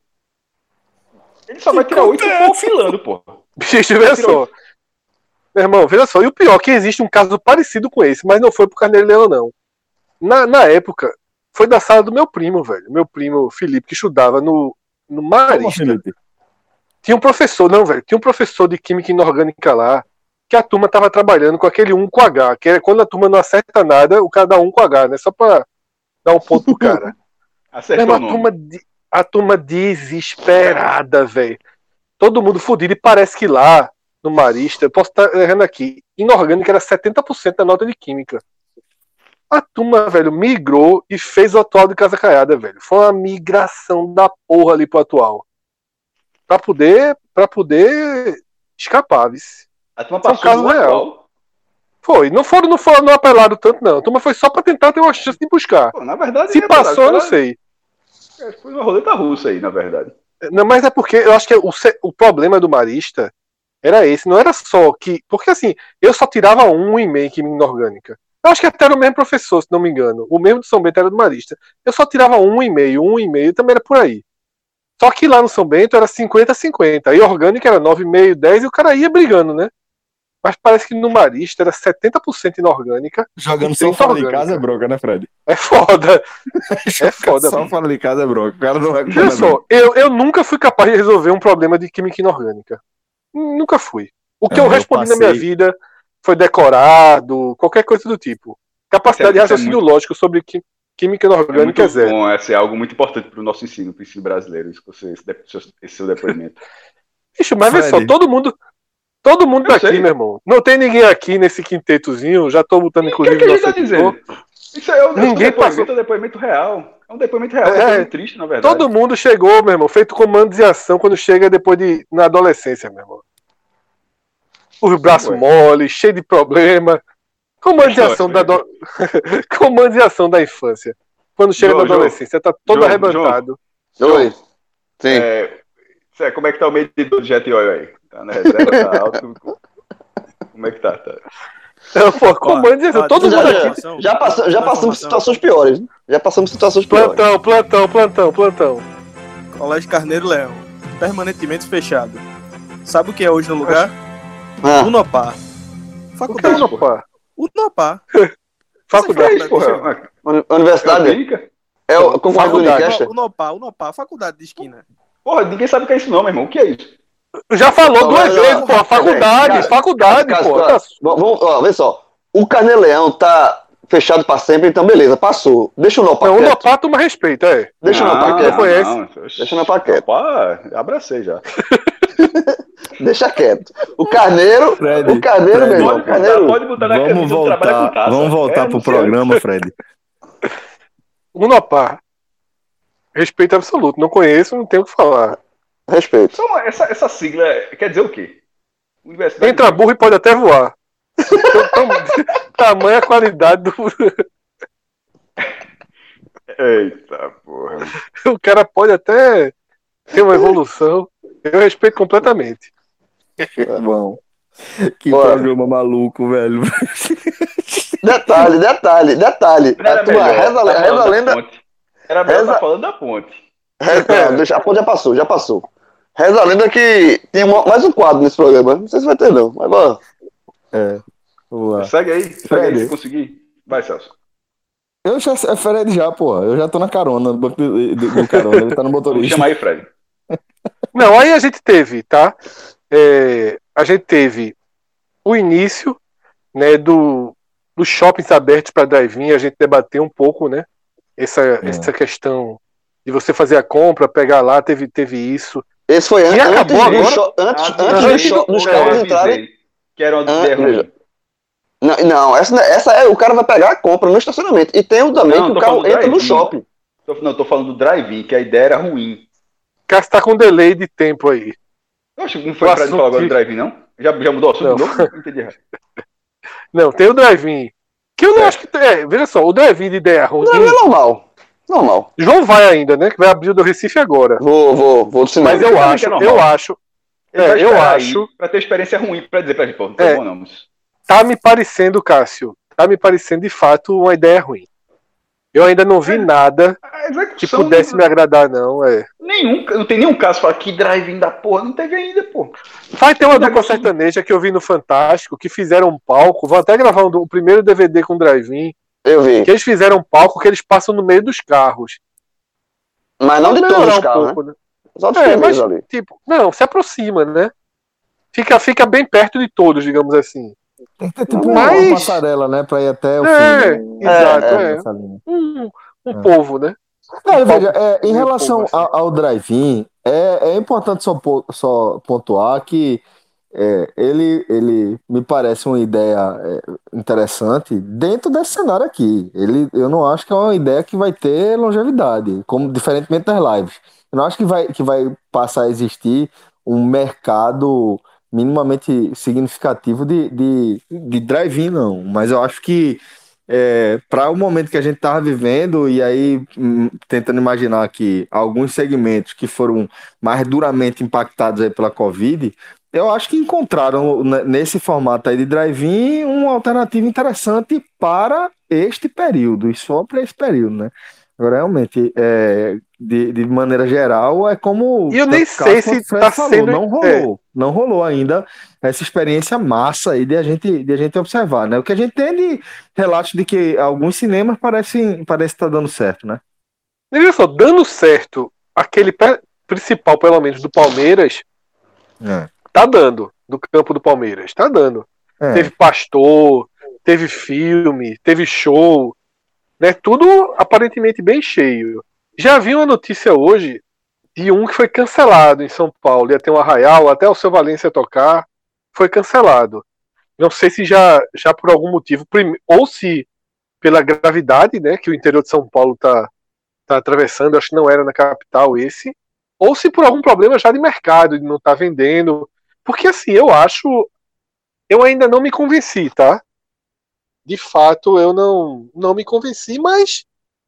[SPEAKER 4] ele só vai tirar oito confilando, porra.
[SPEAKER 6] Bicho, veja só. Meu irmão, veja só. E o pior, que existe um caso parecido com esse, mas não foi pro Carneiro Leão, não. Na, na época, foi da sala do meu primo, velho. Meu primo Felipe, que estudava no, no Marista. Tinha um professor, não, velho. Tinha um professor de química inorgânica lá, que a turma tava trabalhando com aquele um com H, que é quando a turma não acerta nada, o cara dá um com H, né? Só pra dar um ponto pro cara.
[SPEAKER 4] Acertou.
[SPEAKER 6] É uma turma, a turma desesperada, velho. Todo mundo fodido. E parece que lá, no Marista, eu posso estar errando aqui, inorgânica era setenta por cento da nota de química. A turma, velho, migrou e fez o atual de Casa Caiada, velho. Foi uma migração da porra ali pro atual. Pra poder, pra poder escapar, viu?
[SPEAKER 4] A turma passou caso real. Atual.
[SPEAKER 6] Foi. Não foram, não foram, não apelaram tanto, não. A turma foi só pra tentar ter uma chance de buscar.
[SPEAKER 4] Pô, na verdade,
[SPEAKER 6] se é passou, verdade, eu não sei.
[SPEAKER 4] Foi uma roleta russa aí, na verdade.
[SPEAKER 6] Não, mas é porque eu acho que o, o problema do Marista era esse. Não era só que... Porque assim, eu só tirava um e meio em química inorgânica. Eu acho que até era o mesmo professor, se não me engano. O mesmo de São Bento era do Marista. Eu só tirava um e meio, um e meio, também era por aí. Só que lá no São Bento era cinquenta a cinquenta. Aí orgânica era nove e meio, dez e o cara ia brigando, né? Mas parece que no Marista era setenta por cento inorgânica.
[SPEAKER 1] Jogando só fora de casa é bronca, né, Fred?
[SPEAKER 6] É foda. É foda.
[SPEAKER 1] Só fora de casa é bronca. O cara não é.
[SPEAKER 6] Olha só, eu, eu nunca fui capaz de resolver um problema de química inorgânica. Nunca fui. O que é, eu respondi eu na minha vida foi decorado, qualquer coisa do tipo. Capacidade é, de raciocínio é muito... lógico sobre química inorgânica é, é zero.
[SPEAKER 4] Bom, esse é algo muito importante para o nosso ensino, para o ensino brasileiro, isso que você, esse seu depoimento.
[SPEAKER 6] Ixi, mas vê só, todo mundo. Todo mundo eu daqui, sei. Meu irmão. Não tem ninguém aqui nesse quintetozinho. Já tô botando, inclusive,
[SPEAKER 4] que que a gente tá dizendo? Isso é um
[SPEAKER 6] ninguém
[SPEAKER 4] depoimento,
[SPEAKER 6] passou...
[SPEAKER 4] é um depoimento real. É um depoimento real, é, é muito triste, na verdade.
[SPEAKER 6] Todo mundo chegou, meu irmão, feito comandos de ação quando chega depois de. Na adolescência, meu irmão. Os braços moles, cheio de problema. Comando de ação da do... comando de ação da infância. Quando chega João, na adolescência, João, tá todo João, arrebentado.
[SPEAKER 4] João, Oi. Sim. É, como é que tá o medidor de jet oil aí? Tá na reserva, tá alto. Como é que tá? tá?
[SPEAKER 6] Não, pô, comando de ação. Todo mundo aqui.
[SPEAKER 5] Já, passou, já passamos situações piores. Né? Já passamos situações piores.
[SPEAKER 6] Plantão, plantão, plantão, plantão.
[SPEAKER 7] Colégio Carneiro Leão. Permanentemente fechado. Sabe o que é hoje no lugar?
[SPEAKER 5] Ah.
[SPEAKER 7] Unopar. Faculdade.
[SPEAKER 3] O que é Unopar?
[SPEAKER 7] Unopar.
[SPEAKER 3] Faculdade,
[SPEAKER 5] porra. Universidade? É o concorrente do Unicast?
[SPEAKER 7] Unopar, Unopar, faculdade de esquina.
[SPEAKER 4] Porra, ninguém sabe o que é isso não, meu irmão. O que é isso?
[SPEAKER 3] Já falou duas vezes, pô. Faculdade, faculdade, pô.
[SPEAKER 5] Vamos, ó, vê só. O Caneleão tá fechado pra sempre, então beleza, passou. Deixa o Unopar
[SPEAKER 3] quieto.
[SPEAKER 5] Não,
[SPEAKER 3] o Unopar tu me respeita, é.
[SPEAKER 5] Deixa o Unopar quieto.
[SPEAKER 3] Conhece.
[SPEAKER 5] Não, deixa o Unopar quieto.
[SPEAKER 4] Opa, abracei já.
[SPEAKER 5] Deixa quieto. O Carneiro,
[SPEAKER 1] Fred,
[SPEAKER 5] o Carneiro,
[SPEAKER 1] Fred,
[SPEAKER 5] meu irmão.
[SPEAKER 4] Pode,
[SPEAKER 5] Carneiro.
[SPEAKER 4] pode botar na
[SPEAKER 1] vamos voltar, com taça. Vamos voltar é, pro programa, Fred.
[SPEAKER 3] Unopar. Respeito absoluto. Não conheço, não tenho o que falar.
[SPEAKER 5] Respeito.
[SPEAKER 4] Então, essa, essa sigla quer dizer o quê? Universidade
[SPEAKER 3] Entra burro e pode até voar. Tamanha a qualidade do.
[SPEAKER 4] Eita porra.
[SPEAKER 3] O cara pode até ter uma evolução. Eu respeito completamente.
[SPEAKER 1] Bom. Que Bora. Programa maluco, velho.
[SPEAKER 5] Detalhe, detalhe, detalhe.
[SPEAKER 4] Era
[SPEAKER 5] a tua
[SPEAKER 4] melhor,
[SPEAKER 5] reza,
[SPEAKER 4] tá
[SPEAKER 5] reza a lenda.
[SPEAKER 4] Era melhor reza... tá falando da ponte.
[SPEAKER 5] Reza, não, deixa, a ponte já passou, já passou. Reza a lenda que tem uma, mais um quadro nesse programa. Não sei se vai ter, não. Mas bora.
[SPEAKER 1] É. Vamos lá.
[SPEAKER 4] Segue aí, segue Fred. aí se conseguir. Vai, Celso.
[SPEAKER 1] Eu já, é Fred já, pô. Eu já tô na carona, no banco do, do, do carona. Ele tá no motorista.
[SPEAKER 4] Chama aí, Fred.
[SPEAKER 3] Não, aí a gente teve, tá? É, a gente teve o início, né, do, dos shoppings abertos para drive-in. A gente debateu um pouco, né? Essa, é. essa questão de você fazer a compra, pegar lá, teve, teve isso.
[SPEAKER 5] Esse foi antes,
[SPEAKER 3] e acabou
[SPEAKER 5] antes,
[SPEAKER 3] agora,
[SPEAKER 5] show, antes,
[SPEAKER 4] ah,
[SPEAKER 5] antes, antes do, dos carros entrarem.
[SPEAKER 4] Que era uma ideia ruim.
[SPEAKER 5] Não, não, essa, essa é o cara vai pegar a compra no estacionamento. E tem o também
[SPEAKER 4] não,
[SPEAKER 5] que o carro entra no shopping.
[SPEAKER 4] Tô, não, tô falando do drive-in, que a ideia era ruim.
[SPEAKER 3] O cara está com delay de tempo aí.
[SPEAKER 4] Eu acho que não foi pra falar agora do drive-in, não? Já, já mudou o assunto? Não, não entendi errado.
[SPEAKER 3] Não, tem o drive-in. Que eu não é. acho que. É, veja só, o drive-in de ideia ruim.
[SPEAKER 5] Não, é normal. Normal.
[SPEAKER 3] João vai ainda, né? Que vai abrir o do Recife agora.
[SPEAKER 5] Vou, vou, vou do cinema.
[SPEAKER 3] Mas eu acho, é eu acho. É, eu acho.
[SPEAKER 4] Pra ter experiência ruim, pra dizer pra gente, pô, não foi é, bom não. Mas...
[SPEAKER 3] Tá me parecendo, Cássio, tá me parecendo de fato uma ideia ruim. Eu ainda não vi é, nada que pudesse me agradar, não. É.
[SPEAKER 4] Nenhum, não tem nenhum caso para que drive-in da porra, não teve ainda, pô.
[SPEAKER 3] Vai ter uma dupla sertaneja que eu vi no Fantástico, que fizeram um palco, vão até gravar um, o primeiro D V D com drive-in.
[SPEAKER 5] Eu vi.
[SPEAKER 3] Que eles fizeram um palco que eles passam no meio dos carros.
[SPEAKER 5] Mas não de todos os carros, um pouco, né? Só dos
[SPEAKER 3] é, mas,
[SPEAKER 5] ali.
[SPEAKER 3] Tipo, não, se aproxima, né? Fica, fica bem perto de todos, digamos assim.
[SPEAKER 1] Tem que ter tipo mas... uma passarela, né? Pra ir até o
[SPEAKER 3] é,
[SPEAKER 1] fim.
[SPEAKER 3] Exato, é. é. Um, um é. povo, né?
[SPEAKER 1] Não, veja, é, em relação povo, assim. ao, ao drive-in, é, é importante só, só pontuar que é, ele, ele me parece uma ideia é, interessante dentro desse cenário aqui. Ele, eu não acho que é uma ideia que vai ter longevidade, como diferentemente das lives. Eu não acho que vai, que vai passar a existir um mercado minimamente significativo de, de, de drive-in, não. Mas eu acho que é, para o momento que a gente estava vivendo, e aí hum, tentando imaginar que alguns segmentos que foram mais duramente impactados aí pela Covid, eu acho que encontraram nesse formato aí de drive-in uma alternativa interessante para este período, e só para esse período, né? Agora, realmente, é, de, de maneira geral, é como
[SPEAKER 3] e eu nem sei se está sendo...
[SPEAKER 1] não rolou, é. não rolou ainda essa experiência massa aí de a gente, de a gente observar, né? O que a gente tem de relatos de que alguns cinemas parecem parece estar dando certo, né?
[SPEAKER 3] E olha só, dando certo, aquele principal, pelo menos, do Palmeiras, é. tá dando, do campo do Palmeiras, tá dando. É. Teve pastor, teve filme, teve show, né, tudo aparentemente bem cheio. Já vi uma notícia hoje de um que foi cancelado em São Paulo. Ia ter um arraial, até o seu Valência tocar, foi cancelado. Não sei se já, já por algum motivo, ou se pela gravidade, né, que o interior de São Paulo tá, tá atravessando, acho que não era na capital esse, ou se por algum problema já de mercado, de não tá vendendo. Porque assim, eu acho, eu ainda não me convenci, tá? De fato, eu não, não me convenci, mas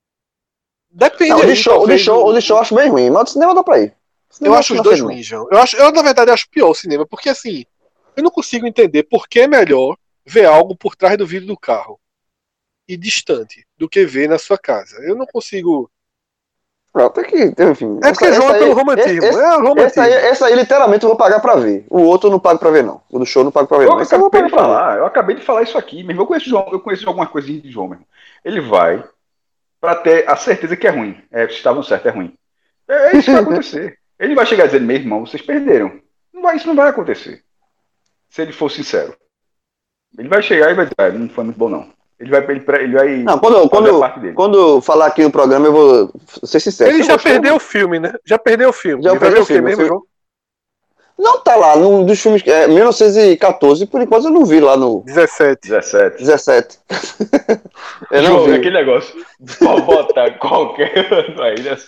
[SPEAKER 3] depende.
[SPEAKER 5] Não, o, de
[SPEAKER 3] aí,
[SPEAKER 5] show, o, de show, o de show eu acho bem ruim, mas o cinema dá pra ir.
[SPEAKER 3] Eu acho os dois ruins, João. Eu, acho, eu, na verdade, acho pior o cinema, porque assim, eu não consigo entender por que é melhor ver algo por trás do vidro do carro e distante do que ver na sua casa. Eu não consigo
[SPEAKER 5] Pronto, é que, enfim.
[SPEAKER 6] É porque João é pelo romantismo.
[SPEAKER 5] Esse,
[SPEAKER 6] é o romantismo.
[SPEAKER 5] Esse aí, esse aí, literalmente, eu vou pagar pra ver. O outro eu não pago pra ver, não. O do show eu não pago pra ver,
[SPEAKER 4] eu
[SPEAKER 5] não. Esse eu vou pagar
[SPEAKER 4] pra falar, ver. Eu acabei de falar isso aqui, meu irmão. Eu conheço João, eu conheço algumas coisinhas de João, meu irmão. Ele vai pra ter a certeza que é ruim. É, vocês estavam certos, é ruim. É, é isso que vai acontecer. Ele vai chegar dizendo, meu irmão, vocês perderam. Não vai, isso não vai acontecer. Se ele for sincero. Ele vai chegar e vai dizer, ah, não foi muito bom, não. Ele vai, ele, ele vai
[SPEAKER 5] não, quando, quando, quando falar aqui no programa, eu vou ser sincero.
[SPEAKER 6] Ele já perdeu o filme, né? Já perdeu o filme.
[SPEAKER 5] Já
[SPEAKER 6] ele
[SPEAKER 5] perdeu o filme mesmo, João? Não, tá lá, num dos filmes, é, mil novecentos e catorze, por enquanto eu não vi lá no...
[SPEAKER 6] dezessete.
[SPEAKER 4] dezessete.
[SPEAKER 5] dezessete.
[SPEAKER 4] eu não João, vi. Aquele negócio, pode botar qualquer ano aí nessa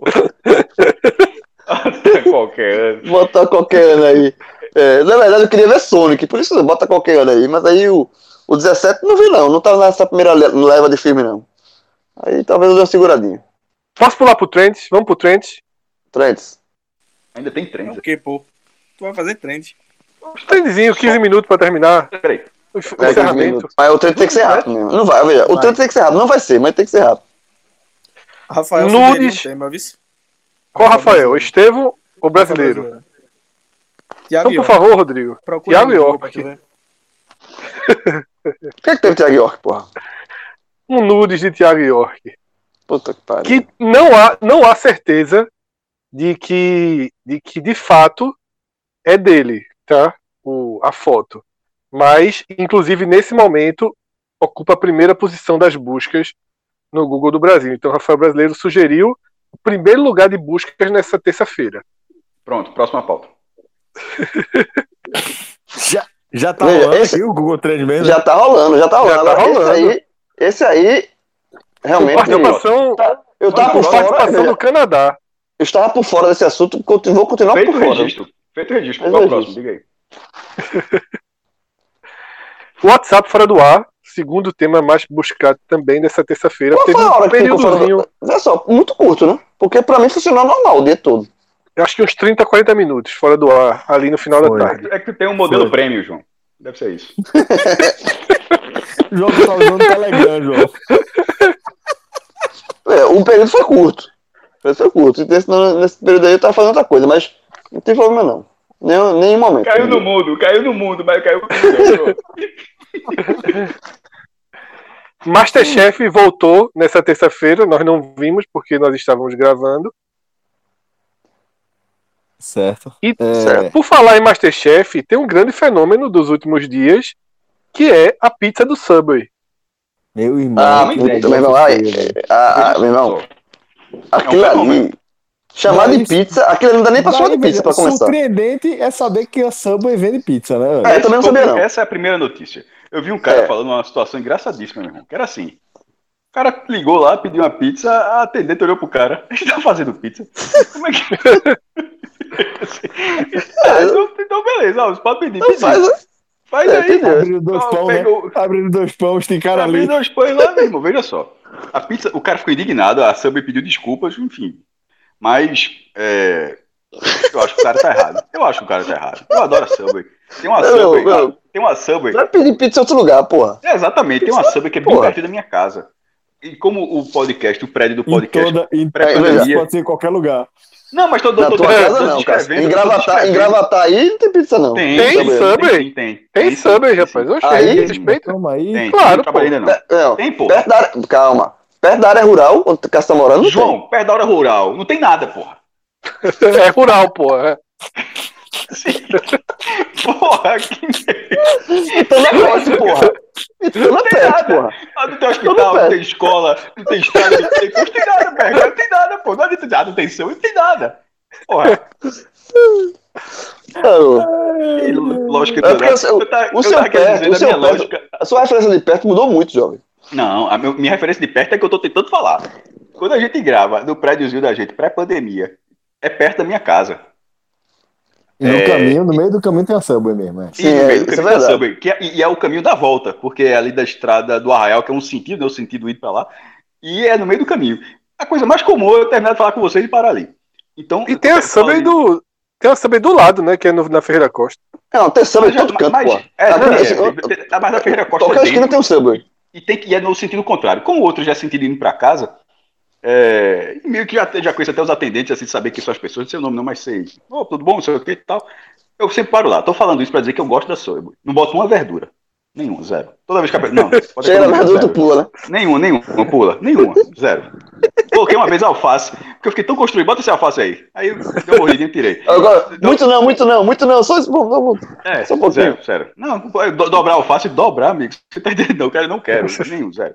[SPEAKER 4] Botar qualquer ano.
[SPEAKER 5] Botar qualquer ano aí. É, na verdade eu queria ver Sonic, por isso bota qualquer ano aí, mas aí o... O dezessete não vi não, não tá nessa primeira leva de filme não. Aí talvez eu dê uma seguradinha.
[SPEAKER 6] Posso pular pro Trends? Vamos pro Trends?
[SPEAKER 5] Trends.
[SPEAKER 4] Ainda tem Trends.
[SPEAKER 7] O que, pô? Tu vai fazer Trends.
[SPEAKER 6] Trendzinho, quinze minutos pra terminar.
[SPEAKER 4] Peraí.
[SPEAKER 6] O encerramento.
[SPEAKER 5] Mas o Trend tem que ser rápido mesmo. Não vai, veja. O Trend tem que ser rápido, não vai ser, mas tem que ser rápido.
[SPEAKER 7] Rafael,
[SPEAKER 6] Nudes.
[SPEAKER 7] Um tema, viu?
[SPEAKER 6] Qual Rafael? Estevão ou brasileiro? Então, por favor, Rodrigo. Thiago York.
[SPEAKER 5] O que é que teve Thiago York, porra?
[SPEAKER 6] Um nudes de Thiago York.
[SPEAKER 5] Puta que pariu.
[SPEAKER 6] Que não há, não há certeza de que, de que de fato é dele, tá? O, a foto. Mas, inclusive, nesse momento, ocupa a primeira posição das buscas no Google do Brasil. Então, Rafael Brasileiro sugeriu o primeiro lugar de buscas nessa terça-feira.
[SPEAKER 4] Pronto, próxima pauta.
[SPEAKER 1] Já, já tá rolando esse, aqui o Google Trend mesmo?
[SPEAKER 5] Já tá rolando, já tá rolando.
[SPEAKER 6] Já tá rolando.
[SPEAKER 5] Esse aí, esse aí realmente...
[SPEAKER 6] Participação,
[SPEAKER 5] eu tava por fora,
[SPEAKER 6] participação do Canadá.
[SPEAKER 5] Eu estava por fora desse assunto, vou continuar
[SPEAKER 4] Feito
[SPEAKER 5] por fora.
[SPEAKER 4] Registro. Feito registro. Qual o próximo? Diga aí.
[SPEAKER 6] WhatsApp fora do ar, segundo tema mais buscado também dessa terça-feira.
[SPEAKER 5] Qual
[SPEAKER 6] Teve
[SPEAKER 5] foi a hora
[SPEAKER 6] um
[SPEAKER 5] que ficou
[SPEAKER 6] períodozinho...
[SPEAKER 5] fora do... Olha só, muito curto, né? Porque pra mim funcionou normal o dia todo.
[SPEAKER 6] Eu acho que uns trinta, quarenta minutos fora do ar, ali no final
[SPEAKER 1] Foi.
[SPEAKER 6] da tarde.
[SPEAKER 4] É que tem um modelo Foi. Prêmio, João. Deve ser isso.
[SPEAKER 1] João tá usando o Telegram, João.
[SPEAKER 5] É, o período foi curto. O período foi curto. Nesse, nesse período aí eu tava fazendo outra coisa, mas não tem problema não. Nem, nenhum momento.
[SPEAKER 4] Caiu no mundo, caiu no mundo, mas caiu no mundo.
[SPEAKER 6] Masterchef voltou nessa terça-feira, nós não vimos porque nós estávamos gravando.
[SPEAKER 1] Certo.
[SPEAKER 6] E é... por falar em Masterchef, tem um grande fenômeno dos últimos dias, que é a pizza do Subway.
[SPEAKER 1] Meu irmão.
[SPEAKER 5] Ah, puta, meu irmão. Ai, ah, meu irmão. Aquilo é um ali, chamado de pizza, aquilo não dá nem pra chamar de pizza pra começar.
[SPEAKER 1] Surpreendente é saber que a Subway vende pizza, né?
[SPEAKER 5] É, eu também não sabia não.
[SPEAKER 4] Essa é a primeira notícia. Eu vi um cara é. falando uma situação engraçadíssima, meu irmão, que era assim. O cara ligou lá, pediu uma pizza, a atendente olhou pro cara. A gente tá fazendo pizza? Como é que... ah, então, então beleza, ó, você pode pedir. pedir. Faz, faz é, aí.
[SPEAKER 1] Abrindo dois pão, pegou... né? Abrindo dois pãos, tem cara ali.
[SPEAKER 4] Abrindo dois pães lá, meu irmão, veja só. A pizza, o cara ficou indignado, a Subway pediu desculpas, enfim. Mas, é... eu acho que o cara tá errado. Eu acho que o cara tá errado. Eu adoro a Subway. Tem uma Subway, meu, meu. tem uma Subway.
[SPEAKER 5] Vai pedir pizza em outro lugar, porra.
[SPEAKER 4] É, exatamente, tem uma Subway que é bem porra. perto da minha casa. E como o podcast, o prédio do podcast...
[SPEAKER 1] Em toda, em pré-pandemia, pode ser em qualquer lugar.
[SPEAKER 4] Não, mas todo
[SPEAKER 5] mundo... Não, cara. Em Gravatar, em Gravatar aí não tem pizza, não.
[SPEAKER 6] Tem, tem Subway. Tem, tem, tem, tem Subway, rapaz. Eu achei, respeito.
[SPEAKER 1] Aí,
[SPEAKER 4] tem,
[SPEAKER 6] claro,
[SPEAKER 4] não ainda não.
[SPEAKER 5] não.
[SPEAKER 4] Tem, pô.
[SPEAKER 5] Perto da área, calma. Perto da área rural, onde o cara tá morando, não
[SPEAKER 4] João,
[SPEAKER 5] tem.
[SPEAKER 4] perto da área rural, não tem nada, porra.
[SPEAKER 6] É rural, porra.
[SPEAKER 4] Porra, que
[SPEAKER 5] então não é fácil, porra. Então não, não tem perto, nada. Porra.
[SPEAKER 4] Ah, não tem hospital, não, não tem escola, não tem estrada, não tem posto, não tem nada, velho. Não tem nada, pô. Não adianta nada, não tem saúde, não tem nada. Porra.
[SPEAKER 5] É,
[SPEAKER 4] lógica
[SPEAKER 5] é porque o, tá, o seu perto, o seu perto lógica... a sua referência de perto mudou muito, jovem.
[SPEAKER 4] Não, a meu, minha referência de perto é que eu tô tentando falar. Quando a gente grava no prédiozinho da gente, pré-pandemia, é perto da minha casa.
[SPEAKER 1] E no é... caminho, no meio do caminho tem a Subway mesmo. É.
[SPEAKER 4] Sim, no meio do caminho tem a Subway. Que é, e é o caminho da volta, porque é ali da estrada do Arraial, que é um sentido, é o sentido ir pra lá, e é no meio do caminho. A coisa mais comum é eu terminar de falar com vocês e parar ali. Então,
[SPEAKER 6] e tem a Subway do... Tem a Subway do lado, né? Que é no, na Ferreira Costa.
[SPEAKER 5] Não, tem Subway em todo canto,
[SPEAKER 4] mas,
[SPEAKER 5] pô.
[SPEAKER 4] É, não, é, é, é, mas na Ferreira Costa
[SPEAKER 5] qualquer esquina tem um Subway.
[SPEAKER 4] E, tem, e é no sentido contrário. Como o outro já é sentido indo pra casa, É, e meio que já, já conheço até os atendentes, assim, de saber que são as pessoas, não sei o nome não, mas sei. Oh, tudo bom, não sei o que e tal. Eu sempre paro lá. Tô falando isso pra dizer que eu gosto da Subway. Não boto uma verdura. Nenhuma, zero. Toda vez que a Não, pode
[SPEAKER 5] Chega na verdura, tu pula, né?
[SPEAKER 4] Nenhuma, nenhuma, pula. Nenhuma, zero. Coloquei uma vez alface, porque eu fiquei tão construído. Bota esse alface aí. Aí eu dei uma mordidinha e tirei.
[SPEAKER 5] Agora, então, muito não, muito não, muito não. Só isso, bom, não,
[SPEAKER 4] é, só um pouquinho. Zero, sério. Não, do, dobrar alface, dobrar, amigo. Você tá entendendo? Não, cara, não quero. Nenhum, zero.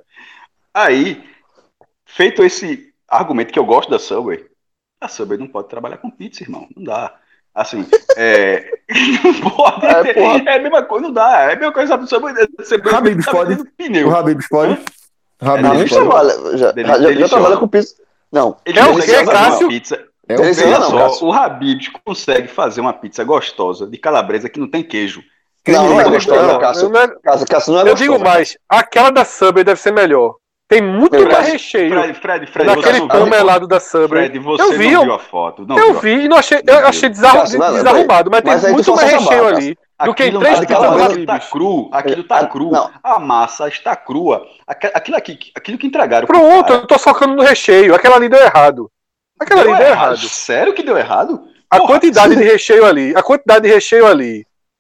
[SPEAKER 4] Aí, feito esse argumento que eu gosto da Subway, a Subway não pode trabalhar com pizza, irmão. Não dá. Assim, é. Não pode. É, é a mesma coisa, não dá. É a mesma coisa, sabe? Você
[SPEAKER 1] Habib's pode.
[SPEAKER 4] Pneu.
[SPEAKER 1] O Habib's pode.
[SPEAKER 5] Habib's trabalha. Já,
[SPEAKER 4] Dele,
[SPEAKER 5] já,
[SPEAKER 4] dele
[SPEAKER 5] já trabalha com pizza. Não.
[SPEAKER 4] Ele
[SPEAKER 6] é o
[SPEAKER 4] consegue
[SPEAKER 6] que,
[SPEAKER 4] fazer
[SPEAKER 6] Cássio?
[SPEAKER 4] uma pizza.
[SPEAKER 5] É
[SPEAKER 4] Veja
[SPEAKER 5] o não,
[SPEAKER 4] só,
[SPEAKER 5] Cássio.
[SPEAKER 4] o Habib's consegue fazer uma pizza gostosa de calabresa que não tem queijo.
[SPEAKER 5] Não, não é
[SPEAKER 6] Não,
[SPEAKER 5] gostosa, Cássio.
[SPEAKER 6] não é-
[SPEAKER 5] Cássio, Cássio não é
[SPEAKER 6] Eu
[SPEAKER 5] gostosa.
[SPEAKER 6] digo mais, aquela da Subway deve ser melhor. Tem muito
[SPEAKER 4] Fred,
[SPEAKER 6] mais recheio
[SPEAKER 4] Fred, Fred, Fred,
[SPEAKER 6] naquele
[SPEAKER 4] você não
[SPEAKER 6] pão
[SPEAKER 4] viu?
[SPEAKER 6] melado da Subway.
[SPEAKER 4] Fred, você
[SPEAKER 6] eu vi,
[SPEAKER 4] não
[SPEAKER 6] eu,
[SPEAKER 4] viu a foto. Não
[SPEAKER 6] eu
[SPEAKER 4] viu a
[SPEAKER 6] vi e não achei, eu
[SPEAKER 4] Não
[SPEAKER 6] achei
[SPEAKER 4] viu.
[SPEAKER 6] desarru-
[SPEAKER 5] Cássio, não,
[SPEAKER 6] desarrumado, mas
[SPEAKER 5] mas
[SPEAKER 6] tem
[SPEAKER 5] aí tu
[SPEAKER 6] muito
[SPEAKER 5] força
[SPEAKER 6] mais
[SPEAKER 5] a
[SPEAKER 6] recheio
[SPEAKER 5] barra,
[SPEAKER 6] ali do que em
[SPEAKER 4] Aquilo,
[SPEAKER 6] três
[SPEAKER 4] aquilo,
[SPEAKER 6] pizzas do
[SPEAKER 4] aquilo tá
[SPEAKER 6] Habib's.
[SPEAKER 4] cru, aquilo tá
[SPEAKER 5] Ah,
[SPEAKER 4] cru.
[SPEAKER 5] não.
[SPEAKER 4] A massa está crua. Aqu- Aquilo aqui, aquilo que entregaram. pro
[SPEAKER 6] Pronto,
[SPEAKER 4] cara,
[SPEAKER 6] eu tô focando no recheio. Aquela ali deu errado. Aquela
[SPEAKER 4] deu
[SPEAKER 6] ali deu
[SPEAKER 4] errado.
[SPEAKER 6] errado.
[SPEAKER 4] Sério que deu errado?
[SPEAKER 6] A
[SPEAKER 4] Porra,
[SPEAKER 6] quantidade de recheio ali, a quantidade de recheio ali.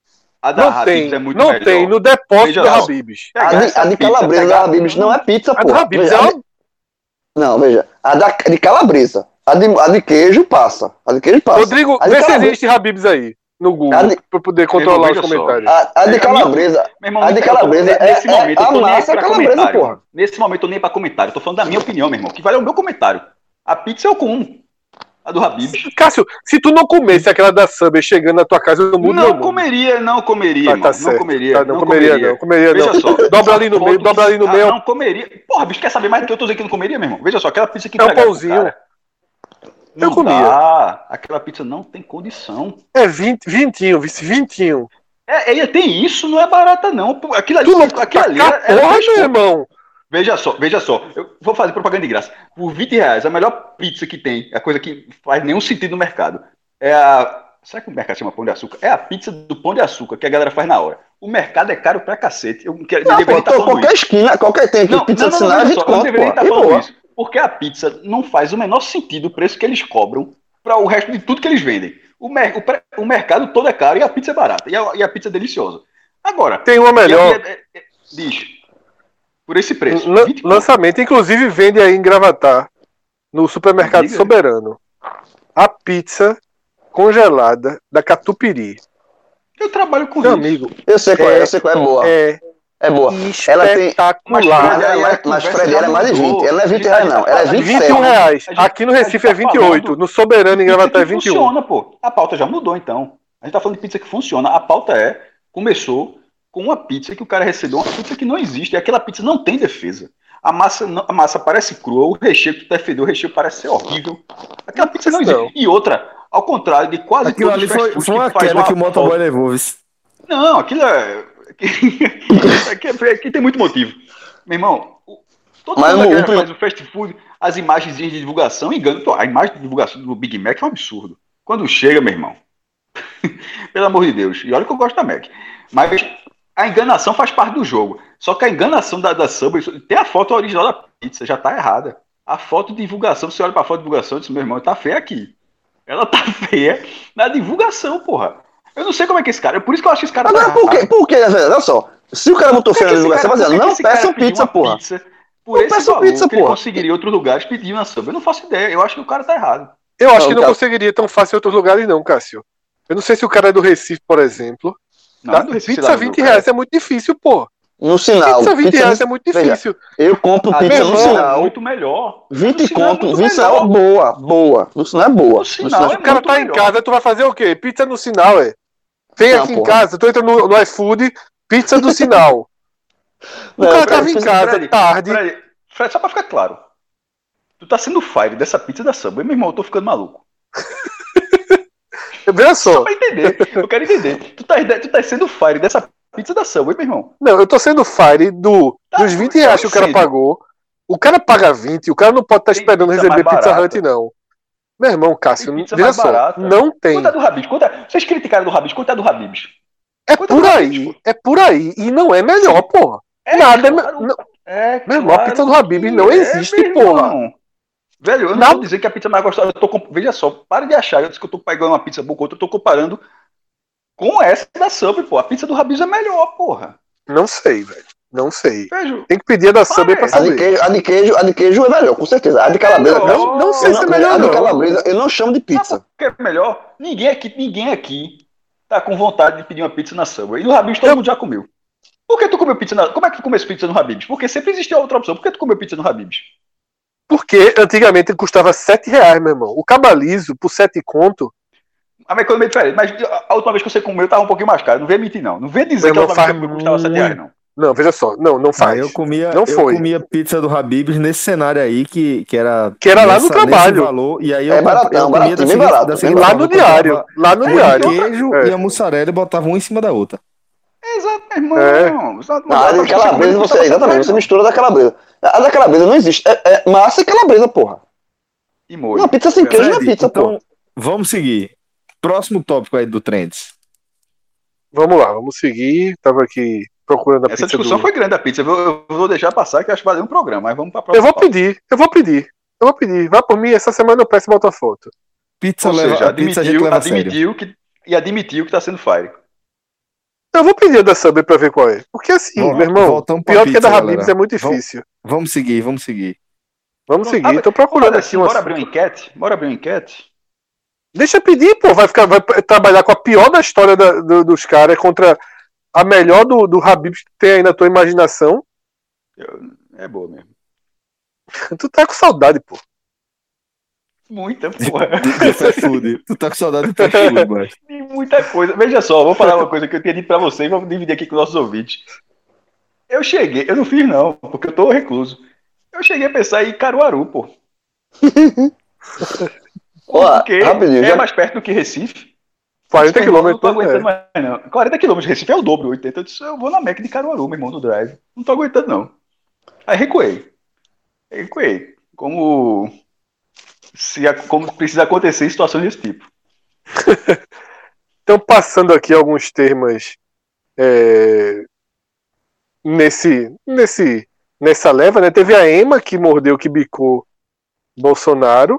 [SPEAKER 4] a da
[SPEAKER 6] Não
[SPEAKER 4] Habib's
[SPEAKER 6] tem,
[SPEAKER 4] é muito
[SPEAKER 6] não
[SPEAKER 4] melhor.
[SPEAKER 6] tem no depósito
[SPEAKER 4] Veja
[SPEAKER 6] do
[SPEAKER 4] só.
[SPEAKER 6] Habib's.
[SPEAKER 4] Pegar
[SPEAKER 5] A de,
[SPEAKER 4] essa
[SPEAKER 5] a de
[SPEAKER 4] pizza,
[SPEAKER 5] calabresa
[SPEAKER 4] pegar-
[SPEAKER 5] da Habib's não é pizza,
[SPEAKER 6] A
[SPEAKER 5] pô.
[SPEAKER 6] do Habib's
[SPEAKER 5] Veja,
[SPEAKER 6] é
[SPEAKER 5] a
[SPEAKER 6] uma...
[SPEAKER 5] de- Não, veja. A da, de calabresa. A de, a de queijo passa. A de queijo passa.
[SPEAKER 6] Rodrigo,
[SPEAKER 5] a de
[SPEAKER 6] vê se
[SPEAKER 5] calabresa-
[SPEAKER 6] existe Habib's aí no Google,
[SPEAKER 5] A de-
[SPEAKER 6] pra poder controlar
[SPEAKER 4] Veja
[SPEAKER 6] os
[SPEAKER 4] só.
[SPEAKER 6] comentários.
[SPEAKER 5] A, a de
[SPEAKER 4] É,
[SPEAKER 5] calabresa.
[SPEAKER 4] Meu irmão,
[SPEAKER 5] A de
[SPEAKER 4] eu tô-
[SPEAKER 5] calabresa é,
[SPEAKER 4] nesse momento,
[SPEAKER 5] é
[SPEAKER 4] eu
[SPEAKER 5] a
[SPEAKER 4] tô nem aí
[SPEAKER 5] massa
[SPEAKER 4] pra
[SPEAKER 5] calabresa,
[SPEAKER 4] comentário.
[SPEAKER 5] porra.
[SPEAKER 4] Nesse momento, eu tô nem aí pra comentário. Eu tô falando da minha opinião, meu irmão. Que vale o meu comentário. A pizza eu como. A do Habib's.
[SPEAKER 6] Cássio, se tu não comesse aquela da Subway chegando na tua casa, eu mudo meu
[SPEAKER 4] Não
[SPEAKER 6] mundo.
[SPEAKER 4] comeria, não comeria,
[SPEAKER 6] Ah,
[SPEAKER 4] irmão.
[SPEAKER 6] tá
[SPEAKER 4] não
[SPEAKER 6] certo.
[SPEAKER 4] comeria.
[SPEAKER 6] Tá, não, comeria, não. Comeria,
[SPEAKER 4] Veja
[SPEAKER 6] não.
[SPEAKER 4] só.
[SPEAKER 6] Dobra ali no meio, dobra ali no
[SPEAKER 4] Ah,
[SPEAKER 6] meio.
[SPEAKER 4] Não comeria. Porra, bicho, quer saber mais do que eu tô dizendo que não comeria, meu irmão? Veja só, aquela pizza que
[SPEAKER 6] É um
[SPEAKER 4] entregaram pro
[SPEAKER 6] pãozinho.
[SPEAKER 4] cara, Não
[SPEAKER 6] Eu comia.
[SPEAKER 4] dá. Aquela pizza não tem condição.
[SPEAKER 6] É vinte, vintinho, vice, vintinho.
[SPEAKER 4] É, é, tem isso, não é barata, não. Pô, Aquilo ali,
[SPEAKER 6] Tu não
[SPEAKER 4] aquilo ali
[SPEAKER 6] tá
[SPEAKER 4] era, era
[SPEAKER 6] porra,
[SPEAKER 4] fast
[SPEAKER 6] meu
[SPEAKER 4] food.
[SPEAKER 6] irmão.
[SPEAKER 4] Veja só, veja só. Eu vou fazer propaganda de graça. Por vinte reais, a melhor pizza que tem, a coisa que faz nenhum sentido no mercado, é a... Será que o mercado chama Pão de Açúcar? É a pizza do Pão de Açúcar, que a galera faz na hora. O mercado é caro pra cacete. Eu, quero, eu
[SPEAKER 5] Não,
[SPEAKER 4] deveria
[SPEAKER 5] pô,
[SPEAKER 4] estar
[SPEAKER 5] tô,
[SPEAKER 4] falando
[SPEAKER 5] qualquer
[SPEAKER 4] isso.
[SPEAKER 5] esquina, qualquer tem aqui,
[SPEAKER 4] Não,
[SPEAKER 5] pizza
[SPEAKER 4] não,
[SPEAKER 5] de
[SPEAKER 4] não,
[SPEAKER 5] sinal é
[SPEAKER 4] não,
[SPEAKER 5] vinte
[SPEAKER 4] só, eu
[SPEAKER 5] conto,
[SPEAKER 4] deveria
[SPEAKER 5] pô.
[SPEAKER 4] estar
[SPEAKER 5] E
[SPEAKER 4] falando
[SPEAKER 5] boa.
[SPEAKER 4] isso. Porque a pizza não faz o menor sentido o preço que eles cobram para o resto de tudo que eles vendem. O, mer o, pre o mercado todo é caro e a pizza é barata. E a, e a pizza é deliciosa. Agora,
[SPEAKER 6] Tem uma melhor.
[SPEAKER 4] é, é, é, diz, por esse preço.
[SPEAKER 6] Lan-
[SPEAKER 4] vinte
[SPEAKER 6] lançamento, inclusive vende aí em Gravatar, no supermercado
[SPEAKER 4] Diga.
[SPEAKER 6] Soberano. A pizza congelada da Catupiry.
[SPEAKER 4] Eu trabalho com
[SPEAKER 6] Meu
[SPEAKER 4] isso.
[SPEAKER 6] amigo,
[SPEAKER 5] Eu sei qual é,
[SPEAKER 6] É,
[SPEAKER 5] eu sei qual é boa.
[SPEAKER 6] é
[SPEAKER 5] É boa. Ela tem.
[SPEAKER 6] espetacular.
[SPEAKER 5] Mas,
[SPEAKER 4] Fred,
[SPEAKER 5] ela,
[SPEAKER 4] aí
[SPEAKER 5] mas,
[SPEAKER 4] a
[SPEAKER 5] mas
[SPEAKER 4] conversa
[SPEAKER 5] Fred,
[SPEAKER 4] já
[SPEAKER 5] ela é mais de
[SPEAKER 4] mudou.
[SPEAKER 5] vinte. Ela não é vinte
[SPEAKER 4] A
[SPEAKER 5] reais,
[SPEAKER 4] gente
[SPEAKER 5] não.
[SPEAKER 4] tá
[SPEAKER 5] Ela é
[SPEAKER 4] falando-
[SPEAKER 5] vinte e
[SPEAKER 6] vinte e um
[SPEAKER 5] sete.
[SPEAKER 6] reais.
[SPEAKER 4] A gente-
[SPEAKER 6] Aqui no
[SPEAKER 4] a gente
[SPEAKER 6] Recife é
[SPEAKER 4] tá
[SPEAKER 6] vinte e oito.
[SPEAKER 4] falando
[SPEAKER 6] No Soberano em
[SPEAKER 4] Pizza
[SPEAKER 6] Gravatar é
[SPEAKER 4] que
[SPEAKER 6] vinte e um.
[SPEAKER 4] funciona, pô. A pauta já mudou, então. A gente tá falando de pizza que funciona. A pauta é, começou com uma pizza que o cara recebeu, uma pizza que não existe. E aquela pizza não tem defesa. A massa, não- a massa parece crua, o recheio que tu defendeu, o recheio parece ser horrível. Aquela pizza não existe.
[SPEAKER 6] Não.
[SPEAKER 4] E outra, ao contrário de quase
[SPEAKER 1] Aquilo
[SPEAKER 4] todos
[SPEAKER 1] ali
[SPEAKER 4] os fast
[SPEAKER 1] foi,
[SPEAKER 4] foods
[SPEAKER 1] foi uma
[SPEAKER 4] faz
[SPEAKER 1] queda que o motoboy
[SPEAKER 4] foto-
[SPEAKER 1] levou, viu?
[SPEAKER 4] Não, aquilo é... aqui, é- aqui tem muito motivo. Meu irmão, o- todo
[SPEAKER 5] Mas
[SPEAKER 4] mundo
[SPEAKER 5] no-
[SPEAKER 4] que
[SPEAKER 5] o prim-
[SPEAKER 4] faz o fast food, as imagens de divulgação, engano. Pô, a imagem de divulgação do Big Mac é um absurdo. Quando chega, meu irmão, pelo amor de Deus, e olha que eu gosto da Mac, mas a enganação faz parte do jogo. Só que a enganação da, da Subway, tem a foto original da pizza, já tá errada. A foto de divulgação, você olha pra foto de divulgação e diz, meu irmão, tá feia aqui. Ela tá feia na divulgação, porra. Eu não sei como é que esse cara, é por isso que eu acho que esse cara
[SPEAKER 5] Agora,
[SPEAKER 4] tá
[SPEAKER 5] por quê?
[SPEAKER 4] errado.
[SPEAKER 5] Por quê? Olha só. Se o cara botou
[SPEAKER 4] Por que
[SPEAKER 5] feio na
[SPEAKER 4] esse
[SPEAKER 5] divulgação,
[SPEAKER 4] cara-
[SPEAKER 5] vai dizer,
[SPEAKER 4] por que
[SPEAKER 5] não
[SPEAKER 4] esse cara
[SPEAKER 5] peçam
[SPEAKER 4] pediu
[SPEAKER 5] pizza,
[SPEAKER 4] uma
[SPEAKER 5] porra.
[SPEAKER 4] pizza por
[SPEAKER 5] Não
[SPEAKER 4] esse
[SPEAKER 5] peçam
[SPEAKER 4] valor
[SPEAKER 5] pizza,
[SPEAKER 4] que ele
[SPEAKER 5] porra.
[SPEAKER 4] conseguiria em outros lugares pedindo na Subway. Eu não faço ideia. Eu acho que o cara tá errado.
[SPEAKER 6] Eu acho
[SPEAKER 5] Não,
[SPEAKER 6] que não
[SPEAKER 5] cara.
[SPEAKER 6] conseguiria tão fácil em outros lugares, não, Cássio. Eu não sei se o cara é do Recife, por exemplo.
[SPEAKER 4] Não,
[SPEAKER 6] Tá?
[SPEAKER 4] do Recife
[SPEAKER 6] Pizza
[SPEAKER 4] lá,
[SPEAKER 6] vinte
[SPEAKER 4] meu
[SPEAKER 6] reais
[SPEAKER 4] cara.
[SPEAKER 6] é muito difícil, pô.
[SPEAKER 5] No sinal.
[SPEAKER 6] Pizza vinte reais
[SPEAKER 5] no-
[SPEAKER 6] é muito
[SPEAKER 5] Veja,
[SPEAKER 6] difícil.
[SPEAKER 5] eu compro
[SPEAKER 4] A
[SPEAKER 5] pizza
[SPEAKER 4] do
[SPEAKER 5] no
[SPEAKER 4] sinal
[SPEAKER 5] sinal.
[SPEAKER 4] é muito melhor.
[SPEAKER 5] vinte
[SPEAKER 4] No sinal é
[SPEAKER 5] conto.
[SPEAKER 4] muito
[SPEAKER 5] vinte sinal é
[SPEAKER 4] melhor.
[SPEAKER 5] boa. Boa. No sinal é boa.
[SPEAKER 4] No sinal
[SPEAKER 5] sinal
[SPEAKER 4] é
[SPEAKER 6] O cara
[SPEAKER 4] muito
[SPEAKER 6] tá em
[SPEAKER 4] melhor.
[SPEAKER 6] casa, tu vai fazer o quê? Pizza no sinal, é. Vem
[SPEAKER 5] Não,
[SPEAKER 6] aqui em
[SPEAKER 5] porra.
[SPEAKER 6] casa, tu entra no, no iFood, pizza do sinal. O
[SPEAKER 5] Não,
[SPEAKER 6] cara
[SPEAKER 5] Fred,
[SPEAKER 6] tava em
[SPEAKER 5] pizza-
[SPEAKER 6] casa,
[SPEAKER 4] Fred,
[SPEAKER 6] tarde.
[SPEAKER 4] Fred, Fred, só pra ficar claro. Tu tá sendo fire dessa pizza da Subway, meu irmão, eu tô ficando maluco.
[SPEAKER 6] Veja
[SPEAKER 4] Só
[SPEAKER 6] só.
[SPEAKER 4] pra entender. Eu quero entender. Tu tá, tu tá sendo fire dessa pizza da Subway, meu irmão.
[SPEAKER 6] Não, eu tô sendo fire do,
[SPEAKER 4] Tá,
[SPEAKER 6] dos vinte
[SPEAKER 4] eu
[SPEAKER 6] reais que o cara
[SPEAKER 4] entendo.
[SPEAKER 6] pagou. O cara paga vinte, o cara não pode estar
[SPEAKER 4] Tem
[SPEAKER 6] esperando
[SPEAKER 4] pizza
[SPEAKER 6] receber
[SPEAKER 4] mais
[SPEAKER 6] Pizza
[SPEAKER 4] barata.
[SPEAKER 6] Hut, não. Meu irmão, Cássio,
[SPEAKER 4] Tem pizza
[SPEAKER 6] veja
[SPEAKER 4] mais
[SPEAKER 6] só,
[SPEAKER 4] barata.
[SPEAKER 6] não tem.
[SPEAKER 4] Quanto é do Habib's? Quanto é... Vocês criticaram do Habib's? Quanto é do Habib's?
[SPEAKER 6] É
[SPEAKER 4] Quanto é
[SPEAKER 6] por
[SPEAKER 4] do
[SPEAKER 6] aí,
[SPEAKER 4] Habib's, pô?
[SPEAKER 6] é por aí. E não é melhor, porra.
[SPEAKER 4] É
[SPEAKER 6] Nada é
[SPEAKER 4] claro.
[SPEAKER 6] me- não-
[SPEAKER 4] É
[SPEAKER 6] Meu irmão, a
[SPEAKER 4] claro
[SPEAKER 6] pizza do Habib's
[SPEAKER 4] que
[SPEAKER 6] não
[SPEAKER 4] é,
[SPEAKER 6] existe,
[SPEAKER 4] meu
[SPEAKER 6] porra.
[SPEAKER 4] irmão. Velho, eu não, não tô dizendo que a pizza mais gostosa. Eu tô comp... Veja só, para de achar. Eu disse que eu tô pegando uma pizza boa com outra, eu tô comparando com essa da Subway, pô. A pizza do Habib's é melhor, porra.
[SPEAKER 3] Não sei, velho. Não sei.
[SPEAKER 4] Vejo.
[SPEAKER 3] Tem que pedir a da Subway pra saber.
[SPEAKER 5] A de, queijo, a, de queijo, a de queijo é melhor, com certeza. A de calabresa.
[SPEAKER 3] Não, não sei se é melhor,
[SPEAKER 5] a
[SPEAKER 3] não.
[SPEAKER 5] de calabresa eu não chamo de pizza.
[SPEAKER 4] Que é melhor? Ninguém aqui, ninguém aqui tá com vontade de pedir uma pizza na Subway. E no Habib's todo eu... mundo já comeu. Por que tu comeu pizza na... Como é que tu comeu pizza no Habib's? Porque sempre existiu outra opção. Por que tu comeu pizza no Habib's?
[SPEAKER 3] Porque antigamente custava sete reais, meu irmão. O cabalizo, por sete conto.
[SPEAKER 4] A minha economia é diferente. Mas a última vez que você comeu tava um pouquinho mais caro. Não vem mentir, não. Não vem dizer que a última vez que custava sete reais, não.
[SPEAKER 3] Não, veja só. Não, não faz.
[SPEAKER 1] Ah, eu comia,
[SPEAKER 3] não
[SPEAKER 1] eu
[SPEAKER 3] foi.
[SPEAKER 1] comia pizza do Habib's nesse cenário aí, que, que era...
[SPEAKER 3] Que era lá no trabalho.
[SPEAKER 1] Valor, e aí
[SPEAKER 5] é
[SPEAKER 1] eu,
[SPEAKER 5] baratão,
[SPEAKER 1] eu
[SPEAKER 5] baratinho,
[SPEAKER 1] da
[SPEAKER 5] bem barato.
[SPEAKER 1] Da
[SPEAKER 3] lá no diário. Lá no diário.
[SPEAKER 1] O queijo é. e a mussarela botavam um em cima da outra.
[SPEAKER 4] Exato, meu irmão.
[SPEAKER 3] É.
[SPEAKER 5] Não, a de calabresa, você, exatamente, você mistura da calabresa. A da calabresa não existe. É, é massa e calabresa, porra.
[SPEAKER 4] E molho.
[SPEAKER 5] Uma pizza sem queijo não é pizza,
[SPEAKER 1] então,
[SPEAKER 5] porra.
[SPEAKER 1] Vamos seguir. Próximo tópico aí do Trends.
[SPEAKER 3] Vamos lá, vamos seguir. Tava aqui procurando a
[SPEAKER 4] Essa
[SPEAKER 3] pizza.
[SPEAKER 4] discussão
[SPEAKER 3] do...
[SPEAKER 4] foi grande a pizza. Eu vou, eu vou deixar passar, que eu acho que valeu um programa. Mas vamos pra próxima.
[SPEAKER 3] Eu vou pauta. pedir, eu vou pedir. Eu vou pedir. Vai por mim, essa semana eu peço e boto a foto.
[SPEAKER 1] Pizza
[SPEAKER 4] Ou
[SPEAKER 1] leva,
[SPEAKER 4] seja,
[SPEAKER 1] a pizza
[SPEAKER 4] admitiu,
[SPEAKER 1] a leva
[SPEAKER 4] admitiu que, e admitiu que tá sendo fire.
[SPEAKER 3] Eu vou pedir a da Subway pra ver qual é. Porque assim,
[SPEAKER 1] Volta,
[SPEAKER 3] meu irmão, pior do que a da Habib's é muito difícil.
[SPEAKER 1] Vamos, vamos seguir, vamos seguir.
[SPEAKER 3] Vamos Pronto, seguir, ah, tô procurando aqui
[SPEAKER 4] assim, uma... Bora abrir uma enquete? Bora abrir uma enquete?
[SPEAKER 3] Deixa eu pedir, pô. Vai, ficar, vai trabalhar com a pior da história da, do, dos caras contra a melhor do, do Habib's que tem aí na tua imaginação.
[SPEAKER 4] Eu... É boa mesmo.
[SPEAKER 3] Tu tá com saudade, pô.
[SPEAKER 4] Muita, porra.
[SPEAKER 1] De fast food. Tu tá com saudade de fast food, mas.
[SPEAKER 4] Tem muita coisa. Veja só, vou falar uma coisa que eu tinha dito pra vocês e vamos dividir aqui com nossos ouvintes. Eu cheguei, eu não fiz não, porque eu tô recluso. Eu cheguei a pensar em Caruaru, pô.
[SPEAKER 5] Ó,
[SPEAKER 4] porque
[SPEAKER 5] rapidinho,
[SPEAKER 4] é
[SPEAKER 5] já...
[SPEAKER 4] mais perto do que Recife.
[SPEAKER 3] quarenta quilômetros.
[SPEAKER 4] Não tô aguentando é. mais, não. quarenta quilômetros de Recife é o dobro, oitenta. Eu disse, eu vou na Meca de Caruaru, meu irmão, no drive. Não tô aguentando, não. Aí recuei. Recuei. Como... Se, como precisa acontecer em situações desse tipo.
[SPEAKER 3] Então, passando aqui alguns termos é, nesse, nesse, nessa leva, né? Teve a Ema que mordeu, que bicou Bolsonaro.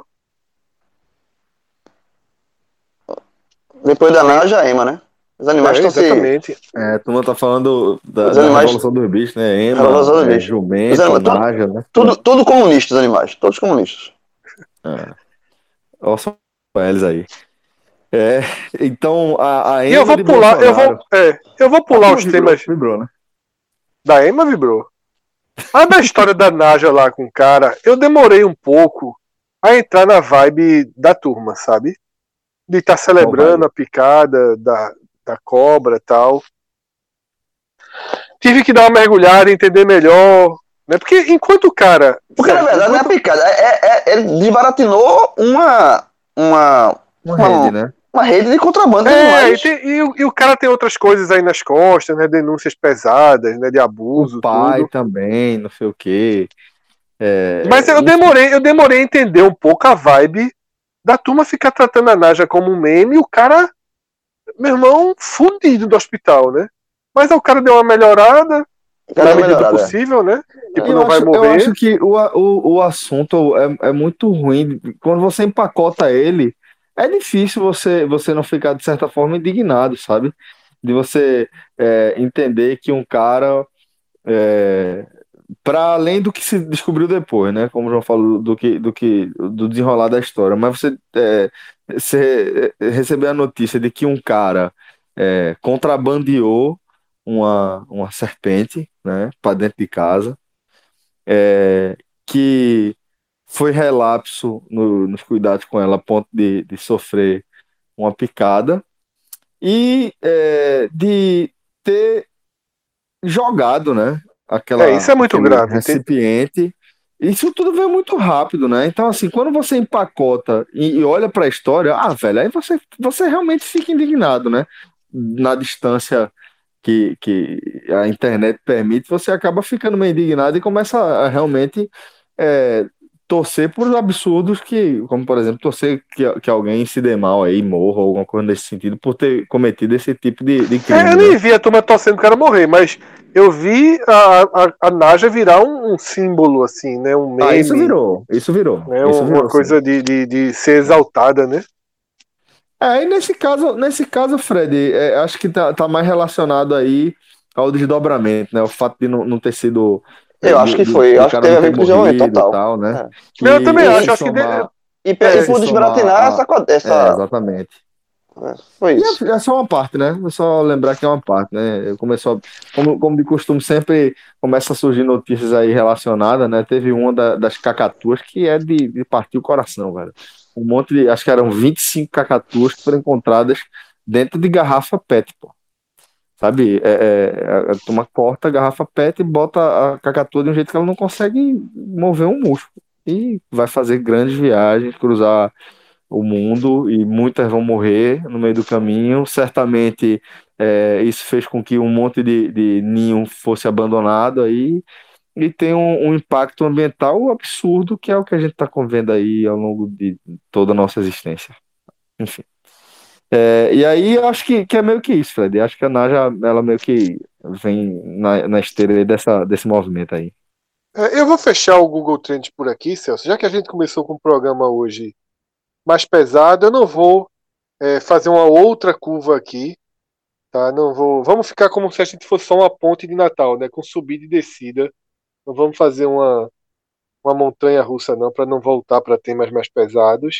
[SPEAKER 5] Depois da Naja, a Ema, né? Os animais
[SPEAKER 3] é,
[SPEAKER 5] estão
[SPEAKER 3] exatamente.
[SPEAKER 5] se...
[SPEAKER 1] É, a turma tá falando da,
[SPEAKER 5] os
[SPEAKER 1] da
[SPEAKER 5] animais...
[SPEAKER 1] Revolução dos Bichos, né? Ema,
[SPEAKER 5] Revolução dos
[SPEAKER 1] é,
[SPEAKER 5] Bichos.
[SPEAKER 1] Jumento,
[SPEAKER 5] animais,
[SPEAKER 1] Naja, né?
[SPEAKER 5] Tudo, tudo comunistas, os animais. Todos comunistas.
[SPEAKER 1] É. Olha só eles aí. É, então a, a Ema.
[SPEAKER 3] E eu vou pular, eu vou, é, eu vou pular os
[SPEAKER 1] vibrou,
[SPEAKER 3] temas.
[SPEAKER 1] Vibrou, né?
[SPEAKER 3] Da Ema vibrou. A da história da Naja lá com o cara, eu demorei um pouco a entrar na vibe da turma, sabe? De estar tá celebrando a picada da, da cobra e tal. Tive que dar uma mergulhada, entender melhor. Né? Porque enquanto o cara.
[SPEAKER 5] Porque na verdade enquanto... não é picada, é, é, ele desbaratinou uma. Uma,
[SPEAKER 1] uma, uma rede, né?
[SPEAKER 5] Uma rede de contrabando.
[SPEAKER 3] É, e, tem, e, e o cara tem outras coisas aí nas costas, né? Denúncias pesadas, né? De abuso.
[SPEAKER 1] O pai
[SPEAKER 3] tudo.
[SPEAKER 1] também, não sei o quê. É,
[SPEAKER 3] Mas eu demorei, eu demorei a entender um pouco a vibe da turma ficar tratando a Naja como um meme e o cara, meu irmão, fudido do hospital, né? Mas aí o cara deu uma melhorada, na medida do possível, né? Tipo, não
[SPEAKER 1] acho,
[SPEAKER 3] vai morrer.
[SPEAKER 1] Eu acho que o, o, o assunto é, é muito ruim. Quando você empacota ele, é difícil você, você não ficar, de certa forma, indignado, sabe? De você é, entender que um cara, é, para além do que se descobriu depois, né? Como o João falou, do, que, do, que, do desenrolar da história, mas você, é, você receber a notícia de que um cara é, contrabandeou uma, uma serpente, né, para dentro de casa, é, que foi relapso no, nos cuidados com ela a ponto de, de sofrer uma picada e é, de ter jogado, né, aquela,
[SPEAKER 3] é, isso é muito grave,
[SPEAKER 1] recipiente. Isso tudo veio muito rápido, né? Então, assim, quando você empacota e, e olha para a história, ah, velho, aí você, você realmente fica indignado, né? Na distância que, que a internet permite, você acaba ficando meio indignado e começa a realmente é, torcer por absurdos que, como por exemplo, torcer que, que alguém se dê mal aí, morra, ou alguma coisa nesse sentido, por ter cometido esse tipo de, de crime.
[SPEAKER 6] É, eu
[SPEAKER 1] né?
[SPEAKER 6] nem vi a turma torcendo o cara morrer, mas eu vi a, a, a Naja virar um, um símbolo, assim, né? Um meme.
[SPEAKER 1] Ah, isso virou, isso virou.
[SPEAKER 6] Né,
[SPEAKER 1] isso virou
[SPEAKER 6] uma coisa de, de, de ser exaltada, né?
[SPEAKER 1] É, e nesse caso, nesse caso, Fred, é, acho que tá, tá mais relacionado aí ao desdobramento, né? O fato de não, não ter sido. é,
[SPEAKER 5] Eu acho
[SPEAKER 1] do,
[SPEAKER 5] que
[SPEAKER 1] do,
[SPEAKER 5] foi, eu
[SPEAKER 1] do
[SPEAKER 5] acho que
[SPEAKER 1] cara
[SPEAKER 5] teve
[SPEAKER 1] não
[SPEAKER 5] a
[SPEAKER 1] ter
[SPEAKER 5] ver com o desdobramento
[SPEAKER 1] morrido e
[SPEAKER 5] total.
[SPEAKER 1] tal, né?
[SPEAKER 5] É.
[SPEAKER 1] Que
[SPEAKER 6] Eu também
[SPEAKER 1] se
[SPEAKER 6] acho, acho que
[SPEAKER 1] somar,
[SPEAKER 5] E, pe-
[SPEAKER 1] é,
[SPEAKER 5] e
[SPEAKER 1] se
[SPEAKER 5] por
[SPEAKER 1] somar
[SPEAKER 5] desbaratinar
[SPEAKER 1] a,
[SPEAKER 5] essa, co-
[SPEAKER 1] é,
[SPEAKER 5] essa.
[SPEAKER 1] exatamente.
[SPEAKER 5] é, Foi
[SPEAKER 1] E
[SPEAKER 5] isso.
[SPEAKER 1] é, é só uma parte, né? É só lembrar que é uma parte, né? Começou, como, como de costume, sempre começa a surgir notícias aí relacionadas, né? Teve uma da- das cacatuas que é de, de partir o coração, velho. Um monte de, acho que eram vinte e cinco cacatuas que foram encontradas dentro de garrafa PET, pô. Sabe? É, é, a turma corta a garrafa PET e bota a cacatua de um jeito que ela não consegue mover um músculo. E vai fazer grandes viagens, cruzar o mundo e muitas vão morrer no meio do caminho. Certamente é, isso fez com que um monte de, de ninho fosse abandonado aí e tem um, um impacto ambiental absurdo, que é o que a gente está convendo aí ao longo de toda a nossa existência. Enfim. É, e aí eu acho que, que é meio que isso, Fred. Eu acho que a Naja, ela meio que vem na, na esteira aí dessa, desse movimento aí.
[SPEAKER 6] É, eu vou fechar o Google Trends por aqui, Celso. Já que a gente começou com o programa hoje mais pesado, eu não vou é, fazer uma outra curva aqui, tá? Não vou. Vamos ficar como se a gente fosse só uma ponte de Natal, né? Com subida e descida. Não vamos fazer uma, uma montanha russa, não, para não voltar para temas mais pesados.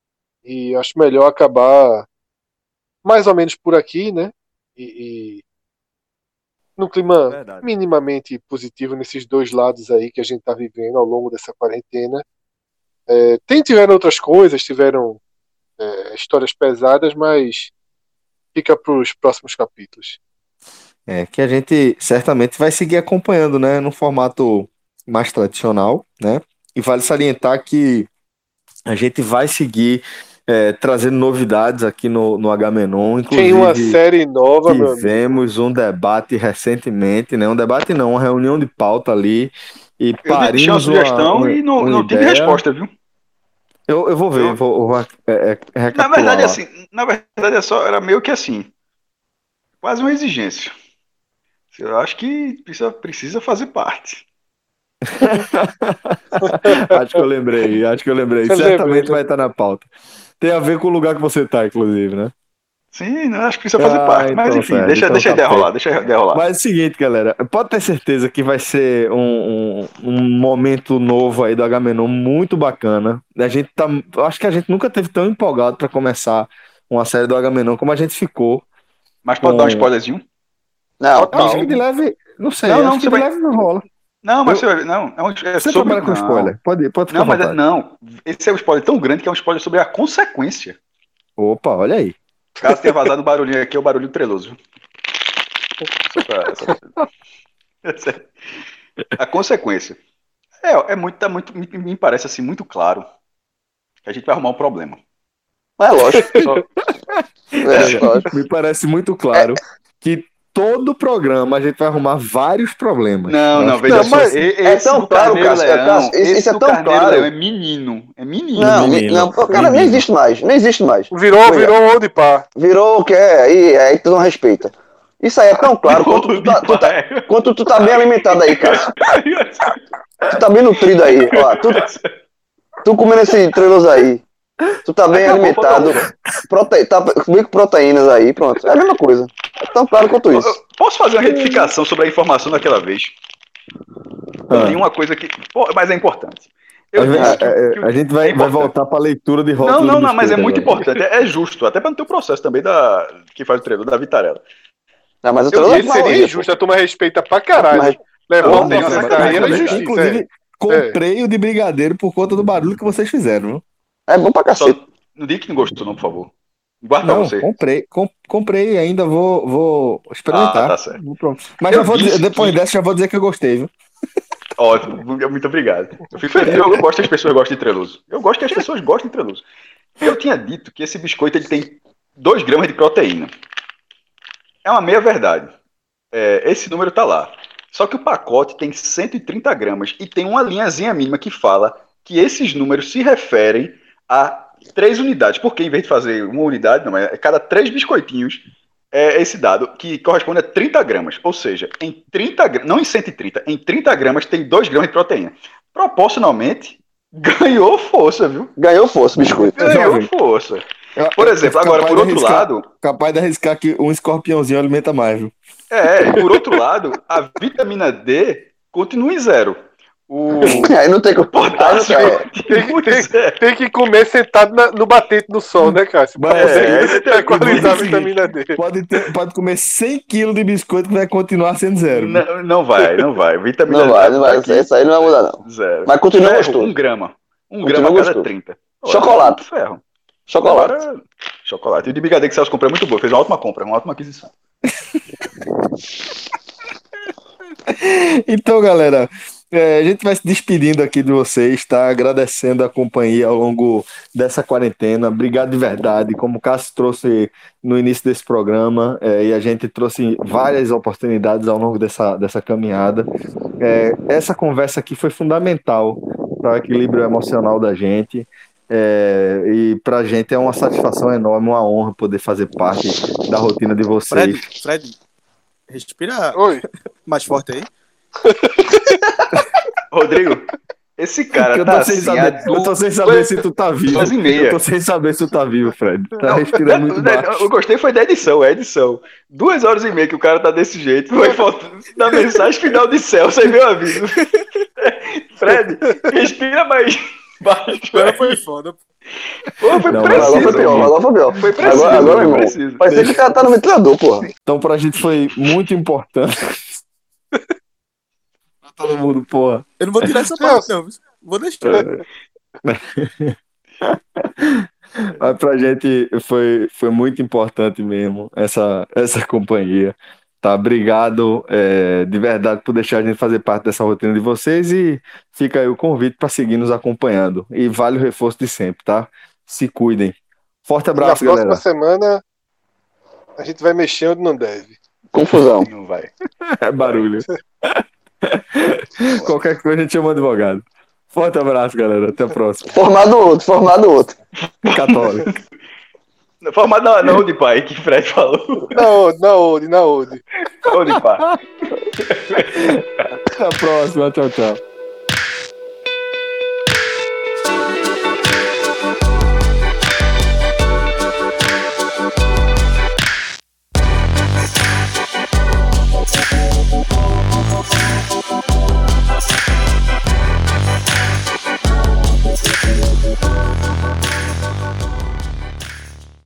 [SPEAKER 6] E acho melhor acabar mais ou menos por aqui, né? E, e num clima
[SPEAKER 1] Verdade.
[SPEAKER 6] minimamente positivo nesses dois lados aí que a gente está vivendo ao longo dessa quarentena. É, tem tiveram outras coisas, tiveram é, histórias pesadas, mas fica para os próximos capítulos.
[SPEAKER 1] É, que a gente certamente vai seguir acompanhando, né, no formato mais tradicional, né? E vale salientar que a gente vai seguir é, trazendo novidades aqui no, no Agamenon.
[SPEAKER 6] Tem uma
[SPEAKER 1] Inclusive,
[SPEAKER 6] série nova, meu amigo.
[SPEAKER 1] tivemos um debate recentemente, né? Um debate não, uma reunião de pauta ali. E
[SPEAKER 4] Eu deixei uma
[SPEAKER 1] parimos uma,
[SPEAKER 4] sugestão
[SPEAKER 1] uma,
[SPEAKER 4] e não,
[SPEAKER 1] uma
[SPEAKER 4] não tive
[SPEAKER 1] ideia.
[SPEAKER 4] resposta, viu?
[SPEAKER 1] Eu, eu vou ver,
[SPEAKER 4] Eu,
[SPEAKER 1] vou, vou é, é,
[SPEAKER 4] na
[SPEAKER 1] recapitular
[SPEAKER 4] verdade,
[SPEAKER 1] lá.
[SPEAKER 4] assim, na verdade, é só, era meio que assim, quase uma exigência. Eu acho que precisa, precisa fazer parte.
[SPEAKER 1] Acho que eu lembrei, acho que eu lembrei.
[SPEAKER 6] Eu lembrei,
[SPEAKER 1] Certamente vai estar na pauta. Tem a ver com o lugar que você está, inclusive, né?
[SPEAKER 4] Sim, não, acho que precisa fazer
[SPEAKER 1] Ah,
[SPEAKER 4] parte. Mas
[SPEAKER 1] então
[SPEAKER 4] enfim,
[SPEAKER 1] certo,
[SPEAKER 4] deixa,
[SPEAKER 1] então
[SPEAKER 4] deixa a
[SPEAKER 1] tá
[SPEAKER 4] ideia
[SPEAKER 1] feito.
[SPEAKER 4] rolar, deixa a ideia rolar.
[SPEAKER 1] Mas é o seguinte, galera, pode ter certeza que vai ser um, um, um momento novo aí do Agamenon muito bacana. A gente tá, eu acho que a gente nunca teve tão empolgado para começar uma série do Agamenon como a gente ficou
[SPEAKER 4] Mas pode dar um
[SPEAKER 1] com.
[SPEAKER 4] spoilerzinho?
[SPEAKER 5] Não,
[SPEAKER 1] Eu acho que
[SPEAKER 5] não.
[SPEAKER 1] de leve, não sei,
[SPEAKER 4] Não, não,
[SPEAKER 1] acho que
[SPEAKER 4] você
[SPEAKER 1] de
[SPEAKER 4] vai.
[SPEAKER 1] leve não rola.
[SPEAKER 4] Não, mas
[SPEAKER 1] Eu-
[SPEAKER 4] você vai ver. Não, é, um, é
[SPEAKER 1] Você
[SPEAKER 4] sobre.
[SPEAKER 1] trabalha com
[SPEAKER 4] Não.
[SPEAKER 1] spoiler, pode, pode ficar
[SPEAKER 4] Não,
[SPEAKER 1] à
[SPEAKER 4] mas é-
[SPEAKER 1] vontade.
[SPEAKER 4] não. Esse é um spoiler tão grande que é um spoiler sobre a consequência.
[SPEAKER 1] Opa, olha aí.
[SPEAKER 4] Caso tenha vazado o barulhinho aqui, é o barulho treloso. Só pra, só pra... A consequência. É, é muito, tá muito, me, me parece assim muito claro que a gente vai arrumar um problema.
[SPEAKER 5] É lógico.
[SPEAKER 4] Só,
[SPEAKER 5] É, lógico.
[SPEAKER 1] Me parece muito claro que todo programa a gente vai arrumar vários problemas.
[SPEAKER 4] Não,
[SPEAKER 1] Eu
[SPEAKER 4] não,
[SPEAKER 1] acho que
[SPEAKER 4] veja
[SPEAKER 6] Não,
[SPEAKER 4] só.
[SPEAKER 6] mas
[SPEAKER 4] e-
[SPEAKER 5] é
[SPEAKER 4] Esse
[SPEAKER 5] tão
[SPEAKER 4] do
[SPEAKER 5] claro,
[SPEAKER 4] Carneiro
[SPEAKER 5] Cássio, é,
[SPEAKER 4] Leão,
[SPEAKER 5] Cássio, isso-
[SPEAKER 4] esse
[SPEAKER 5] isso é
[SPEAKER 4] do
[SPEAKER 5] tão
[SPEAKER 4] Carneiro
[SPEAKER 5] claro.
[SPEAKER 4] Leão é menino. É menino.
[SPEAKER 5] Não,
[SPEAKER 1] menino,
[SPEAKER 5] não, cara, nem
[SPEAKER 1] menino.
[SPEAKER 5] existe mais, nem existe mais.
[SPEAKER 6] virou,
[SPEAKER 5] Foi,
[SPEAKER 6] virou um old par.
[SPEAKER 5] Virou o que é, aí, aí tu não respeita. Isso aí é tão claro quanto tu tá, tu tá, quanto tu tá bem alimentado aí, Cássio. Tu tá bem nutrido aí, ó. Tu, tu comendo esse treloso aí. Tu tá bem
[SPEAKER 4] Acabou,
[SPEAKER 5] alimentado. Prote, tá comigo com proteínas aí, pronto. É a mesma coisa. É tão claro quanto
[SPEAKER 4] Eu-
[SPEAKER 5] isso.
[SPEAKER 4] eu Posso fazer uma retificação sobre a informação daquela vez?
[SPEAKER 1] Ah.
[SPEAKER 4] Tem uma coisa que. Pô, mas é importante.
[SPEAKER 1] A,
[SPEAKER 4] Eu disse que,
[SPEAKER 1] a-
[SPEAKER 4] que o-
[SPEAKER 1] a gente
[SPEAKER 4] é
[SPEAKER 1] vai, vai
[SPEAKER 4] importante.
[SPEAKER 1] voltar para a leitura de
[SPEAKER 4] Não,
[SPEAKER 1] rótulo
[SPEAKER 4] não,
[SPEAKER 1] do
[SPEAKER 4] não, mas é
[SPEAKER 1] biscoito
[SPEAKER 4] muito
[SPEAKER 1] agora.
[SPEAKER 4] importante. É, é justo, até para não ter o processo também da que faz o treino, da Vitarella.
[SPEAKER 5] Não, mas o
[SPEAKER 4] Eu
[SPEAKER 5] treloso
[SPEAKER 6] E ele seria injusto, a turma respeita pra caralho.
[SPEAKER 5] Mas-
[SPEAKER 6] Levar
[SPEAKER 4] Não,
[SPEAKER 6] um
[SPEAKER 4] tem uma
[SPEAKER 6] processo
[SPEAKER 4] sacanagem,
[SPEAKER 6] aí era
[SPEAKER 4] inclusive-
[SPEAKER 6] injustiça.
[SPEAKER 1] Inclusive,
[SPEAKER 6] é.
[SPEAKER 1] comprei o de brigadeiro por conta do barulho que vocês fizeram, viu?
[SPEAKER 5] É bom pra
[SPEAKER 4] Só
[SPEAKER 5] cacete.
[SPEAKER 4] não diga que não gostou, não, por favor. Guarda pra
[SPEAKER 1] Não,
[SPEAKER 4] você.
[SPEAKER 1] comprei, com- comprei e ainda vou, vou experimentar.
[SPEAKER 4] Ah, tá certo.
[SPEAKER 1] Vou provar. Mas
[SPEAKER 4] Eu
[SPEAKER 1] já vou dizer-
[SPEAKER 4] disse
[SPEAKER 1] depois
[SPEAKER 4] que-
[SPEAKER 1] dessa já vou dizer que eu gostei, viu?
[SPEAKER 4] Ótimo, muito obrigado. Eu fico feliz, eu gosto que as pessoas gostem de treloso. Eu gosto que as pessoas gostem de treloso. Eu tinha dito que esse biscoito ele tem dois gramas de proteína. É uma meia verdade. É, esse número tá lá. Só que o pacote tem cento e trinta gramas e tem uma linhazinha mínima que fala que esses números se referem a três unidades, porque em vez de fazer uma unidade, não, é cada três biscoitinhos é esse dado, que corresponde a trinta gramas. Ou seja, em trinta gramas, não em cento e trinta, em trinta gramas tem dois gramas de proteína. Proporcionalmente, ganhou força, viu?
[SPEAKER 5] Ganhou força, biscoito.
[SPEAKER 4] Ganhou força. Por exemplo, agora, por outro
[SPEAKER 1] arriscar,
[SPEAKER 4] lado...
[SPEAKER 1] Capaz de arriscar que um escorpiãozinho alimenta mais, viu?
[SPEAKER 4] É, por outro lado, a vitamina D continua em zero. O...
[SPEAKER 5] Aí não tem que...
[SPEAKER 4] potássio
[SPEAKER 3] tem, tem, tem que comer sentado na, no batente do sol, né, cara? Pra
[SPEAKER 1] é,
[SPEAKER 3] você é, equalizar a vitamina D.
[SPEAKER 1] Pode, ter, pode comer cem quilos de biscoito que vai continuar sendo zero.
[SPEAKER 4] Não, não vai, não vai. Vitamina
[SPEAKER 5] não
[SPEAKER 4] D
[SPEAKER 5] vai, não vai.
[SPEAKER 4] Aqui,
[SPEAKER 5] isso aí não vai mudar, não.
[SPEAKER 4] Zero.
[SPEAKER 5] Mas continua
[SPEAKER 4] ferro,
[SPEAKER 5] gostoso.
[SPEAKER 4] Um grama. Um
[SPEAKER 5] Continua
[SPEAKER 4] grama a cada
[SPEAKER 5] gostoso.
[SPEAKER 4] trinta.
[SPEAKER 5] Chocolate.
[SPEAKER 4] Ferro.
[SPEAKER 5] Chocolate.
[SPEAKER 4] Agora, chocolate. E o de brigadeiro que Celso comprou é muito bom. Fez uma ótima compra, uma ótima aquisição.
[SPEAKER 1] Então, galera, é, a gente vai se despedindo aqui de vocês, tá? Agradecendo a companhia ao longo dessa quarentena. Obrigado de verdade. Como o Cássio trouxe no início desse programa, é, e a gente trouxe várias oportunidades ao longo dessa, dessa caminhada. É, essa conversa aqui foi fundamental para o equilíbrio emocional da gente. É, e pra gente é uma satisfação enorme, uma honra poder fazer parte da rotina de vocês.
[SPEAKER 7] Fred, Fred, respira
[SPEAKER 3] Oi.
[SPEAKER 7] mais forte aí.
[SPEAKER 4] Rodrigo, esse cara
[SPEAKER 1] eu
[SPEAKER 4] tá
[SPEAKER 1] tô sem
[SPEAKER 4] assim,
[SPEAKER 1] saber,
[SPEAKER 4] há
[SPEAKER 1] eu tô sem saber se tu tá vivo.
[SPEAKER 4] duas e meia.
[SPEAKER 1] Eu tô sem saber se tu tá vivo, Fred. Tá
[SPEAKER 4] Não,
[SPEAKER 1] respirando
[SPEAKER 4] não,
[SPEAKER 1] muito
[SPEAKER 4] não,
[SPEAKER 1] baixo.
[SPEAKER 4] eu gostei foi da edição, é a edição. Duas horas e meia que o cara tá desse jeito. Foi faltando na mensagem final de Celso, aí meu aviso. Fred, respira mais baixo.
[SPEAKER 7] Agora foi foda.
[SPEAKER 4] Pô, foi
[SPEAKER 1] Não,
[SPEAKER 4] preciso.
[SPEAKER 5] Agora foi pior, agora foi pior.
[SPEAKER 4] Foi preciso,
[SPEAKER 5] Agora, agora
[SPEAKER 4] foi
[SPEAKER 5] irmão,
[SPEAKER 4] preciso.
[SPEAKER 5] Parecia que o cara tá no ventilador, porra.
[SPEAKER 1] Então pra gente foi muito importante. Pra todo mundo, porra.
[SPEAKER 7] Eu não vou tirar essa parte, não. Vou deixar.
[SPEAKER 1] Mas pra gente foi, foi muito importante mesmo essa, essa companhia. Tá, obrigado é, de verdade por deixar a gente fazer parte dessa rotina de vocês e fica aí o convite para seguir nos acompanhando. E vale o reforço de sempre, tá? Se cuidem. Forte abraço,
[SPEAKER 3] Na
[SPEAKER 1] galera.
[SPEAKER 3] próxima semana a gente vai mexer onde não deve.
[SPEAKER 5] Confusão.
[SPEAKER 4] Não vai.
[SPEAKER 1] É barulho. Qualquer coisa a gente chama advogado. Forte abraço, galera. Até a próxima.
[SPEAKER 5] Formado outro, formado outro.
[SPEAKER 1] Católico.
[SPEAKER 4] Formado na, na Ode Pai, que o Fred falou.
[SPEAKER 3] Na Ode, na Ode, na Ode.
[SPEAKER 4] Ode Pai.
[SPEAKER 1] Até a próxima. Tchau, tchau.